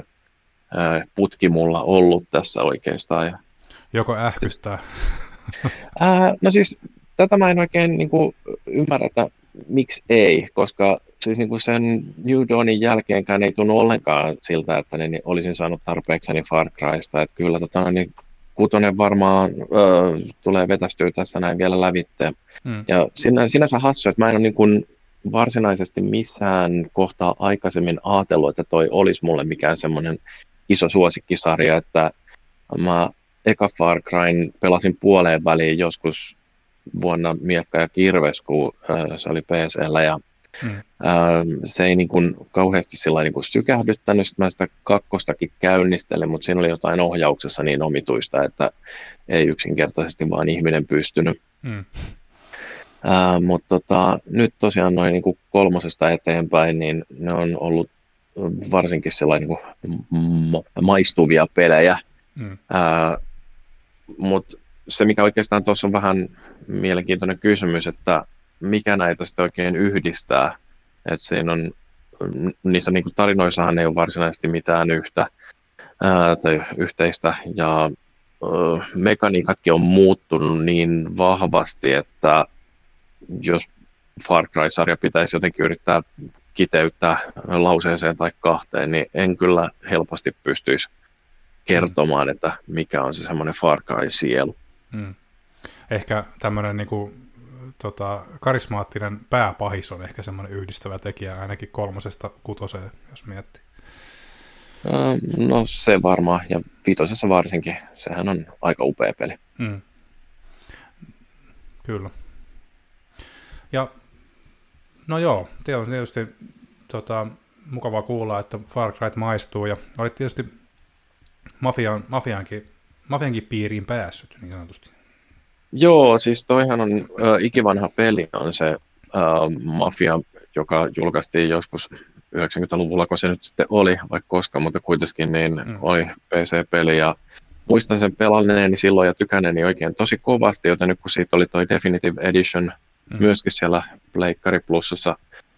uh, putki mulla ollut tässä oikeastaan. Ja joko ähkyttää? uh, no siis tätä mä en oikein niin kuin, ymmärrä, että miksi ei, koska siis niin kuin sen New Dawnin jälkeenkään ei tunnu ollenkaan siltä, että niin olisin saanut tarpeekseni Far Crysta, että kyllä tota, niin kutonen varmaan ö, tulee vetästyä tässä näin vielä lävitse. Hmm. Ja sinä, sinänsä hassu, että mä en ole niin kuin varsinaisesti missään kohtaa aikaisemmin ajatellut, että toi olisi mulle mikään semmoinen iso suosikkisarja, että mä eka Far Cryn pelasin puoleen väliin joskus vuonna Miekka ja Kirves, kun äh, se oli P C:llä ja hmm. äh, se ei niin kuin kauheasti sillä niin kuin sykähdyttänyt, sitten mä sitä kakkostakin käynnistelin, mutta siinä oli jotain ohjauksessa niin omituista, että ei yksinkertaisesti vaan ihminen pystynyt. Hmm. Uh, mutta tota, nyt tosiaan noin niin kuin kolmosesta eteenpäin, niin ne on ollut varsinkin sellainen niin kuin ma- maistuvia pelejä. Mm. Uh, mutta se, mikä oikeastaan tuossa on vähän mielenkiintoinen kysymys, että mikä näitä sitten oikein yhdistää. Että siinä on, niissä niin kuin tarinoissahan ei ole varsinaisesti mitään yhtä uh, tai yhteistä, ja uh, mekaniikatkin on muuttunut niin vahvasti, että jos Far Cry-sarja pitäisi jotenkin yrittää kiteyttää lauseeseen tai kahteen, niin en kyllä helposti pystyisi kertomaan, että mikä on se semmoinen Far Cry-sielu. Hmm. Ehkä tämmöinen niinku, tota, karismaattinen pääpahis on ehkä semmoinen yhdistävä tekijä, ainakin kolmosesta kutoseen, jos miettii. No se varmaan, ja vitosessa varsinkin. Sehän on aika upea peli. Hmm. Kyllä. Ja no joo, on tietysti tota, mukavaa kuulla, että Far Cry maistuu, ja olit tietysti mafian, mafiankin, mafiankin piiriin päässyt, niin sanotusti. Joo, siis toihan on äh, ikivanha peli, on se äh, Mafia, joka julkaistiin joskus yhdeksänkymmentäluvulla, kun se nyt sitten oli, vaikka koska, mutta kuitenkin niin mm. oli P C-peli, ja muistan sen pelanneeni silloin ja tykänneeni oikein tosi kovasti, joten nyt kun siitä oli toi Definitive Edition mm. myöskin siellä Pleikkari Plusassa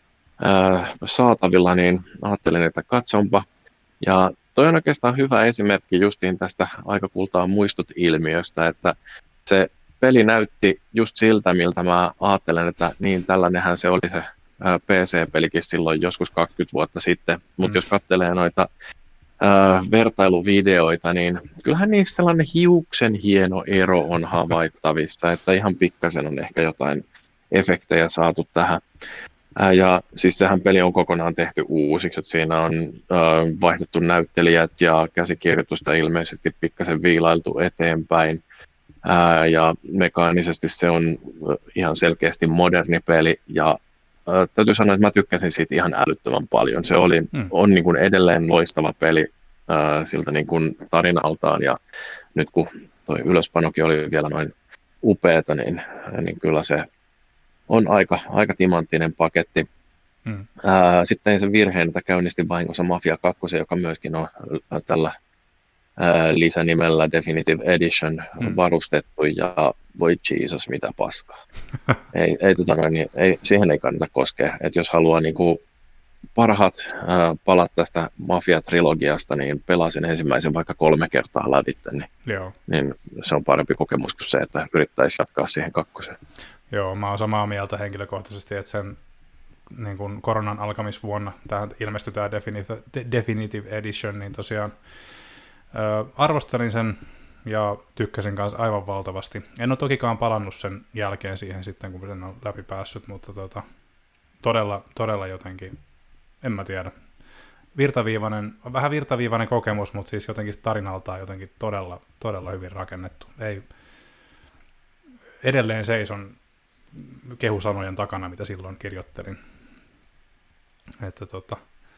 ää, saatavilla, niin ajattelin, että katsonpa. Ja toi on oikeastaan hyvä esimerkki justiin tästä aika kultaa muistut-ilmiöstä, että se peli näytti just siltä, miltä mä ajattelen, että niin tällainenhän se oli se ää, P C-pelikin silloin joskus kaksikymmentä vuotta sitten, mutta mm. jos katselee noita ää, vertailuvideoita, niin kyllähän niissä sellainen hiuksen hieno ero on havaittavissa, että ihan pikkasen on ehkä jotain efektejä saatu tähän. Ää, ja siis sehän peli on kokonaan tehty uusiksi, että siinä on ää, vaihdettu näyttelijät ja käsikirjoitusta ilmeisesti pikkasen viilailtu eteenpäin. Ää, ja mekaanisesti se on ihan selkeästi moderni peli, ja ää, täytyy sanoa, että mä tykkäsin siitä ihan älyttömän paljon. Se oli, mm. on niin kuin edelleen loistava peli ää, siltä niin kuin tarinaltaan, ja nyt kun toi ylöspanokin oli vielä noin upeata, niin, niin kyllä se on aika, aika timanttinen paketti. Mm. Ää, sitten se virheen, että käynnistin vahingossa Mafia kaksi, joka myöskin on tällä ää, lisänimellä Definitive Edition mm. varustettu, ja voi Jesus, mitä paskaa. ei, ei, tota noin, niin, ei, siihen ei kannata koskea. Et jos haluaa niin kuin parhaat ää, palat tästä Mafia-trilogiasta, niin pelasin ensimmäisen vaikka kolme kertaa lävitse, niin, niin se on parempi kokemus kuin se, että yrittäisi jatkaa siihen kakkoseen. Joo, mä oon samaa mieltä henkilökohtaisesti, että sen niin kun koronan alkamisvuonna tähän ilmestyi tämä Definitive, Definitive Edition, niin tosiaan ö, arvostelin sen ja tykkäsin kanssa aivan valtavasti. En ole tokikaan palannut sen jälkeen siihen sitten, kun sen on läpi päässyt, mutta tota, todella, todella jotenkin, en mä tiedä, virtaviivainen, vähän virtaviivainen kokemus, mutta siis jotenkin tarinaltaan jotenkin todella, todella hyvin rakennettu. Ei, edelleen seison kehusanojen takana, mitä silloin kirjoittelin. Että tota,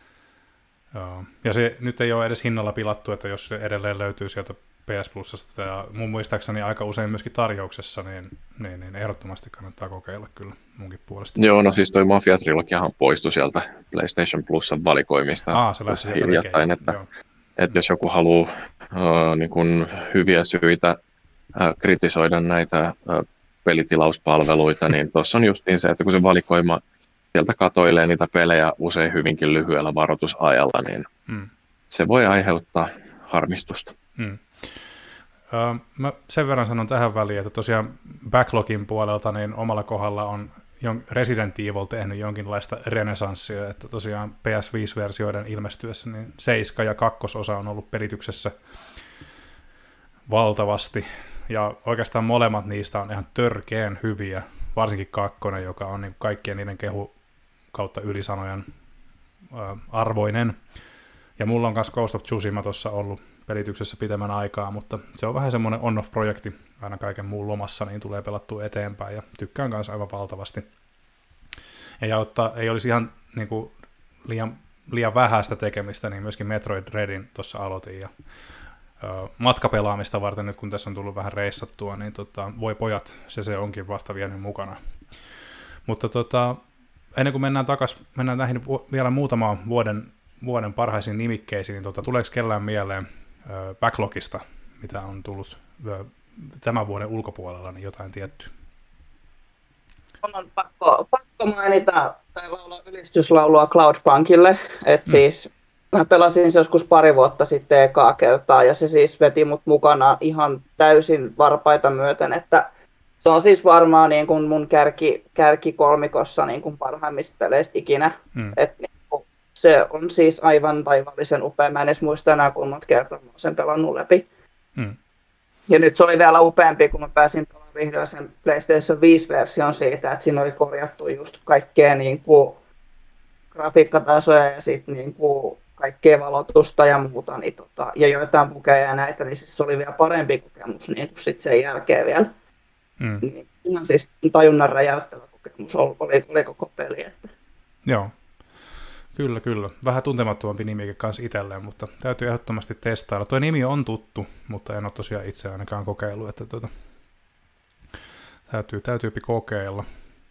joo. Ja se nyt ei ole edes hinnalla pilattu, että jos se edelleen löytyy sieltä P S Plusasta ja mun muistaakseni aika usein myöskin tarjouksessa, niin, niin, niin ehdottomasti kannattaa kokeilla kyllä munkin puolesta. Joo, no siis toi Mafia-trilogiahan poistui sieltä PlayStation Plusan valikoimista. Aa, se lähti sieltä hiljattain, että, että jos joku haluaa uh, niin kun hyviä syitä uh, kritisoida näitä uh, pelitilauspalveluita, niin tuossa on justiin se, että kun se valikoima sieltä katoilee niitä pelejä usein hyvinkin lyhyellä varoitusajalla, niin mm. se voi aiheuttaa harmistusta. Mm. Öö, mä sen verran sanon tähän väliin, että tosiaan Backlogin puolelta niin omalla kohdalla on Resident Evil tehnyt jonkinlaista renesanssia, että tosiaan P S viisi-versioiden ilmestyessä niin seiska ja kakkososa on ollut pelityksessä valtavasti, ja oikeastaan molemmat niistä on ihan törkeän hyviä, varsinkin kakkonen, joka on niin kaikkien niiden kehu kautta ylisanojen ö, arvoinen, ja mulla on myös Ghost of Tsushima tuossa ollut pelityksessä pitemmän aikaa, mutta se on vähän semmoinen on-off-projekti, aina kaiken muun lomassa, niin tulee pelattua eteenpäin, ja tykkään kanssa aivan valtavasti. Ja jotta ei olisi ihan niin kuin, liian, liian vähäistä tekemistä, niin myöskin Metroid Dreadin tuossa aloitin, ja ö, matkapelaamista varten nyt, kun tässä on tullut vähän reissattua, niin tota, voi pojat, se se onkin vasta vienyt mukana. Mutta tota, ennen kuin mennään takaisin, mennään näihin vu- vielä muutamaan vuoden, vuoden parhaisiin nimikkeisiin, niin tota, tuleeko kellään mieleen ö, Backlogista, mitä on tullut ö, tämän vuoden ulkopuolella, niin jotain tiettyä? On pakko, pakko mainita tai laulaa ylistyslaulua Cloudpunkille, että mm. siis mä pelasin se joskus pari vuotta sitten ekaa kertaa, ja se siis veti mut mukana ihan täysin varpaita myöten, että se on siis varmaan niin kuin mun kärki, kärki kolmikossa niin kuin parhaimmista peleistä ikinä, mm. että niin kuin, se on siis aivan taivallisen upea, mä en edes muista enää kun monta kertaa mä oon sen pelannut läpi. Mm. Ja nyt se oli vielä upeampi, kun mä pääsin pelaamaan vihdoin sen PlayStation viisi-version siitä, että siinä oli korjattu just kaikkea niin kuin grafiikkatasoja ja sitten niin kuin kaikkea valotusta ja muuta, niin tota, ja joitain bugeja ja näitä, niin siis se oli vielä parempi kokemus niin kuin sit sen jälkeen vielä. Mm. Niin, ihan siis tajunnan räjäyttävä kokemus oli, oli koko peli. Että. Joo, kyllä, kyllä. Vähän tuntemattomampi nimikin kanssa itselleen, mutta täytyy ehdottomasti testailla. Tuo nimi on tuttu, mutta en ole tosiaan itse ainakaan kokeillut, että tuota, täytyy, täytyypi kokeilla.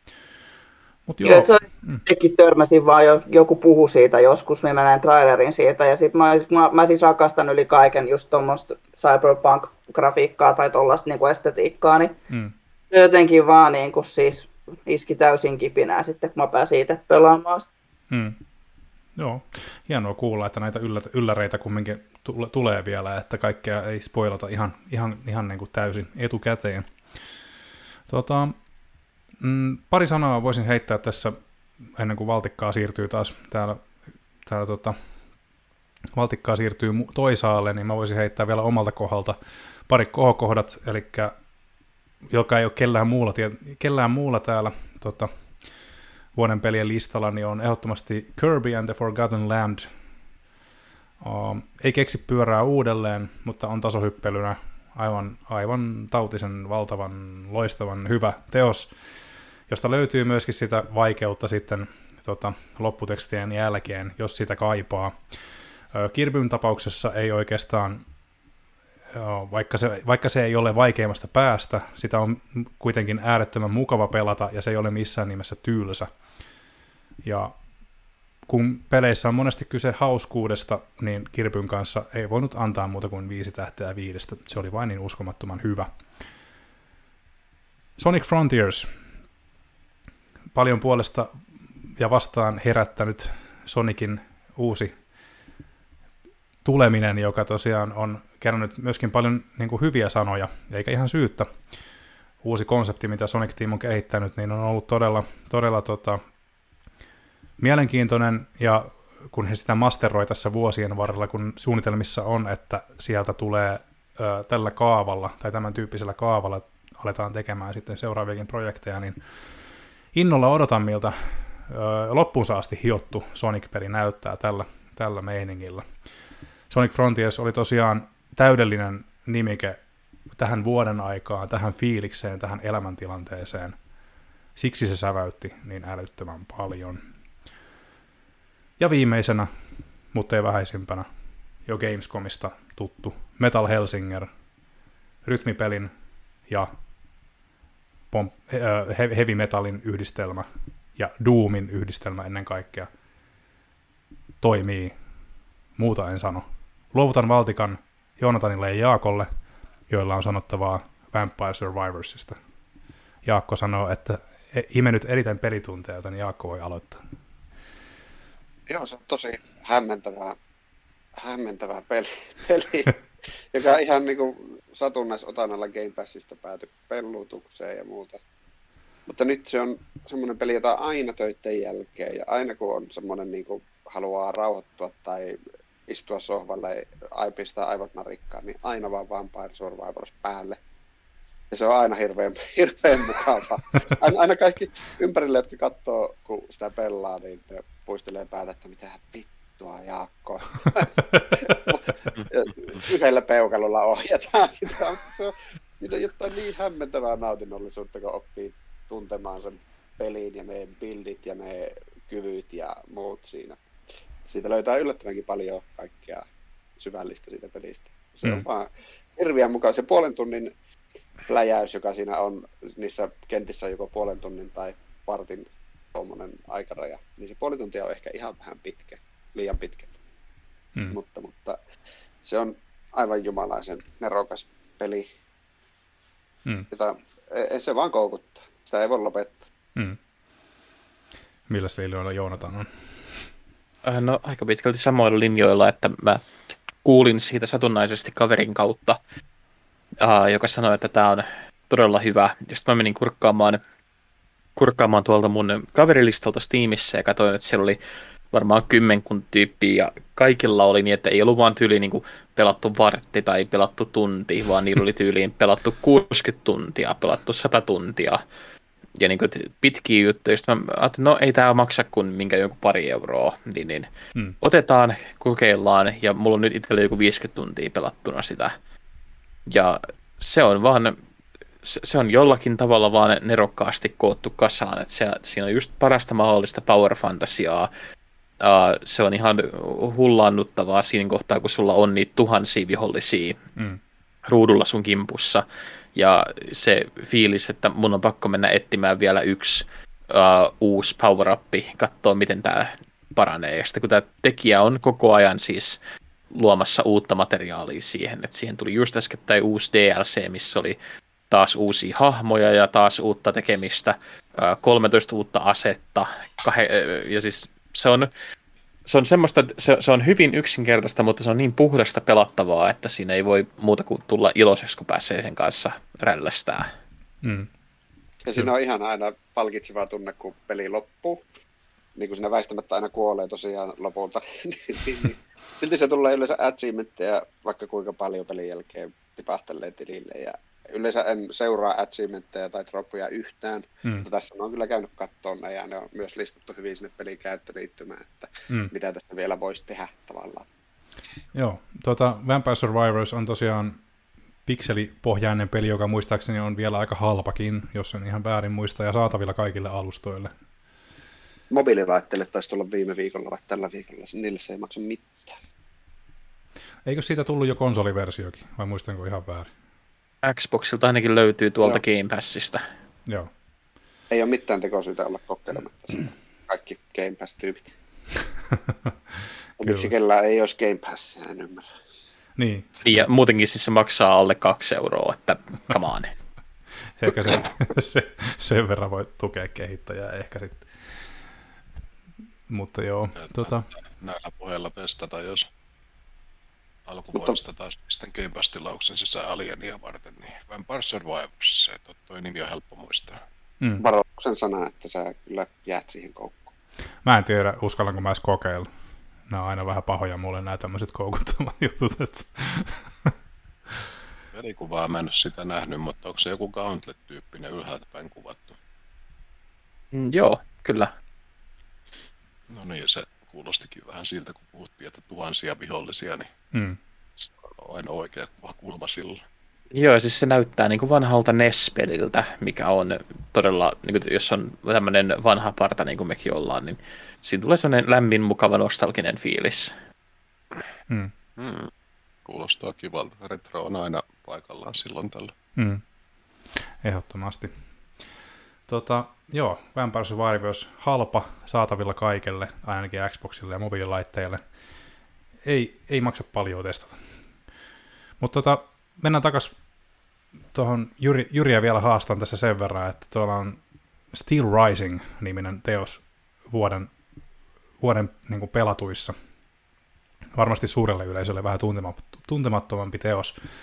Mut joo. Joo, se mm. törmäsin vaan, jo, joku puhu siitä joskus, minä näin trailerin siitä, ja sit mä, mä, mä siis rakastan yli kaiken just tuommoista cyberpunk-grafiikkaa tai tuollaista niinku estetiikkaa, niin mm. jotenkin vaan niinku siis iski täysin kipinää sitten, kun mä pääsin itse pelaamaan sitä. Mm. Joo, hienoa kuulla, että näitä yllä, ylläreitä kumminkin tule, tulee vielä, että kaikkea ei spoilata ihan, ihan, ihan niin kuin täysin etukäteen. Tota, mm, pari sanaa voisin heittää tässä, ennen kuin Valtikkaa siirtyy taas täällä, täällä tota, Valtikkaa siirtyy toisaalle, niin mä voisin heittää vielä omalta kohdalta pari kohokohdat, eli joka ei ole kellään muulla, kellään muulla täällä tota, vuoden pelien listalla, niin on ehdottomasti Kirby and the Forgotten Land. Uh, ei keksi pyörää uudelleen, mutta on tasohyppelynä aivan, aivan tautisen, valtavan, loistavan hyvä teos, josta löytyy myöskin sitä vaikeutta sitten tota, lopputekstien jälkeen, jos sitä kaipaa. Uh, Kirbyn tapauksessa ei oikeastaan, uh, vaikka, se, vaikka se ei ole vaikeimmasta päästä, sitä on kuitenkin äärettömän mukava pelata, ja se ei ole missään nimessä tylsä. Ja kun peleissä on monesti kyse hauskuudesta, niin Kirbyn kanssa ei voinut antaa muuta kuin viisi tähteä viidestä. Se oli vain niin uskomattoman hyvä. Sonic Frontiers. Paljon puolesta ja vastaan herättänyt Sonicin uusi tuleminen, joka tosiaan on kerännyt myöskin paljon niin kuin hyviä sanoja, eikä ihan syyttä. Uusi konsepti, mitä Sonic Team on kehittänyt, niin on ollut todella, todella tota, mielenkiintoinen, ja kun he sitä masteroi tässä vuosien varrella, kun suunnitelmissa on, että sieltä tulee ö, tällä kaavalla, tai tämän tyyppisellä kaavalla aletaan tekemään sitten seuraaviakin projekteja, niin innolla odotan, miltä ö, loppuunsa asti hiottu Sonic-peli näyttää tällä, tällä meiningillä. Sonic Frontiers oli tosiaan täydellinen nimike tähän vuoden aikaan, tähän fiilikseen, tähän elämäntilanteeseen. Siksi se säväytti niin älyttömän paljon. Ja viimeisenä, mutta ei vähäisimpänä, jo Gamescomista tuttu Metal Hellsinger, rytmipelin ja pomp- äh, heavy metalin yhdistelmä ja Doomin yhdistelmä ennen kaikkea toimii. Muuta en sano. Luovutan valtikan Joonatanille ja Jaakolle, joilla on sanottavaa Vampire Survivorsista. Jaakko sanoo, että ime nyt eriten pelitunteja, joten Jaakko voi aloittaa. Joo, se on tosi hämmentävää, hämmentävää peli, peli joka ihan niin kuin satunnaisotannalla Game Passista pääty pellutukseen ja muuta. Mutta nyt se on semmoinen peli, jota aina töiden jälkeen ja aina kun on semmoinen niin kuin haluaa rauhoittua tai istua sohvalle ja pistää aivot narikkaan, niin aina vaan Vampire Survivors päälle. Ja se on aina hirveän, hirveän mukava. Aina, aina kaikki ympärille, jotka katsoo, kun sitä pelaa, niin ne puistelee päätä, että mitä vittua, Jaakko. Yhdellä peukalolla ohjataan sitä, mutta se on, siinä on jotain niin hämmentävää nautinnollisuutta, kun oppii tuntemaan sen pelin ja ne buildit ja ne kyvyt ja muut siinä. Siitä löytää yllättävänkin paljon kaikkea syvällistä siitä pelistä. Se mm. on vaan hirveän mukaan. Se puolen tunnin läjäys, joka siinä on, niissä kentissä on joko puolen tunnin tai vartin tuommoinen aikaraja, niin se puoli tuntia on ehkä ihan vähän pitkä, liian pitkä. Mm. Mutta, mutta se on aivan jumalaisen nerokas peli, mm. jota ei, se vaan koukuttaa. Sitä ei voi lopettaa. Mm. Millä linjoilla Joonatan on? No aika pitkälti samoilla linjoilla, että mä kuulin siitä satunnaisesti kaverin kautta, uh, joka sanoi, että tämä on todella hyvä. Ja sitten mä menin kurkkaamaan, kurkkaamaan tuolta mun kaverilistalta Steamissä ja katsoin, että siellä oli varmaan kymmenkunta tyyppiä ja kaikilla oli niin, että ei ollut vaan tyyliin niin kuin pelattu vartti tai pelattu tunti, vaan niillä oli tyyliin pelattu kuusikymmentä tuntia, pelattu sata tuntia. Ja niin kuin pitkiä juttuja, sitten mä ajattelin, no ei tämä maksa kuin minkä joku pari euroa, niin, niin hmm. otetaan, kokeillaan, ja mulla on nyt itsellä joku viisikymmentä tuntia pelattuna sitä. Ja se on vaan, se on jollakin tavalla vaan nerokkaasti koottu kasaan, että se, siinä on just parasta mahdollista power fantasiaa. Uh, se on ihan hullaannuttavaa siinä kohtaa, kun sulla on niitä tuhansia vihollisia hmm. ruudulla sun kimpussa. Ja se fiilis, että mun on pakko mennä etsimään vielä yksi uh, uusi power-up, katsoa miten tämä paranee. Ja sitten kun tämä tekijä on koko ajan siis luomassa uutta materiaalia siihen, että siihen tuli just äskettäin uusi D L C, missä oli taas uusia hahmoja ja taas uutta tekemistä, uh, kolmetoista uutta asetta, kahe, ja siis se on... Se on semmoista, että se, se on hyvin yksinkertaista, mutta se on niin puhdasta pelattavaa, että siinä ei voi muuta kuin tulla iloiseksi, kun pääsee sen kanssa rällästään. Mm. Ja siinä on ihan aina palkitsevaa tunne, kun peli loppuu. Niin kuin siinä väistämättä aina kuolee tosiaan lopulta. Silti se tulee yleensä achievementteja vaikka kuinka paljon pelin jälkeen tipahtelee tilille. Ja yleensä en seuraa achievementteja tai droppuja yhtään, mm. mutta tässä on kyllä käynyt kattoon ja ne on myös listattu hyvin sinne pelin käyttöliittymään, että mm. mitä tässä vielä voisi tehdä tavallaan. Joo, tuota, Vampire Survivors on tosiaan pikselipohjainen peli, joka muistaakseni on vielä aika halpakin, jos en ihan väärin muista, ja saatavilla kaikille alustoille. Mobiililaitteille taisi tulla viime viikolla vai tällä viikolla, niille se ei maksa mitään. Eikö siitä tullut jo konsoliversiokin, vai muistanko ihan väärin? Xboxilta ainakin löytyy tuolta Joo. Game Passista. Joo. Ei ole mitään tekosyytä olla kokeilematta sitä. Kaikki Game Pass-tyypit. Miksi kellään ei olisi Game Passia, en ymmärrä. Niin. Ja muutenkin siis se maksaa alle kaksi euroa, että come on. Ehkä se, se, sen verran voi tukea kehittäjää ehkä sitten. Mutta joo. Tota... Näillä puheilla testata, jos alkuvuodesta taas pistän Game Pass-tilauksen sisään Alienia varten, niin Vampire Survivors, se toi nimi on helppo muistaa. Mm. Varoituksen sana, että sä kyllä jäät siihen koukkuun. Mä en tiedä, uskallanko mä edes kokeilla. Nämä on aina vähän pahoja mulle nämä tämmöiset koukuttavat jutut. Että... Pelikuvaa mä en ole sitä nähnyt, mutta onko se joku Gauntlet-tyyppinen ylhäältä päin kuvattu? Mm, joo, kyllä. No niin, se kuulostikin vähän siltä, kun puhuttiin, että tuhansia vihollisia, niin mm. se on aina oikea kulma sillä. Joo, siis se näyttää niin kuin vanhalta N E S-peliltä, mikä on todella, niin kuin jos on tämmöinen vanha parta, niin kuin mekin ollaan, niin siinä tulee sellainen lämmin, mukava, nostalginen fiilis. Mm. Mm. Kuulostaa kivalta. Retro on aina paikallaan silloin tällä. Mm. Ehdottomasti. Tota, joo, Vampire Survivors halpa, saatavilla kaikille, ainakin Xboxille ja mobiililaitteille. Ei, ei maksa paljon testata. Mutta tota, mennään takaisin tuohon, Jyri, Jyriä vielä haastan tässä sen verran, että tuolla on Steel Rising-niminen teos vuoden, vuoden niin kuin pelatuissa. Varmasti suurelle yleisölle vähän tuntemattomampi teos.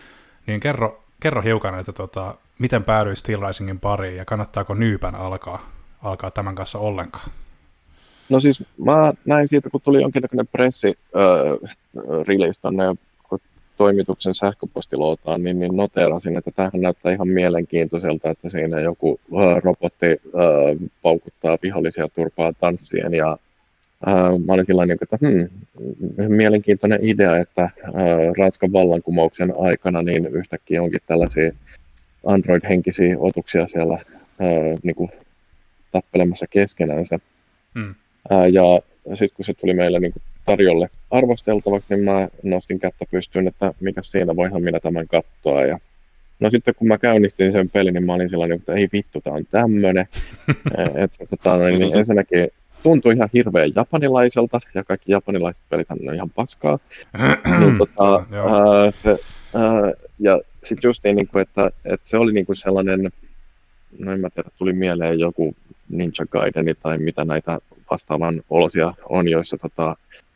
Niin kerro, kerro hiukan, että tota, miten päädyit Steel Risingin pariin ja kannattaako Nyypän alkaa, alkaa tämän kanssa ollenkaan? No siis mä näin siitä, kun tuli jonkinnäköinen pressi äh, release tonne toimituksen sähköpostilootaan, niin, niin noteerasin, että tämähän näyttää ihan mielenkiintoiselta, että siinä joku äh, robotti äh, paukuttaa vihollisia turpaa tanssien ja äh, mä olin sillä tavalla, että hmm, mielenkiintoinen idea, että äh, Ranskan vallankumouksen aikana niin yhtäkkiä onkin tällaisia Android-henkisiä otuksia siellä äh, niin kuin tappelemassa keskenänsä. Hmm. Äh, ja sitten kun se tuli meille niin kuin tarjolle arvosteltavaksi, niin mä nostin kättä pystyyn, että mikä siinä, voihan minä tämän katsoa. Ja no sitten kun mä käynnistin sen pelin, niin mä olin sellainen, että ei vittu, tää on tämmönen. Et se tota, niin ensinnäkin tuntui ihan hirveän japanilaiselta, ja kaikki japanilaiset pelit on ihan paskaa. niin, tota, ää, se, ää, ja sitten just niin, että, että se oli niin kuin sellainen, no en mä tiedä, tuli mieleen joku Ninja Gaideni tai mitä näitä vastaavan olosia on, joissa tota,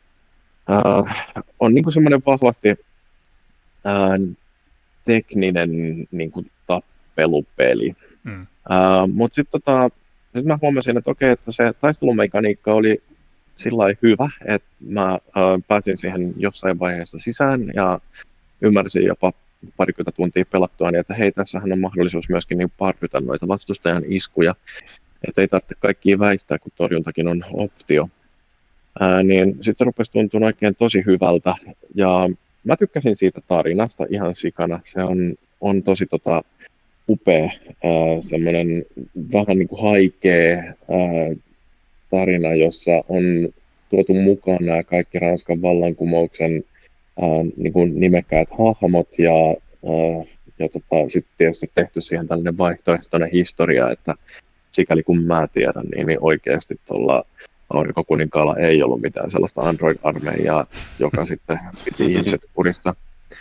ää, on niin kuin semmoinen vahvasti ää, tekninen niin kuin tappelupeli. Mm. Mutta sitten tota, sit mä huomasin, että okei, että se taistelumekaniikka oli sillä lailla hyvä, että mä ää, pääsin siihen jossain vaiheessa sisään ja ymmärsin jopa parikymmentä tuntia pelattua, niin että hei, tässähän on mahdollisuus myöskin niin parrytä noita vastustajan iskuja, että ei tarvitse kaikkia väistää, kun torjuntakin on optio. Ää, niin sitten se rupesi tuntua oikein tosi hyvältä, ja mä tykkäsin siitä tarinasta ihan sikana. Se on, on tosi tota, upea, semmoinen vähän niin kuin haikea ää, tarina, jossa on tuotu mukaan nämä kaikki Ranskan vallankumouksen ää, niin kuin nimekkäät hahmot, ja, ää, ja tota, sitten tietysti tehty siihen tällainen vaihtoehtoinen historia, että sikäli kun mä tiedän, niin, niin oikeasti tuolla Aurinkokuninkaalla ei ollut mitään sellaista Android-armeijaa, joka sitten piti ihmiset kurissa.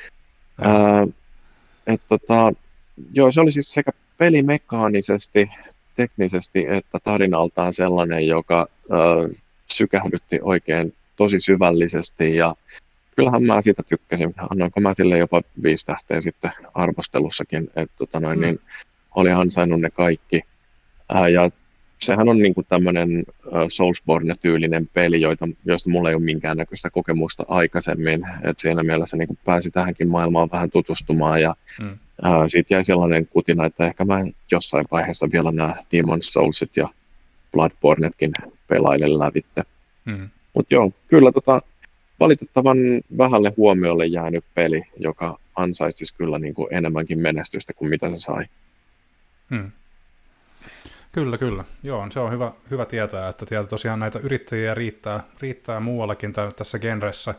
Ää, et tota, joo, se oli siis sekä pelimekaanisesti, teknisesti että tarinaltaan sellainen, joka ää, sykähdytti oikein tosi syvällisesti, ja kyllähän mä siitä tykkäsin. Annoinko mä sille jopa viisi tähteä sitten arvostelussakin, että tota noin, niin oli ansainnut ne kaikki. Ää, ja sehän on niinku tämmöinen Soulsborne-tyylinen peli, joita, joista mulla ei ole minkäännäköistä kokemusta aikaisemmin. Et siinä mielessä niinku pääsi tähänkin maailmaan vähän tutustumaan, ja mm. ää, siitä jäi sellainen kutina, että ehkä mä jossain vaiheessa vielä nämä Demon's Soulsit ja Bloodbornetkin pelailen lävitte. Mm. Mutta joo, kyllä tota, valitettavan vähälle huomiolle jäänyt peli, joka ansaitsisi kyllä niinku enemmänkin menestystä kuin mitä se sai. Mm. Kyllä, kyllä. Joo, se on hyvä, hyvä tietää, että tietää tosiaan näitä yrittäjiä riittää, riittää muuallakin tässä genressä.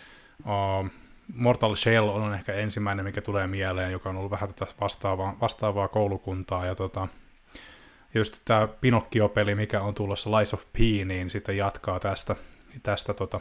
Uh, Mortal Shell on ehkä ensimmäinen, mikä tulee mieleen, joka on ollut vähän tätä vastaavaa, vastaavaa koulukuntaa. Ja tota, just tämä Pinocchio-peli, mikä on tulossa Lies of P, niin sitten jatkaa tästä, tästä tota,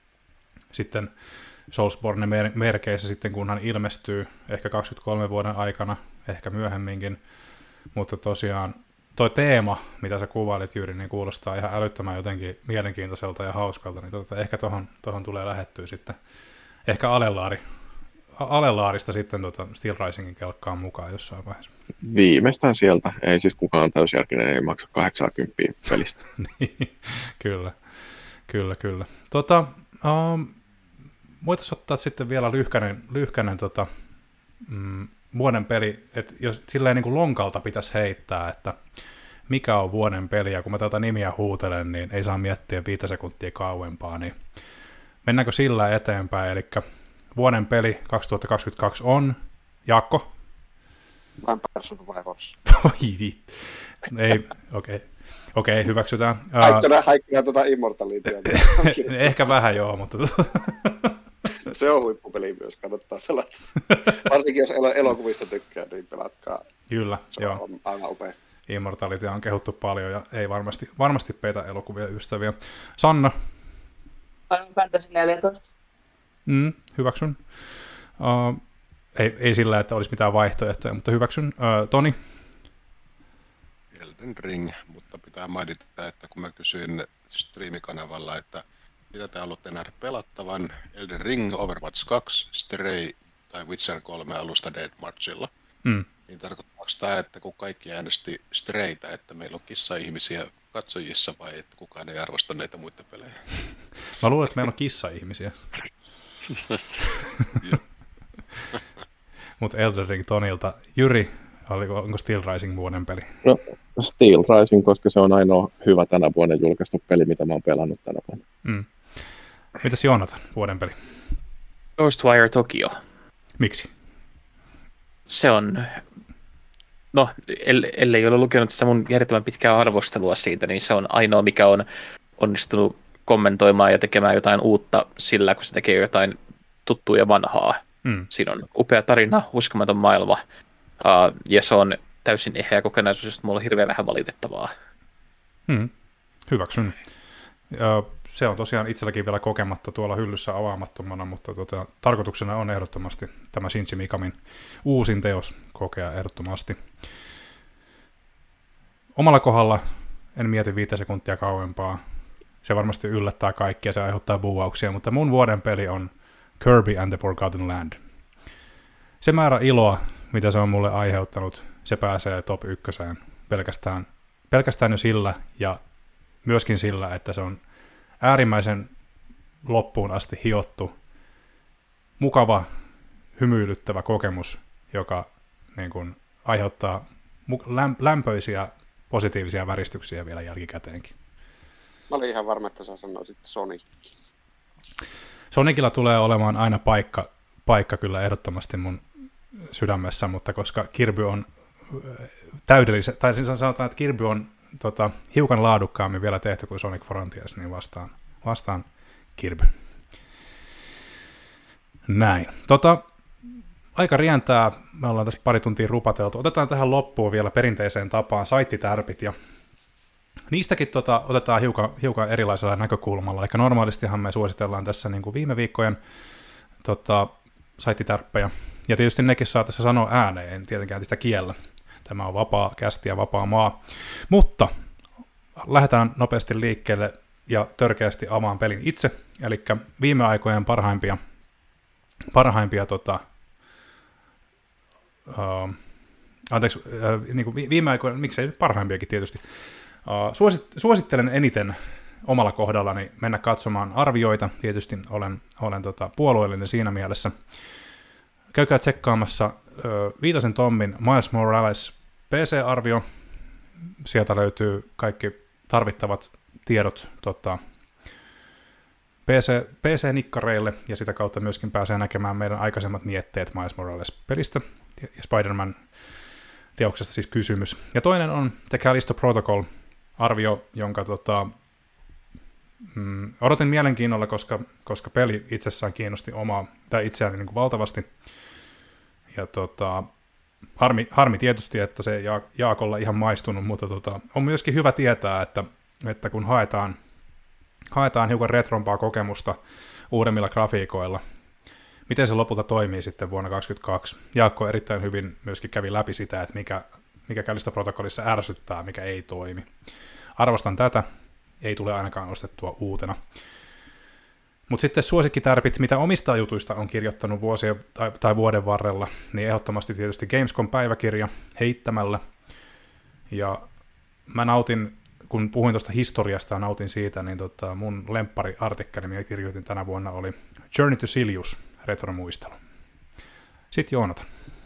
sitten Soulsborne merkeissä sitten, kunhan ilmestyy ehkä kaksikymmentäkolme vuoden aikana, ehkä myöhemminkin, mutta tosiaan toi teema, mitä sä kuvailit, Jyri, niin kuulostaa ihan älyttömän jotenkin mielenkiintoiselta ja hauskalta, niin tota, ehkä tohon, tohon tulee lähettyä sitten, ehkä Alelaari, Alelaarista sitten tota Steel Risingin kelkkaan mukaan jossain vaiheessa. Viimeistään sieltä, ei siis kukaan täysjärkinen, ei maksa kahdeksankymmentä pelistä. Niin, kyllä, kyllä, kyllä. Tota, um, voitaisiin ottaa sitten vielä lyhkänen, lyhkänen tota, mm, vuoden peli, että jos silleen niin kuin lonkalta pitäisi heittää, että mikä on vuoden peli, ja kun mä tätä nimiä huutelen, niin ei saa miettiä viitä sekuntia kauempaa, niin mennäänkö sillä eteenpäin, eli vuoden peli kaksituhattakaksikymmentäkaksi on, Jaakko? Vampire Survivors. Oi vittu. Ei, okei. Okay. Okei, okay, hyväksytään. Haikkana, haikkana tuota Immortalitia. Ehkä vähän joo, mutta... Se on huippupeli myös, kannattaa pelata. Varsinkin jos el- elokuvista tykkää, niin pelatkaa. Kyllä, se joo. on aina upea. Immortality on kehuttu paljon ja ei varmasti, varmasti peitä elokuvia ystäviä. Sanna? Final Fantasy neljätoista. Mm, hyväksyn. Uh, ei, ei sillä, että olisi mitään vaihtoehtoja, mutta hyväksyn. Uh, Toni? Elden Ring, mutta pitää mainita, että kun mä kysyin striimikanavalla, että mitä te haluatte nähdä pelattavan, Elden Ring, Overwatch kaksi, Stray, tai Witcher kolme alusta Dead Marchilla. Mm. Niin tarkoittaako tämä, että kun kaikki äänesti Straytä, että meillä on kissa-ihmisiä katsojissa vai että kukaan ei arvosta näitä muita pelejä? Mä luulen, että meillä on kissa-ihmisiä. Mutta Elden Ring Tonilta. Jyri, oliko, onko Steel Rising vuoden peli? No, Steel Rising, koska se on ainoa hyvä tänä vuonna julkaistu peli, mitä mä oon pelannut tänä vuonna. Mm. Mitäs Joonatan, vuoden peli? Ghostwire Tokyo. Miksi? Se on, no ellei ole lukenut sitä mun järjettömän pitkää arvostelua siitä, niin se on ainoa, mikä on onnistunut kommentoimaan ja tekemään jotain uutta sillä, kun se tekee jotain tuttua ja vanhaa. Mm. Siinä on upea tarina, uskomaton maailma, uh, ja se on täysin eheä kokonaisuus, josta mulla on hirveän vähän valitettavaa. Mm. Hyväksyn. Uh, se on tosiaan itselläkin vielä kokematta tuolla hyllyssä avaamattomana, mutta tota, tarkoituksena on ehdottomasti tämä Shinji Mikamin uusin teos kokea ehdottomasti. Omalla kohdalla en mieti viittä sekuntia kauempaa. Se varmasti yllättää kaikkia, se aiheuttaa buuauksia, mutta mun vuoden peli on Kirby and the Forgotten Land. Se määrä iloa, mitä se on mulle aiheuttanut, se pääsee top ykköseen pelkästään, pelkästään jo sillä ja myöskin sillä, että se on äärimmäisen loppuun asti hiottu, mukava, hymyilyttävä kokemus, joka niin kuin, aiheuttaa lämpöisiä, positiivisia väristyksiä vielä jälkikäteenkin. Mä olin ihan varma, että sä sanoisit Sonic. Sonicilla tulee olemaan aina paikka, paikka kyllä ehdottomasti mun sydämessä, mutta koska Kirby on täydellisen, tai siis sanotaan, että Kirby on tota, hiukan laadukkaammin vielä tehty kuin Sonic Frontiers, niin vastaan, vastaan Kirby. Näin. Tota, aika rientää, me ollaan tässä pari tuntia rupateltu. Otetaan tähän loppuun vielä perinteiseen tapaan saittitärpit, ja niistäkin tota, otetaan hiukan, hiukan erilaisella näkökulmalla. Eli normaalistihan me suositellaan tässä niin kuin viime viikkojen tota, saittitärppejä, ja tietysti nekin saa tässä sanoa ääneen, en tietenkään sitä kiellä. Tämä on vapaa kästi ja vapaa maa. Mutta lähdetään nopeasti liikkeelle ja törkeästi avaan pelin itse. Eli viime aikojen parhaimpia, parhaimpia tota, uh, anteeksi, uh, niin kuin viime aikojen, miksei nyt parhaimpiakin tietysti. Uh, suosit, suosittelen eniten omalla kohdallani mennä katsomaan arvioita. Tietysti olen, olen tota, puolueellinen siinä mielessä. Käykää tsekkaamassa uh, Viitasen Tommin Miles Morales P C-arvio. Sieltä löytyy kaikki tarvittavat tiedot tota, P C, P C-nikkareille, ja sitä kautta myöskin pääsee näkemään meidän aikaisemmat mietteet Miles Morales-pelistä, ja Spider-Man-teoksesta siis kysymys. Ja toinen on The Callisto Protocol-arvio, jonka tota, mm, odotin mielenkiinnolla, koska, koska peli itsessään kiinnosti omaa, tai itseäni niin kuin valtavasti. Ja tota, harmi, harmi tietysti, että se ei Jaakolla ihan maistunut, mutta tota, on myöskin hyvä tietää, että, että kun haetaan, haetaan hiukan retrompaa kokemusta uudemmilla grafiikoilla, miten se lopulta toimii sitten vuonna kaksituhattakaksikymmentäkaksi. Jaakko erittäin hyvin myöskin kävi läpi sitä, että mikä, mikä Callisto Protocolissa ärsyttää, mikä ei toimi. Arvostan tätä, ei tule ainakaan ostettua uutena. Mutta sitten suosikkitärpit, mitä omista jutuista on kirjoittanut vuosia tai, tai vuoden varrella, niin ehdottomasti tietysti Gamescom-päiväkirja heittämällä. Ja mä nautin, kun puhuin tuosta historiasta ja nautin siitä, niin tota mun lemppariartikkeli, minkä kirjoitin tänä vuonna, oli Journey to Silius, retromuistelu. Sitten Joonatan.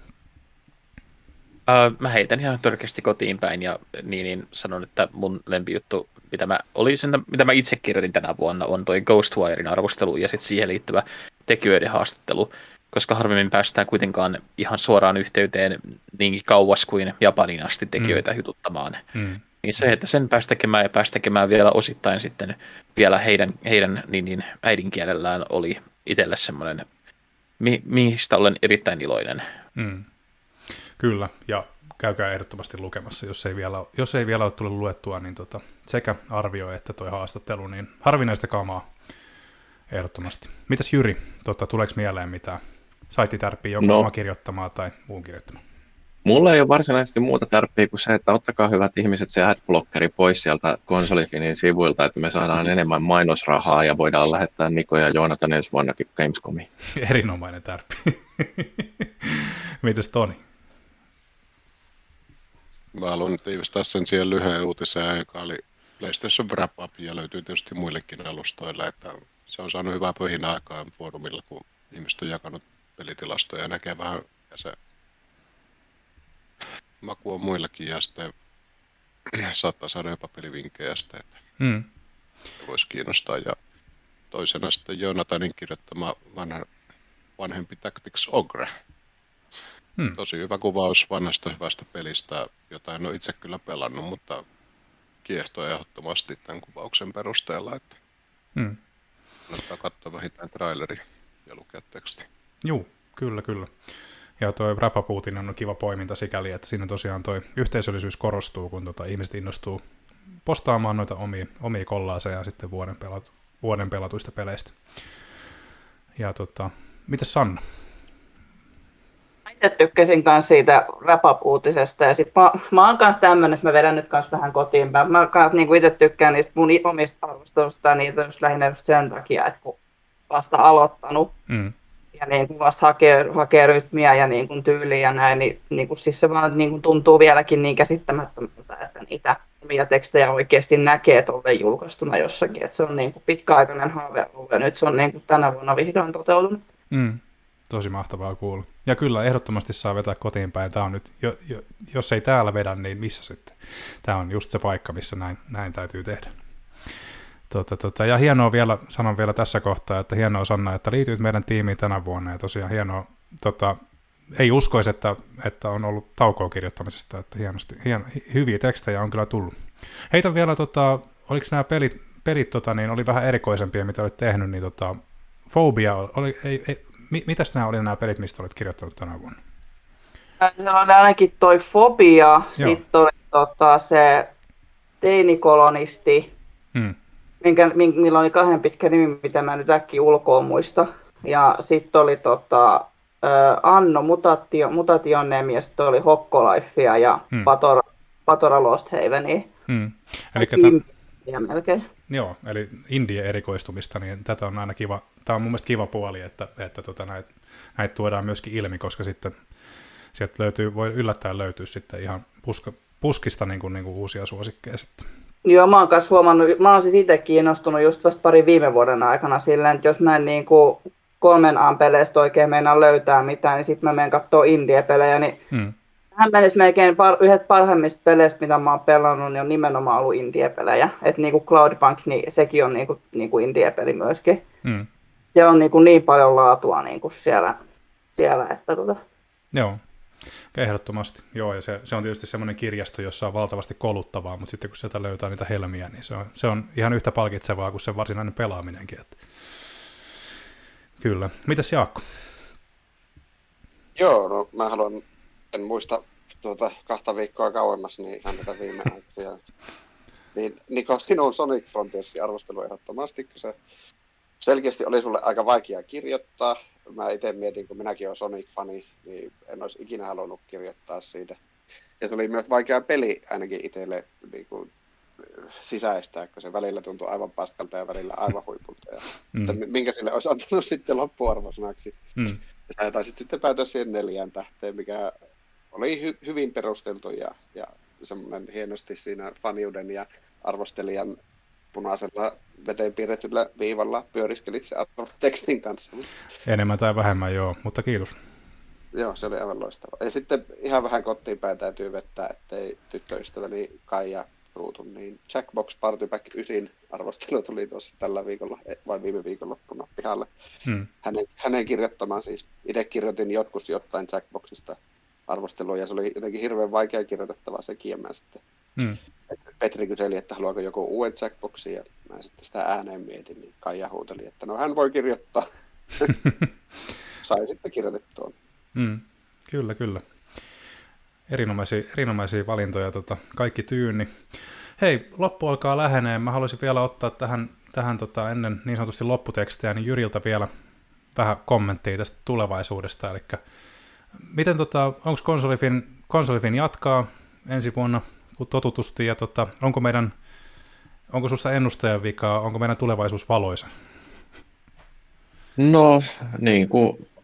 Uh, mä heitän ihan törkeästi kotiin päin ja niin, niin sanon, että mun lempijuttu, mitä mä, oli sen, mitä mä itse kirjoitin tänä vuonna, on toi Ghostwiren arvostelu ja sitten siihen liittyvä tekijöiden haastattelu, koska harvemmin päästään kuitenkaan ihan suoraan yhteyteen niinkin kauas kuin Japanin asti tekijöitä mm. jututtamaan. Mm. Niin se, että sen pääsi tekemään ja pääsi tekemään vielä osittain sitten vielä heidän, heidän niin, niin äidinkielellään oli itselle semmoinen, mi, mistä olen erittäin iloinen. Mm. Kyllä, ja käykää ehdottomasti lukemassa, jos ei vielä, jos ei vielä ole tullut luettua, niin tota, sekä arvio että toi haastattelu, niin harvinaista kamaa ehdottomasti. Mitäs Jyri, tota, tuleeko mieleen mitään saittitärppiä, joko no. oma kirjoittamaa tai muun kirjoittamaa? Mulla ei ole varsinaisesti muuta tärppiä kuin se, että ottakaa hyvät ihmiset se adblockeri pois sieltä Konsolifinin sivuilta, että me saadaan enemmän mainosrahaa ja voidaan lähettää Niko ja Joonatan ensi vuonnakin Gamescomiin. Erinomainen tärppi. Mites Toni? Mä haluan tiivistää sen siihen lyhyen uutiseen, joka oli PlayStation Wrap Up ja löytyy tietysti muillekin alustoille, että se on saanut hyvää pöhinä aikaa foorumilla, kun ihmiset on jakanut pelitilastoja ja näkee vähän, ja se maku on muillakin, ja sitten saattaa saada jopa pelivinkkejä sitten, että mm. se voisi kiinnostaa. Ja toisena sitten Jonathanin kirjoittama vanha, vanhempi Tactics Ogre. Hmm. Tosi hyvä kuvaus vanhasta hyvästä pelistä, jota en ole itse kyllä pelannut, mutta kiehtoo ehdottomasti tämän kuvauksen perusteella, että hmm. kannattaa katsoa vähintään traileri ja lukea teksti. Juu, kyllä, kyllä. Ja toi Wrap-up-uutinen on kiva poiminta sikäli, että siinä tosiaan toi yhteisöllisyys korostuu, kun tota ihmiset innostuu postaamaan noita omia, omia kollaaseja sitten vuoden, pelatu, vuoden pelatuista peleistä. Ja tota, mites Sanna? Itse tykkäsin myös siitä wrap-up-uutisesta, ja sit mä, mä oon myös tämmönen, että mä vedän nyt myös vähän kotiin päin. Mä kans niin itse tykkään niistä mun omista arvostelusta, ja niitä just lähinnä just sen takia, että kun vasta aloittanut, mm. ja niin kuin vasta hakee, hakee rytmiä ja niin kuin tyyliä ja näin, niin, niin kuin siis se vaan niin kuin tuntuu vieläkin niin käsittämättömältä, että niitä omia tekstejä oikeasti näkee tolleen julkaistuna jossakin, että se on niin kuin pitkäaikainen haave ollut, ja nyt se on niin kuin tänä vuonna vihdoin toteutunut. Mm. Tosi mahtavaa kuulla. Ja kyllä, ehdottomasti saa vetää kotiin päin. Tämä on nyt, jo, jo, jos ei täällä vedä, niin missä sitten? Tämä on just se paikka, missä näin, näin täytyy tehdä. Tota, tota, ja hienoa vielä, sanon vielä tässä kohtaa, että hienoa Sanna, että liityit meidän tiimiin tänä vuonna. Ja tosiaan hienoa, tota, ei uskoisi, että, että on ollut taukoa kirjoittamisesta, että hienosti, hien, hyviä tekstejä on kyllä tullut. Heitä vielä, tota, oliko nämä pelit, pelit tota, niin oli vähän erikoisempia, mitä olet tehnyt, niin tota, Phobia, oli, ei, ei, mitäs nämä oli nämä pelit, mistä olet kirjoittanut tänä vuonna? Siellä oli ainakin toi Phobia, sitten oli tota, se teinikolonisti, hmm. minkä, millä oli kahden pitkä nimi, mitä mä nyt äkkiä ulkoa muista. Ja sitten oli tota, Anno Mutatio, Mutation nemi, ja sitten oli Hokkolifea ja hmm. Patora, Patora Lost Havenia. Hmm. Eli tämän... melkein. Joo, eli Indien erikoistumista, niin tätä on aina kiva, tämä on mun mielestä kiva puoli, että, että tota näitä näit tuodaan myöskin ilmi, koska sitten sieltä löytyy, voi yllättäen löytyä sitten ihan puska, puskista niin kuin, niin kuin uusia suosikkeja sitten. Joo, mä oon kanssa huomannut, mä oon siis itse kiinnostunut just vasta pari viime vuoden aikana silleen, että jos mä en niin kuin kolmen aan peleistä oikein meinaa löytää mitään, niin sitten mä menen kattoo Indie-pelejä, niin hmm. tähän mennessä melkein par, yhdet parhaimmista peleistä, mitä mä oon pelannut, niin on nimenomaan ollut Indie-pelejä. Että niinku Cloudpunk, niin sekin on niinku, niinku Indie-peli myöskin. Mm. Siellä on niinku niin paljon laatua niinku siellä, siellä, että tota... Joo, ehdottomasti. Joo, ja se, se on tietysti semmoinen kirjasto, jossa on valtavasti koluttavaa, mutta sitten kun sieltä löytää niitä helmiä, niin se on, se on ihan yhtä palkitsevaa kuin se varsinainen pelaaminenkin. Että... Kyllä. Mitäs Jaakko? Joo, no mä haluan... En muista tuota kahta viikkoa kauemmas, niin ihan tätä viime aikoja. Niin Niko, sinun Sonic Frontiersin arvostelu ehdottomasti, kun se selkeästi oli sulle aika vaikea kirjoittaa. Mä itse mietin, kun minäkin olen Sonic-fani, niin en olisi ikinä halunnut kirjoittaa siitä. Ja tuli myös vaikea peli ainakin itselle niin kuin sisäistää, kun se välillä tuntui aivan paskalta ja välillä aivan huipulta. Ja, mm. että minkä sille olisi antanut sitten loppuarvosanaksi. Mm. Ja sä taisit sitten päätös siihen neljään tähteen, mikä oli hy- hyvin perusteltu ja, ja semmoinen hienosti siinä faniuden ja arvostelijan punaisella veteen piirretyllä viivalla pyöriskelit se tekstin kanssa. Enemmän tai vähemmän, joo, mutta kiitos. Joo, se oli aivan loistava. Ja sitten ihan vähän kotiin päin täytyy vettää, ettei tyttöystäväni Kaija ruutu, niin Jackbox Party Pack yhdeksän arvostelu tuli tuossa tällä viikolla, vai viime viikonloppuna pihalle. Hmm. Hänen, hänen kirjoittamaan siis, itse kirjoitin jotkut jotain Jackboxista arvostelua, ja se oli jotenkin hirveän vaikea kirjoitettavaa sekin, ja mä sitten hmm. Petri kyseli, että haluaako joku uuden Jackboxin, ja mä sitten sitä ääneen mietin, niin Kaija huuteli, että no hän voi kirjoittaa. Sai sitten kirjoitettua. Hmm. Kyllä, kyllä. Erinomaisia, erinomaisia valintoja, tota, kaikki tyynni. Hei, loppu alkaa lähenee. Mä haluaisin vielä ottaa tähän, tähän tota, ennen niin sanotusti lopputekstejä, niin Jyriltä vielä vähän kommenttia tästä tulevaisuudesta. Eli miten, tota, onko Konsolifin, Konsolifin jatkaa ensi vuonna totutusti, ja tota, onko meidän, onko susta ennustajan vikaa, onko meidän tulevaisuus valoisa? No, niin kuin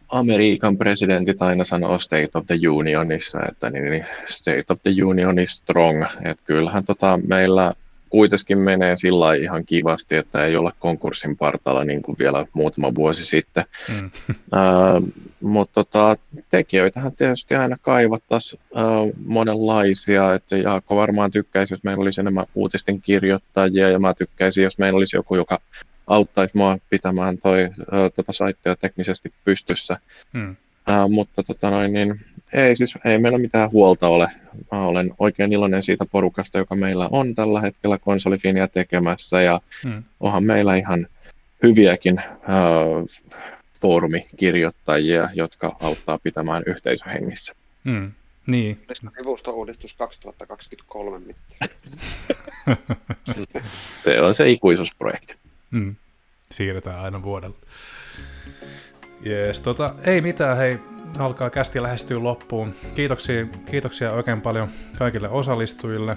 Amerikan presidentit aina sanoo State of the Unionissa, että niin, niin State of the Union is strong. Että kyllähän tota, meillä kuitenkin menee sillä lailla ihan kivasti, että ei olla konkurssin partaalla niin kuin vielä muutama vuosi sitten. Mm. äh, mutta tota, tekijöitähän tietysti aina kaivattaisiin äh, monenlaisia, että Jaakko varmaan tykkäisi, jos meillä olisi enemmän uutisten kirjoittajia, ja mä tykkäisin, jos meillä olisi joku, joka auttaisi mua pitämään toi äh, tota saittia teknisesti pystyssä. Mm. Äh, mutta tota noin, niin, ei, siis, ei meillä mitään huolta ole. Mä olen oikein iloinen siitä porukasta, joka meillä on tällä hetkellä Konsolifinia tekemässä, ja hmm. onhan meillä ihan hyviäkin äh, foorumikirjoittajia, jotka auttaa pitämään yhteisöhengissä. Hmm. Niin. Sivustouudistus kaksituhattakaksikymmentäkolme mittaan. Se on se ikuisuusprojekti. Hmm. Siirretään aina vuodella. Jees, tota, ei mitään, hei, alkaa kästi lähestyä loppuun. Kiitoksia, kiitoksia oikein paljon kaikille osallistujille.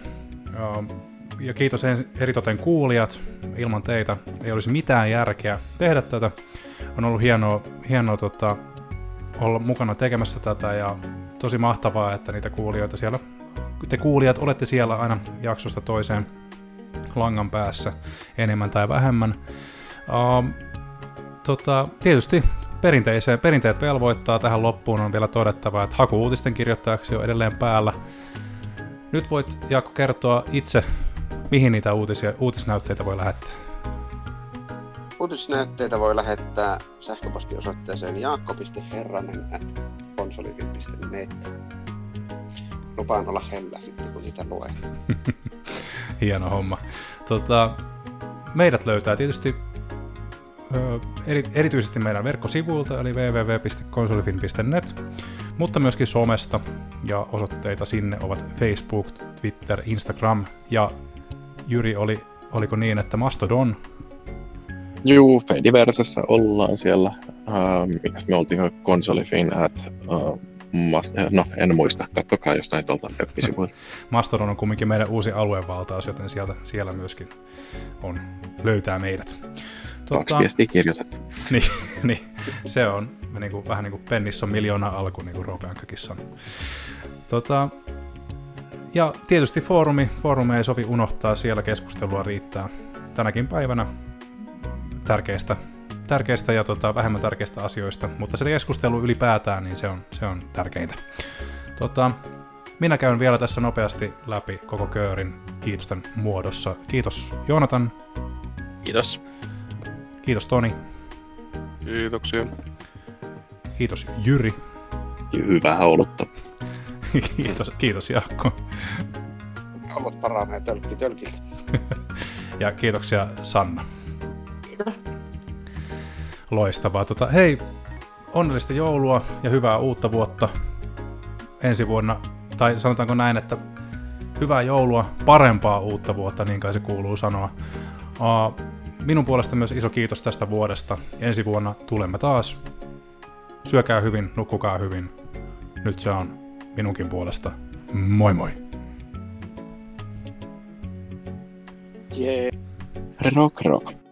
Ja kiitos eritoten kuulijat. Ilman teitä ei olisi mitään järkeä tehdä tätä. On ollut hienoa, hienoa tota, olla mukana tekemässä tätä ja tosi mahtavaa, että niitä kuulijoita siellä, te kuulijat olette siellä aina jaksosta toiseen langan päässä enemmän tai vähemmän. Uh, tota, tietysti Perinteiseen, perinteet velvoittaa tähän loppuun, on vielä todettava, että haku uutisten kirjoittajaksi on edelleen päällä. Nyt voit, Jaakko, kertoa itse, mihin niitä uutisia, uutisnäytteitä voi lähettää. Uutisnäytteitä voi lähettää sähköpostiosoitteeseen jaakko piste herranen ät konsolifin piste net. Lupaan olla hellä sitten, kun niitä luen. Hieno homma. Tota, meidät löytää tietysti Eri, erityisesti meidän verkkosivuilta, eli double-u double-u double-u piste konsolifin piste net, mutta myöskin somesta, ja osoitteita sinne ovat Facebook, Twitter, Instagram, ja Jyri, oli, oliko niin, että Mastodon? Juu, Fediversessä ollaan siellä, uh, me oltiin konsolifin at, uh, mas, no en muista, katsokaa jostain tuolta web-sivuilta. Mastodon on kumminkin meidän uusi aluevaltaus, joten sieltä, siellä myöskin on, löytää meidät. Kaksi viestiä kirjoitettu. Niin, niin, se on niin kuin, vähän niin kuin pennissä on miljoona alku, niin kuin Roope Ankkakin sanoi. Tota, ja tietysti foorumi, foorumi ei sovi unohtaa, siellä keskustelua riittää tänäkin päivänä tärkeistä, tärkeistä ja tota, vähemmän tärkeistä asioista, mutta se keskustelu ylipäätään, niin se on, se on tärkeintä. Tota, minä käyn vielä tässä nopeasti läpi koko köörin kiitosten muodossa. Kiitos Joonatan. Kiitos. Kiitos Toni. Kiitoksia. Kiitos Jyri. Hyvää olutta. kiitos, kiitos Jaakko. Olut paranee tölkki tölkiltä. Ja kiitoksia Sanna. Kiitos. Loistavaa. Tota, hei, onnellista joulua ja hyvää uutta vuotta ensi vuonna. Tai sanotaanko näin, että hyvää joulua, parempaa uutta vuotta, niin kai se kuuluu sanoa. Uh, Minun puolesta myös iso kiitos tästä vuodesta. Ensi vuonna tulemme taas. Syökää hyvin, nukkukaa hyvin. Nyt se on minunkin puolesta. Moi moi! Jee. Rock rock.